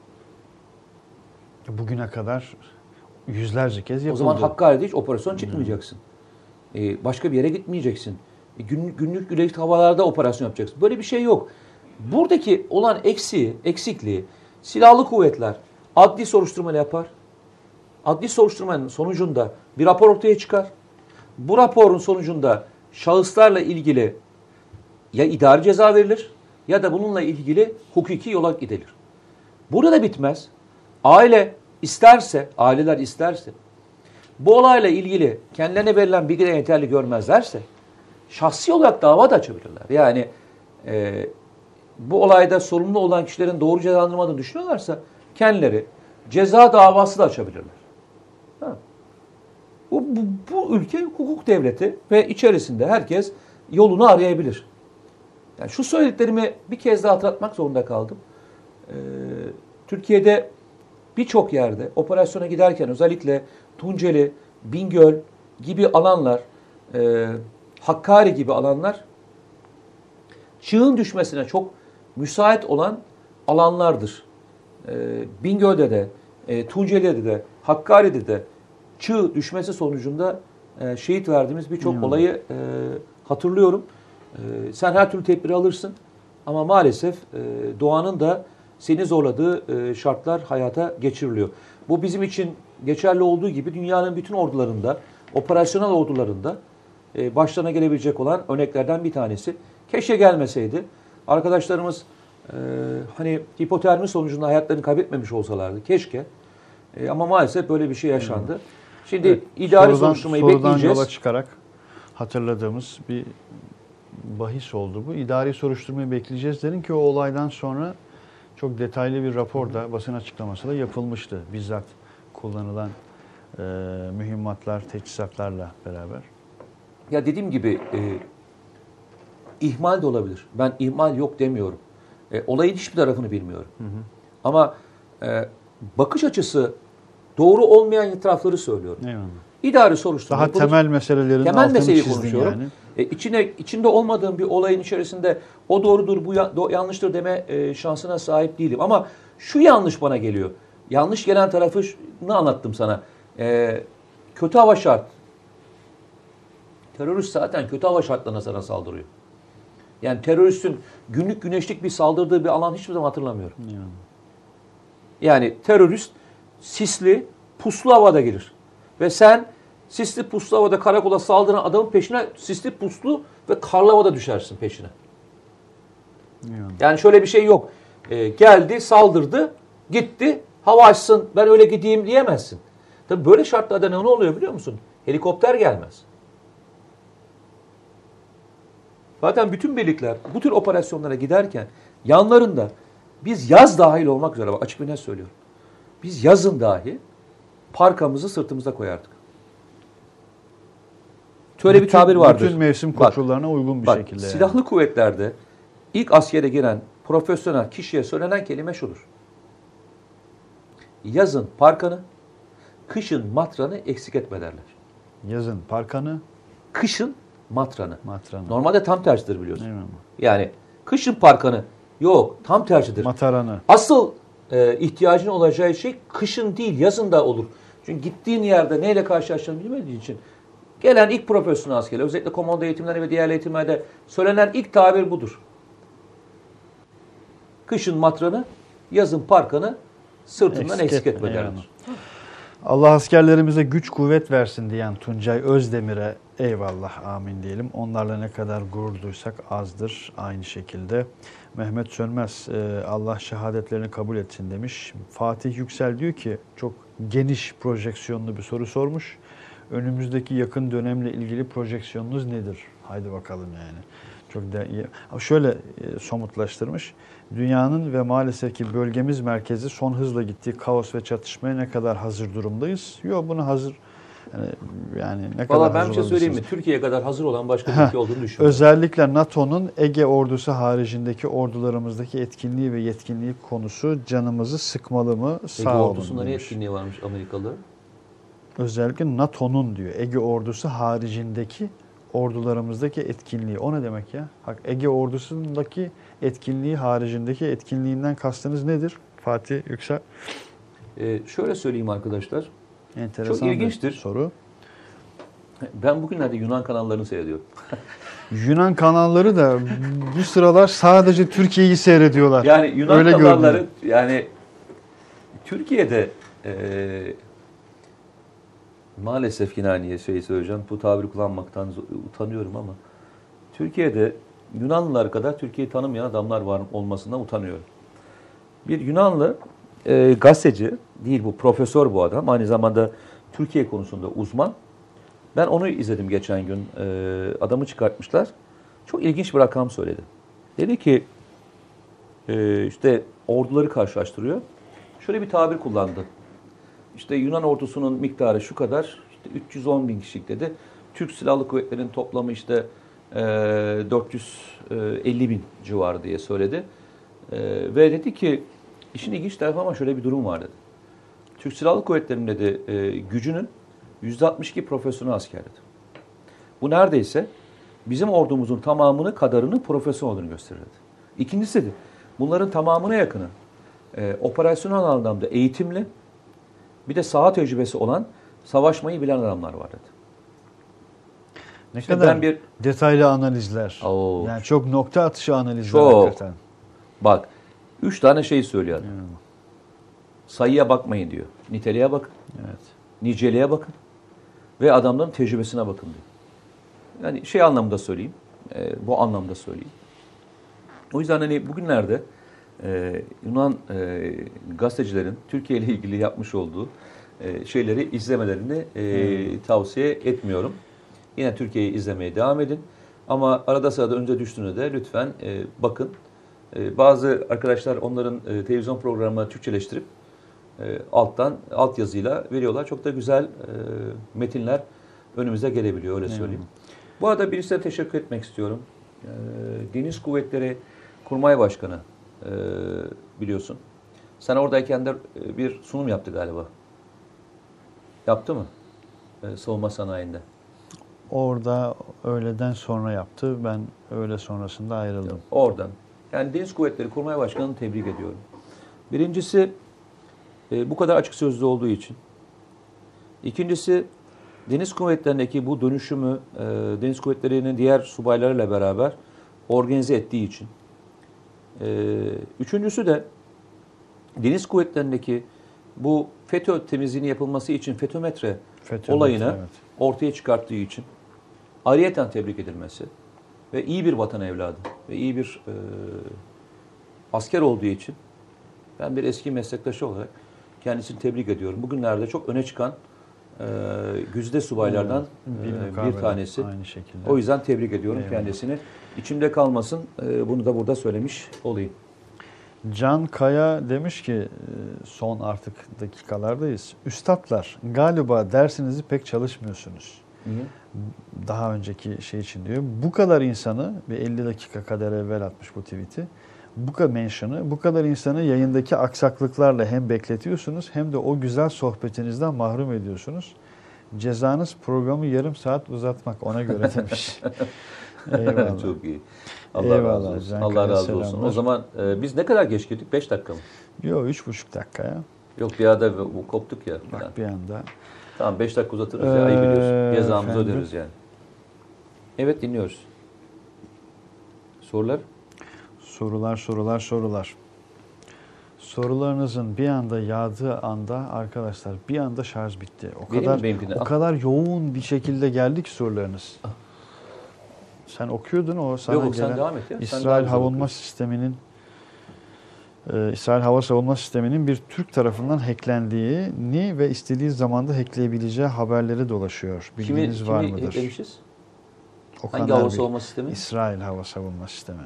Bugüne kadar yüzlerce kez yapıldı. O zaman Hakkari'de hiç operasyon çıkmayacaksın. Ee, başka bir yere gitmeyeceksin. E, gün, günlük güneşli havalarda operasyon yapacaksın. Böyle bir şey yok. Buradaki olan eksiği, eksikliği silahlı kuvvetler adli soruşturma yapar. Adli soruşturmanın sonucunda bir rapor ortaya çıkar. Bu raporun sonucunda şahıslarla ilgili ya idari ceza verilir ya da bununla ilgili hukuki yola gidilir. Burada da bitmez. Aile isterse, aileler isterse, bu olayla ilgili kendilerine verilen bilgileri yeterli görmezlerse şahsi olarak dava da açabilirler. Yani e, bu olayda sorumlu olan kişilerin doğru cezalandırmadığını düşünüyorlarsa kendileri ceza davası da açabilirler. Ha. Bu, bu, bu ülke hukuk devleti ve içerisinde herkes yolunu arayabilir. Yani şu söylediklerimi bir kez daha hatırlatmak zorunda kaldım. Ee, Türkiye'de birçok yerde operasyona giderken özellikle Tunceli, Bingöl gibi alanlar, e, Hakkari gibi alanlar çığın düşmesine çok müsait olan alanlardır. E, Bingöl'de de, e, Tunceli'de de, Hakkari'de de çığ düşmesi sonucunda e, şehit verdiğimiz birçok olayı e, hatırlıyorum. E, sen her türlü tedbiri alırsın ama maalesef e, doğanın da seni zorladığı e, şartlar hayata geçiriliyor. Bu bizim için geçerli olduğu gibi dünyanın bütün ordularında, operasyonel ordularında e, başlarına gelebilecek olan örneklerden bir tanesi. Keşke gelmeseydi. Arkadaşlarımız e, hani hipotermi sonucunda hayatlarını kaybetmemiş olsalardı. Keşke. E, ama maalesef böyle bir şey yaşandı. Hmm. Şimdi evet, idari sorudan, soruşturmayı sorudan bekleyeceğiz. yola çıkarak hatırladığımız bir bahis oldu bu. İdari soruşturmayı bekleyeceğiz dedin ki o olaydan sonra çok detaylı bir rapor da basın açıklaması da yapılmıştı. Bizzat kullanılan e, mühimmatlar, teçhizatlarla beraber. Ya dediğim gibi e, ihmal de olabilir. Ben ihmal yok demiyorum. E, olayın hiçbir tarafını bilmiyorum. Hı hı. Ama e, bakış açısı doğru olmayan tarafları söylüyorum. Eyvallah. İdari soruşturma. Daha temel meselelerin temel altını meseleyi çizdin konuşuyorum. yani. E, içine içinde olmadığım bir olayın içerisinde o doğrudur, bu ya, do, yanlıştır deme e, şansına sahip değilim. Ama şu yanlış bana geliyor. Yanlış gelen tarafı ne anlattım sana? E, kötü hava şart. Terörist zaten kötü hava şartlarına sana saldırıyor. Yani teröristin günlük güneşlik bir saldırdığı bir alan hiçbir zaman hatırlamıyorum. Yani, yani terörist sisli, puslu havada gelir. Ve sen sisli puslu havada karakola saldıran adamın peşine sisli puslu ve karlı havada düşersin peşine. Yani, yani şöyle bir şey yok. Ee, geldi, saldırdı, gitti, hava açsın, ben öyle gideyim diyemezsin. Tabii böyle şartlarda ne oluyor biliyor musun? Helikopter gelmez. Zaten bütün birlikler bu tür operasyonlara giderken yanlarında biz yaz dahil olmak üzere, bak açık bir net söylüyorum. Biz yazın dahi parkamızı sırtımıza koyardık. Şöyle bütün, bir tabir vardır. Bütün mevsim koşullarına bak, uygun bir bak, şekilde. Silahlı yani. Kuvvetlerde ilk askere giren profesyonel kişiye söylenen kelime şudur. Yazın parkanı, kışın matranı eksik etme derler. Yazın parkanı, kışın matranı. matranı. Normalde tam tersidir biliyorsun. Eyvallah. Yani kışın parkanı yok, tam tersidir. Mataranı. Asıl e, ihtiyacın olacağı şey kışın değil, yazın da olur. Çünkü gittiğin yerde neyle karşılaşacağını bilmediğin için gelen ilk profesyonel askerler, özellikle komando eğitimleri ve diğer eğitimlerde söylenen ilk tabir budur. Kışın matranı, yazın parkanı sırtından eksik, eksik etme derler. Allah askerlerimize güç kuvvet versin diyen Tuncay Özdemir'e eyvallah amin diyelim. Onlarla ne kadar gurur duysak azdır aynı şekilde. Mehmet Sönmez Allah şehadetlerini kabul etsin demiş. Fatih Yüksel diyor ki çok geniş projeksiyonlu bir soru sormuş. Önümüzdeki yakın dönemle ilgili projeksiyonunuz nedir? Haydi bakalım yani. Çok da iyi. Şöyle somutlaştırmış. Dünyanın ve maalesef ki bölgemiz merkezi son hızla gittiği kaos ve çatışmaya ne kadar hazır durumdayız? Yok bunu hazır yani, yani ne kadar Vallahi ben hazır bir şey söyleyeyim mi? olabilirsiniz? Türkiye'ye kadar hazır olan başka bir ülke olduğunu düşünüyorum. Özellikle NATO'nun Ege ordusu haricindeki ordularımızdaki etkinliği ve yetkinliği konusu canımızı sıkmalı mı? Sağ Ege olun ordusunda ne demiş. etkinliği varmış Amerikalı? Özellikle NATO'nun diyor Ege ordusu haricindeki ordularımızdaki etkinliği. O ne demek ya? Bak Ege ordusundaki etkinliği haricindeki etkinliğinden kastınız nedir? Fatih Yüksel. Ee, şöyle söyleyeyim arkadaşlar. Enteresan Çok ilginçtir. bir soru. Ben bugünlerde Yunan kanallarını seyrediyorum. Yunan kanalları da bu sıralar sadece Türkiye'yi seyrediyorlar. Yani Yunan Öyle kanalları görünüyor. yani Türkiye'de e, maalesef yine aynı şeyi söyleyeceğim. Bu tabiri kullanmaktan utanıyorum ama Türkiye'de Yunanlılar kadar Türkiye'yi tanımayan adamlar var olmasından utanıyorum. Bir Yunanlı e, gazeteci değil bu, profesör bu adam. Aynı zamanda Türkiye konusunda uzman. Ben onu izledim geçen gün. E, adamı çıkartmışlar. Çok ilginç bir rakam söyledi. Dedi ki e, işte orduları karşılaştırıyor. Şöyle bir tabir kullandı. İşte Yunan ordusunun miktarı şu kadar, işte üç yüz on bin kişilik dedi. Türk Silahlı Kuvvetleri'nin toplamı işte e, dört yüz elli bin civarı diye söyledi. E, ve dedi ki işin ilginç tarafı ama şöyle bir durum var dedi. Türk Silahlı Kuvvetleri'nin dedi e, gücünün yüzde altmış iki profesyonel asker dedi. Bu neredeyse bizim ordumuzun tamamını kadarını profesyonel olduğunu gösterir dedi. İkincisi dedi, bunların tamamına yakını e, operasyonel anlamda eğitimli, bir de saha tecrübesi olan, savaşmayı bilen adamlar var dedi. Ne İşte kadar ben bir detaylı analizler. Oo. Yani çok nokta atışı analizler Çok. hakikaten. Bak, üç tane şey söylüyor. Hmm. Sayıya bakmayın diyor. Niteliğe bakın, Evet. niceliğe bakın ve adamların tecrübesine bakın diyor. Yani şey anlamda söyleyeyim, e, bu anlamda söyleyeyim. O yüzden hani bugünlerde e, Yunan e, gazetecilerin Türkiye ile ilgili yapmış olduğu e, şeyleri izlemelerini e, hmm. tavsiye etmiyorum. Yine Türkiye'yi izlemeye devam edin. Ama arada sırada önce düştüğünde de lütfen e, bakın. E, bazı arkadaşlar onların e, televizyon programını Türkçeleştirip e, alttan alt yazıyla veriyorlar. Çok da güzel e, metinler önümüze gelebiliyor, öyle söyleyeyim. Hmm. Bu arada birisine teşekkür etmek istiyorum. E, Deniz Kuvvetleri Kurmay Başkanı e, biliyorsun. Sen oradayken de bir sunum yaptı galiba. Yaptı mı? E, savunma sanayinde. Orada öğleden sonra yaptı. Ben öğle sonrasında ayrıldım. Oradan. Yani Deniz Kuvvetleri Kurmay Başkanı'nı tebrik ediyorum. Birincisi e, bu kadar açık sözlü olduğu için. İkincisi Deniz Kuvvetleri'ndeki bu dönüşümü e, Deniz Kuvvetleri'nin diğer subaylarıyla beraber organize ettiği için. E, üçüncüsü de Deniz Kuvvetleri'ndeki bu FETÖ temizliğini yapılması için FETÖmetre FETÖ olayını evet. ortaya çıkarttığı için ayrıyeten tebrik edilmesi ve iyi bir vatan evladı ve iyi bir e, asker olduğu için ben bir eski meslektaşı olarak kendisini tebrik ediyorum. Bugünlerde çok öne çıkan e, güzide subaylardan evet, e, bir tanesi. Aynı şekilde. O yüzden tebrik ediyorum Eyvallah. kendisini. İçimde kalmasın. E, bunu da burada söylemiş olayım. Can Kaya demiş ki son artık dakikalardayız. Üstadlar galiba dersinizi pek çalışmıyorsunuz. Niye? Daha önceki şey için diyor. Bu kadar insanı ve elli dakika kadar evvel atmış bu tweet'i. Bu kadar mention'ı, bu kadar insanı yayındaki aksaklıklarla hem bekletiyorsunuz hem de o güzel sohbetinizden mahrum ediyorsunuz. Cezanız programı yarım saat uzatmak, ona göre demiş. Eyvallah. Çok iyi. Allah Eyvallah, razı olsun. Can Allah Kaya razı selamlar. olsun. O zaman e, biz ne kadar geç girdik? beş dakika mı? Yok üç buçuk dakika ya. Yok bir arada bu koptuk ya. Bak falan. bir anda. Tamam beş dakika uzatırız Ee, ya. Ayıp ediyoruz. Cezamızı efendim? öderiz yani. Evet, dinliyoruz. Sorular? Sorular, sorular, sorular. Sorularınızın bir anda yağdığı anda arkadaşlar bir anda şarj bitti. O Benim kadar mi benimkine? o kadar yoğun bir şekilde geldi ki sorularınız. Sen okuyordun o sana Yok, sen gelen devam et ya. Sen İsrail daha güzel Havunma okuyorsun. Sistemi'nin e, İsrail Hava Savunma Sistemi'nin bir Türk tarafından hacklendiğini ve istediği zamanda hackleyebileceği haberleri dolaşıyor. Bilginiz Kimi, var kimi mıdır? hacklemişiz? Okan Hangi hava Erbil, savunma sistemi? İsrail Hava Savunma Sistemi.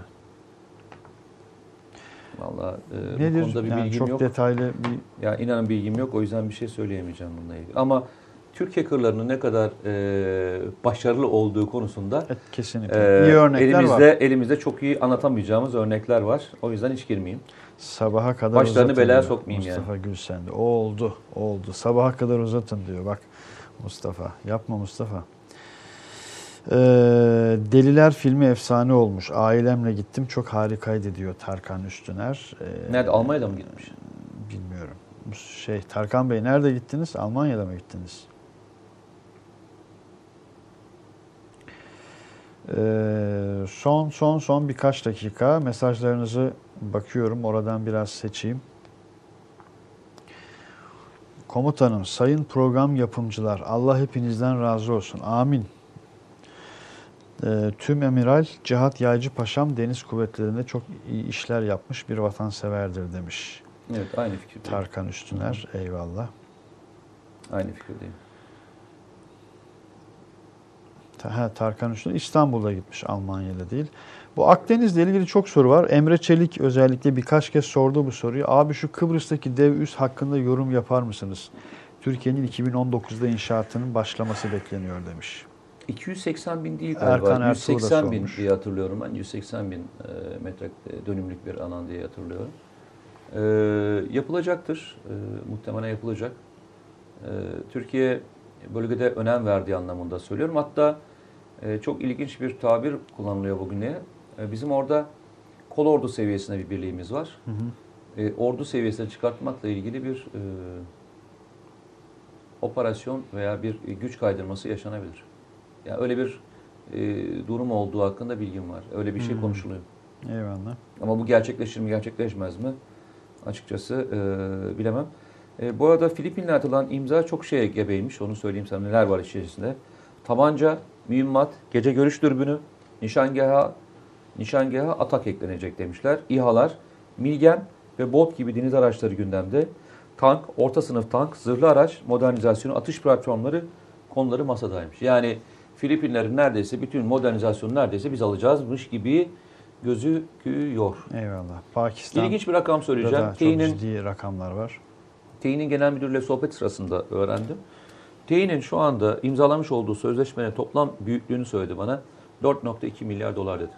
Vallahi e, bu Nedir? konuda bir Yani bilgim çok yok. detaylı bir Ya inanın bilgim yok. O yüzden bir şey söyleyemeyeceğim bununla ilgili. Ama Türk hackerlarının ne kadar e, başarılı olduğu konusunda evet, kesinlikle. e, İyi örnekler elimizde var. elimizde çok iyi anlatamayacağımız örnekler var. O yüzden hiç girmeyeyim. Sabaha kadar Başlarını uzatın belaya diyor sokmayayım yani. Mustafa Gülsen de. O oldu, oldu. Sabaha kadar uzatın diyor. Bak Mustafa. Yapma Mustafa. Ee, Deliler filmi efsane olmuş. Ailemle gittim. Çok harikaydı diyor Tarkan Üstüner. Ee, Nerede? Almanya'da mı gitmiş? Bilmiyorum. Şey Tarkan Bey nerede gittiniz? Almanya'da mı gittiniz? Ee, son son son birkaç dakika mesajlarınızı bakıyorum. Oradan biraz seçeyim. Komutanım, sayın program yapımcılar, Allah hepinizden razı olsun. Amin. Ee, tüm Emiral Cihat Yaycı Paşam Deniz Kuvvetleri'nde çok iyi işler yapmış bir vatanseverdir demiş. Evet, aynı fikirdeyim. Tarkan Üstüner. Eyvallah. Aynı fikirdeyim. Ha, Tarkan Üstüner İstanbul'da gitmiş, Almanya'da değil. Bu Akdeniz'le ilgili çok soru var. Emre Çelik özellikle birkaç kez sordu bu soruyu. Abi şu Kıbrıs'taki dev üs hakkında yorum yapar mısınız? Türkiye'nin iki bin on dokuzda inşaatının başlaması bekleniyor demiş. iki yüz seksen bin değil galiba. Erkan Ertuğrul da yüz seksen bin sormuş. diye hatırlıyorum ben. yüz seksen bin e, metre dönümlük bir alan diye hatırlıyorum. E, yapılacaktır. E, muhtemelen yapılacak. E, Türkiye bölgede önem verdiği anlamında söylüyorum. Hatta e, çok ilginç bir tabir kullanılıyor bugüne. E, bizim orada kolordu seviyesinde bir birliğimiz var. Hı hı. E, ordu seviyesine çıkartmakla ilgili bir e, operasyon veya bir güç kaydırması yaşanabilir. Yani öyle bir e, durum olduğu hakkında bilgim var. Öyle bir şey Hmm. konuşuluyor. Eyvallah. Ama bu gerçekleşir mi, gerçekleşmez mi? Açıkçası e, bilemem. E, bu arada Filipin'le atılan imza çok şeye gebeymiş. Onu söyleyeyim sana, neler var içerisinde. Tabanca, mühimmat, gece görüş dürbünü, nişangaha, nişangaha atak eklenecek demişler. İHA'lar, Milgem ve bot gibi deniz araçları gündemde. Tank, orta sınıf tank, zırhlı araç, modernizasyonu, atış platformları konuları masadaymış. Yani Filipinlerin neredeyse bütün modernizasyonu neredeyse biz alacağızmış gibi gözüküyor. Eyvallah. Pakistan. İlginç bir rakam söyleyeceğim. Çok T İ'nin ciddi rakamlar var. T İ'nin genel müdürüyle sohbet sırasında öğrendim. T İ'nin şu anda imzalamış olduğu sözleşmenin toplam büyüklüğünü söyledi bana. dört nokta iki milyar dolar dedi.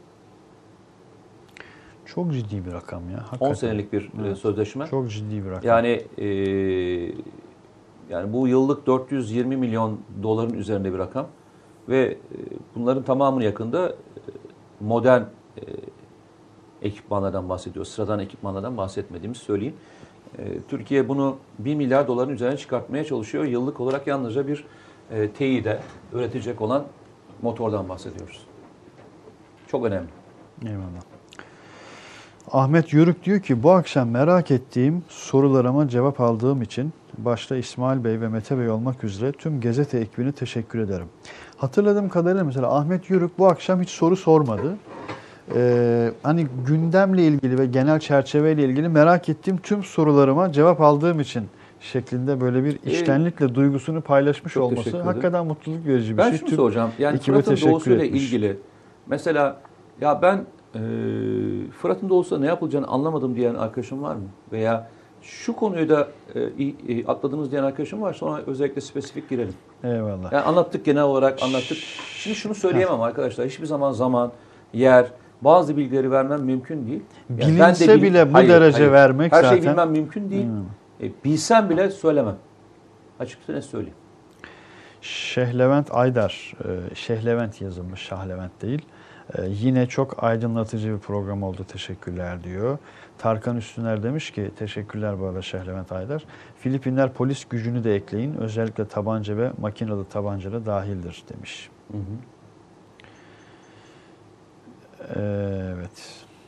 Çok ciddi bir rakam ya. Hakikaten. on senelik bir Evet. sözleşme. Çok ciddi bir rakam. Yani e, yani bu yıllık dört yüz yirmi milyon doların üzerinde bir rakam ve e, bunların tamamını yakında e, modern e, ekipmanlardan bahsediyor. Sıradan ekipmanlardan bahsetmediğimizi söyleyeyim. E, Türkiye bunu bir milyar doların üzerine çıkartmaya çalışıyor. Yıllık olarak yalnızca bir e, T İ'de üretecek olan motordan bahsediyoruz. Çok önemli. Eyvallah. Ahmet Yörük diyor ki bu akşam merak ettiğim sorularıma cevap aldığım için başta İsmail Bey ve Mete Bey olmak üzere tüm gazete ekibine teşekkür ederim. Hatırladığım kadarıyla mesela Ahmet Yörük bu akşam hiç soru sormadı. Ee, hani gündemle ilgili ve genel çerçeveyle ilgili merak ettiğim tüm sorularıma cevap aldığım için şeklinde böyle bir içtenlikle duygusunu paylaşmış Çok olması teşekkür ederim. hakikaten mutluluk verici bir Ben şey. şunu Tüm soracağım. Yani ekibe Fırat'ın teşekkür doğusuyla etmiş. ilgili mesela ya ben e, Fırat'ın doğusunda ne yapılacağını anlamadım diyen arkadaşım var mı? Veya şu konuyu da e, e, atladınız diyen arkadaşım var. Sonra özellikle spesifik girelim. Eyvallah. Yani anlattık, genel olarak anlattık. Şimdi şunu söyleyemem arkadaşlar. Hiçbir zaman zaman, yer, bazı bilgileri vermem mümkün değil. Yani ben de Bilinse bil- bile bu Hayır, derece hayır. vermek Her zaten. şeyi bilmem mümkün değil. Hmm. E, bilsem bile söylemem. Açıkçası ne söyleyeyim. Şehlevent Aydar, e, Şehlevent yazılmış, Şahlevent değil. E, Yine çok aydınlatıcı bir program oldu, teşekkürler diyor. Tarkan Üstüner demiş ki, teşekkürler bu arada Şehlevent Aydar. Filipinler polis gücünü de ekleyin, özellikle tabanca ve makinalı tabanca da dahildir demiş. Hı hı. Evet.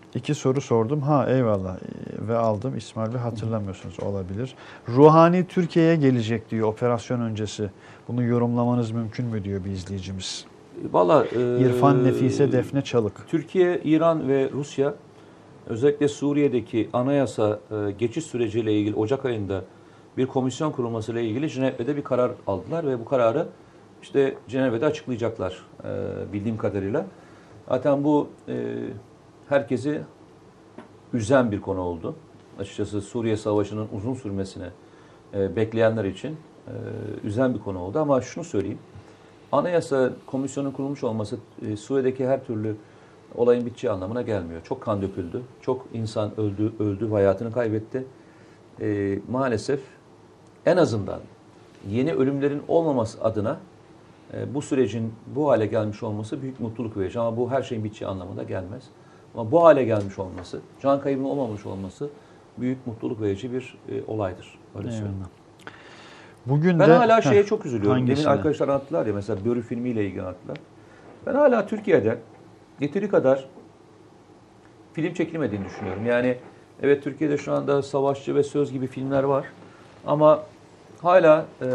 İki soru sordum. Ha eyvallah ve aldım. İsmail Bey hatırlamıyorsunuz, olabilir. Ruhani Türkiye'ye gelecek diyor operasyon öncesi. Bunu yorumlamanız mümkün mü diyor bir izleyicimiz. Valla e, İrfan Nefise Defne Çalık. Türkiye, İran ve Rusya özellikle Suriye'deki anayasa e, geçiş süreciyle ilgili Ocak ayında bir komisyon kurulmasıyla ilgili Cenevre'de bir karar aldılar ve bu kararı işte Cenevre'de açıklayacaklar e, bildiğim kadarıyla. Zaten bu e, herkesi üzen bir konu oldu. Açıkçası Suriye Savaşı'nın uzun sürmesini e, bekleyenler için e, üzen bir konu oldu. Ama şunu söyleyeyim. Anayasa komisyonun kurulmuş olması e, Suriye'deki her türlü olayın biteceği anlamına gelmiyor. Çok kan döküldü. Çok insan öldü, öldü, hayatını kaybetti. E, maalesef en azından yeni ölümlerin olmaması adına e, bu sürecin bu hale gelmiş olması büyük mutluluk verici. Ama bu her şeyin biteceği anlamına gelmez. Ama bu hale gelmiş olması, can kaybının olmamış olması büyük mutluluk verici bir e, olaydır. Öyle söyleyeyim. Bugün ben de, hala şeye heh, çok üzülüyorum. hangisine? Demin arkadaşlar anlattılar ya, mesela Börü filmiyle ilgili anlattılar. Ben hala Türkiye'de yeteri kadar film çekilmediğini düşünüyorum. Yani evet, Türkiye'de şu anda Savaşçı ve Söz gibi filmler var. Ama hala e,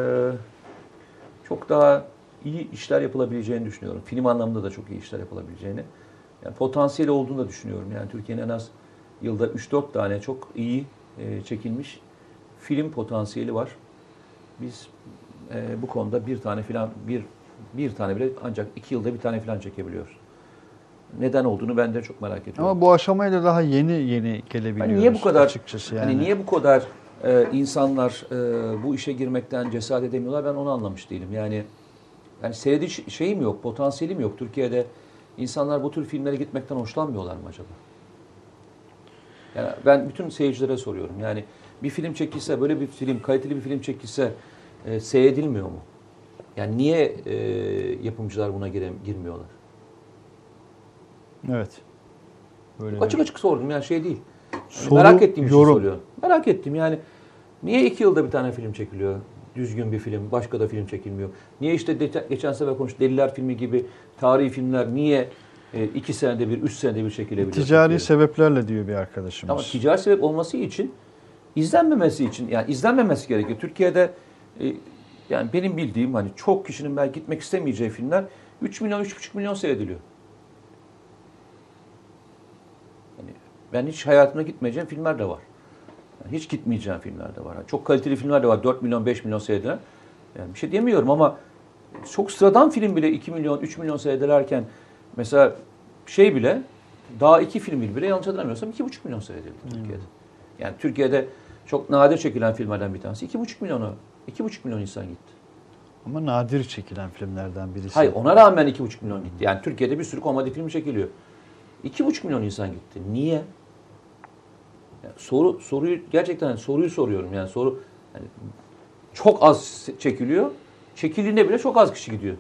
çok daha iyi işler yapılabileceğini düşünüyorum. Film anlamında da çok iyi işler yapılabileceğini. Yani potansiyeli olduğunu da düşünüyorum. Yani Türkiye'nin en az yılda üç dört tane çok iyi e, çekilmiş film potansiyeli var. Biz e, bu konuda bir tane filan bir bir tane bile ancak iki yılda bir tane filan çekebiliyoruz. Neden olduğunu ben de çok merak ediyorum. Ama bu aşamaya da daha yeni yeni gelebiliyoruz. Yani niye bu kadar açıkçası yani? Hani niye bu kadar e, insanlar e, bu işe girmekten cesaret edemiyorlar? Ben onu anlamış değilim. Yani yani seyrediş şeyim yok, potansiyelim yok. Türkiye'de insanlar bu tür filmlere gitmekten hoşlanmıyorlar mı acaba? Yani ben bütün seyircilere soruyorum. Yani bir film çekilse, böyle bir film, kaliteli bir film çekilse e, seyredilmiyor mu? Yani niye e, yapımcılar buna gire, girmiyorlar? Evet. Böyle Açık açık sordum, yani şey değil. Soru, merak ettiğim için yorum. soruyorum. Merak ettim yani. Niye iki yılda bir tane film çekiliyor? Düzgün bir film, başka da film çekilmiyor. Niye işte de, geçen sefer konuştuk Deliler filmi gibi tarihi filmler niye e, iki senede bir, üç senede bir çekilebiliyor? Ticari Türkiye'de? sebeplerle diyor bir arkadaşımız. Ama ticari sebep olması için, izlenmemesi için, yani izlenmemesi gerekiyor. Türkiye'de e, yani benim bildiğim hani çok kişinin belki gitmek istemeyeceği filmler üç milyon, üç buçuk milyon seyrediliyor. Yani ben hiç hayatımda gitmeyeceğim filmler de var. Yani hiç gitmeyeceğim filmler de var. Yani çok kaliteli filmler de var. dört milyon, beş milyon seyredilen. Yani bir şey diyemiyorum ama çok sıradan film bile iki milyon, üç milyon seyredilerken mesela şey bile daha iki film bile yanlış hatırlamıyorsam iki buçuk milyon seyredildi hmm. Türkiye'de. Yani Türkiye'de çok nadir çekilen filmlerden bir tanesi. iki buçuk milyonu, iki buçuk milyon insan gitti. Ama nadir çekilen filmlerden birisi. Hayır, ona rağmen iki buçuk milyon gitti. Yani Türkiye'de bir sürü komedi filmi çekiliyor. iki buçuk milyon insan gitti. Niye? Yani soru soruyu gerçekten yani soruyu soruyorum. Yani soru yani çok az çekiliyor. Çekildiğinde bile çok az kişi gidiyor.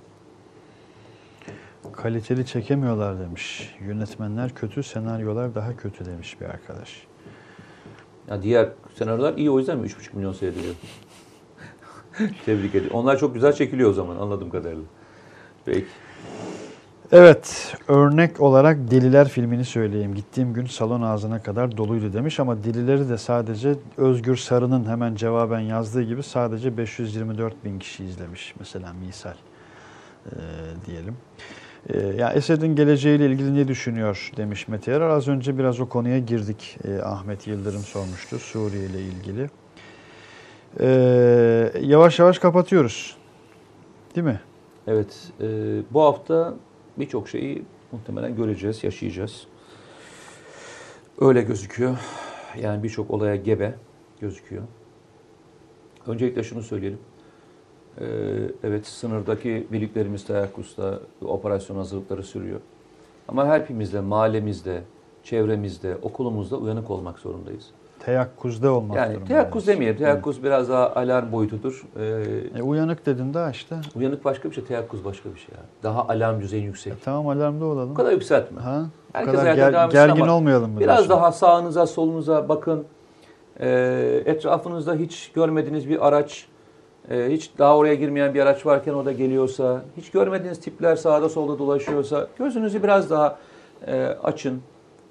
Kaliteli çekemiyorlar demiş. Yönetmenler kötü, senaryolar daha kötü demiş bir arkadaş. Ya diğer senaryolar iyi, o yüzden mi üç buçuk milyon seyrediliyor? Tebrik ediyorum. Onlar çok güzel çekiliyor o zaman anladığım kadarıyla. Peki. Evet, örnek olarak Deliler filmini söyleyeyim. Gittiğim gün salon ağzına kadar doluydu demiş ama Delileri de sadece Özgür Sarı'nın hemen cevaben yazdığı gibi sadece beş yüz yirmi dört bin kişi izlemiş. Mesela misal e, diyelim. E, ya Esed'in geleceğiyle ilgili ne düşünüyor demiş Mete Yarar. Az önce biraz o konuya girdik. E, Ahmet Yıldırım sormuştu Suriye ile ilgili. E, yavaş yavaş kapatıyoruz. Değil mi? Evet, e, bu hafta birçok şeyi muhtemelen göreceğiz, yaşayacağız. Öyle gözüküyor. Yani birçok olaya gebe gözüküyor. Öncelikle şunu söyleyelim. Ee, evet, sınırdaki birliklerimiz teyakkuzda operasyon hazırlıkları sürüyor. Ama hepimizde, mahallemizde, çevremizde, okulumuzda uyanık olmak zorundayız. Teyakkuzda olmak yani, zorundayız. Teyakkuz demeyelim. Teyakkuz evet. biraz daha alarm boyutudur. Ee, e, uyanık dedin daha işte. Uyanık başka bir şey, teyakkuz başka bir şey. Yani. Daha alarm düzeyi yüksek. E, tamam, alarmda olalım. Bu kadar yükseltme. Ha? Bu Herkes kadar ger, gergin olmayalım mı? Biraz diyorsun? daha sağınıza, solunuza bakın. Ee, etrafınızda hiç görmediğiniz bir araç, e, hiç daha oraya girmeyen bir araç varken o da geliyorsa, hiç görmediğiniz tipler sağda solda dolaşıyorsa gözünüzü biraz daha e, açın.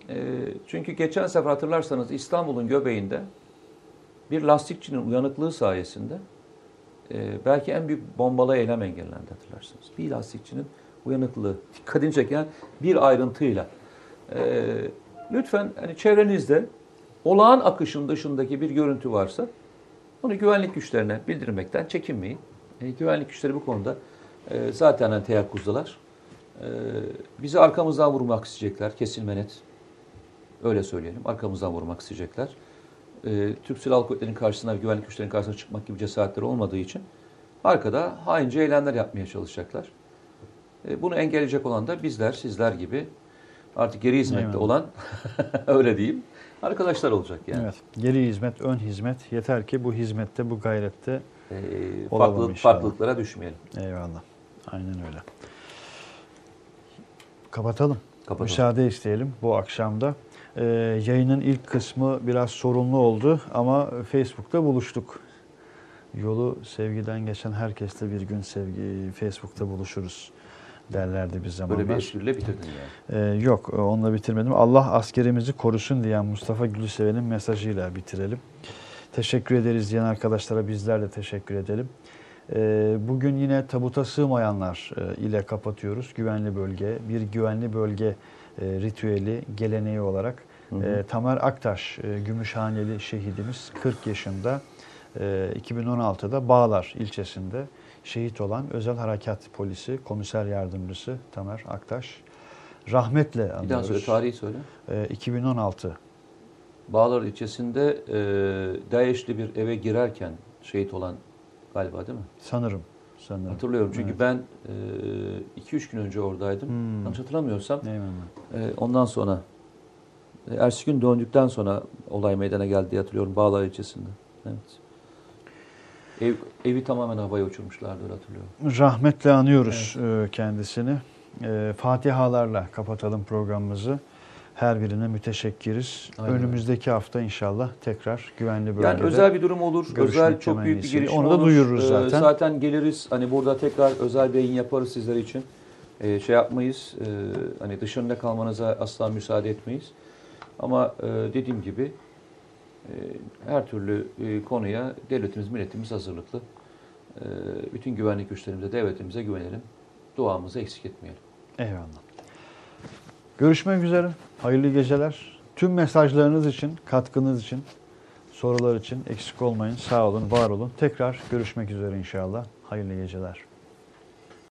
E, çünkü geçen sefer hatırlarsanız İstanbul'un göbeğinde bir lastikçinin uyanıklığı sayesinde e, belki en büyük bombalı eylem engellendi hatırlarsınız. Bir lastikçinin uyanıklığı, dikkatini çeken bir ayrıntıyla. E, lütfen hani çevrenizde olağan akışın dışındaki bir görüntü varsa onu güvenlik güçlerine bildirmekten çekinmeyin. E, güvenlik güçleri bu konuda e, zaten hani teyakkuzdalar. E, bizi arkamızdan vurmak isteyecekler, kesilme net. Öyle söyleyelim, arkamızdan vurmak isteyecekler. E, Türk Silahlı Kuvvetleri'nin karşısına, güvenlik güçlerinin karşısına çıkmak gibi cesaretleri olmadığı için arkada haince eylemler yapmaya çalışacaklar. E, bunu engelleyecek olan da bizler, sizler gibi artık geri hizmette Eyvallah. olan, öyle diyeyim, arkadaşlar olacak yani. Evet. Geri hizmet, ön hizmet. Yeter ki bu hizmette, bu gayrette E, olalım farklı, inşallah. farklılıklara düşmeyelim. Eyvallah. Aynen öyle. Kapatalım. Kapatalım. Müsaade isteyelim bu akşamda. Ee, yayının ilk kısmı biraz sorunlu oldu ama Facebook'ta buluştuk. Yolu sevgiden geçen herkesle bir gün sevgi Facebook'ta buluşuruz derlerdi bir zamanlar. Böyle bir espriyle bitirdin yani. Ee, yok, onunla bitirmedim. Allah askerimizi korusun diyen Mustafa Gülseven'in mesajıyla bitirelim. Teşekkür ederiz diyen arkadaşlara bizler de teşekkür edelim. Ee, bugün yine tabuta sığmayanlar e, ile kapatıyoruz. Güvenli bölge, bir güvenli bölge e, ritüeli, geleneği olarak. Hı hı. E, Tamer Aktaş, e, Gümüşhaneli şehidimiz kırk yaşında e, iki bin on altıda Bağlar ilçesinde şehit olan Özel Harekat Polisi Komiser Yardımcısı Tamer Aktaş. Rahmetle anıyoruz. Bir daha söyle, tarihi söyle. E, iki bin on altı. Bağlar ilçesinde e, DAEŞ'li bir eve girerken şehit olan galiba değil mi? Sanırım. Sanırım. Hatırlıyorum çünkü Evet. ben iki üç gün önce oradaydım. Hmm. Yanlış hatırlamıyorsam. Eyvallah. E, ondan sonra, e, ertesi gün döndükten sonra olay meydana geldi diye hatırlıyorum Bağlar ilçesinde. Evet. Ev, evi tamamen havaya uçurmuşlardı öyle hatırlıyorum. Rahmetle anıyoruz e, kendisini. E, Fatihalarla kapatalım programımızı. Her birine müteşekkiriz. Aynen. Önümüzdeki hafta inşallah tekrar güvenli bölgede. Yani özel bir durum olur, görüşmek özel çok büyük bir temennisiyle. gelişme Onu da olur. duyururuz Ee, zaten. zaten geliriz, hani burada tekrar özel bir yayın yaparız sizler için. Ee, şey yapmayız, e, hani dışında kalmanıza asla müsaade etmeyiz. Ama e, dediğim gibi e, her türlü e, konuya devletimiz, milletimiz hazırlıklı. E, bütün güvenlik güçlerimize, devletimize güvenelim. Duamızı eksik etmeyelim. Eyvallah. Görüşmek üzere. Hayırlı geceler. Tüm mesajlarınız için, katkınız için, sorular için eksik olmayın. Sağ olun, var olun. Tekrar görüşmek üzere inşallah. Hayırlı geceler.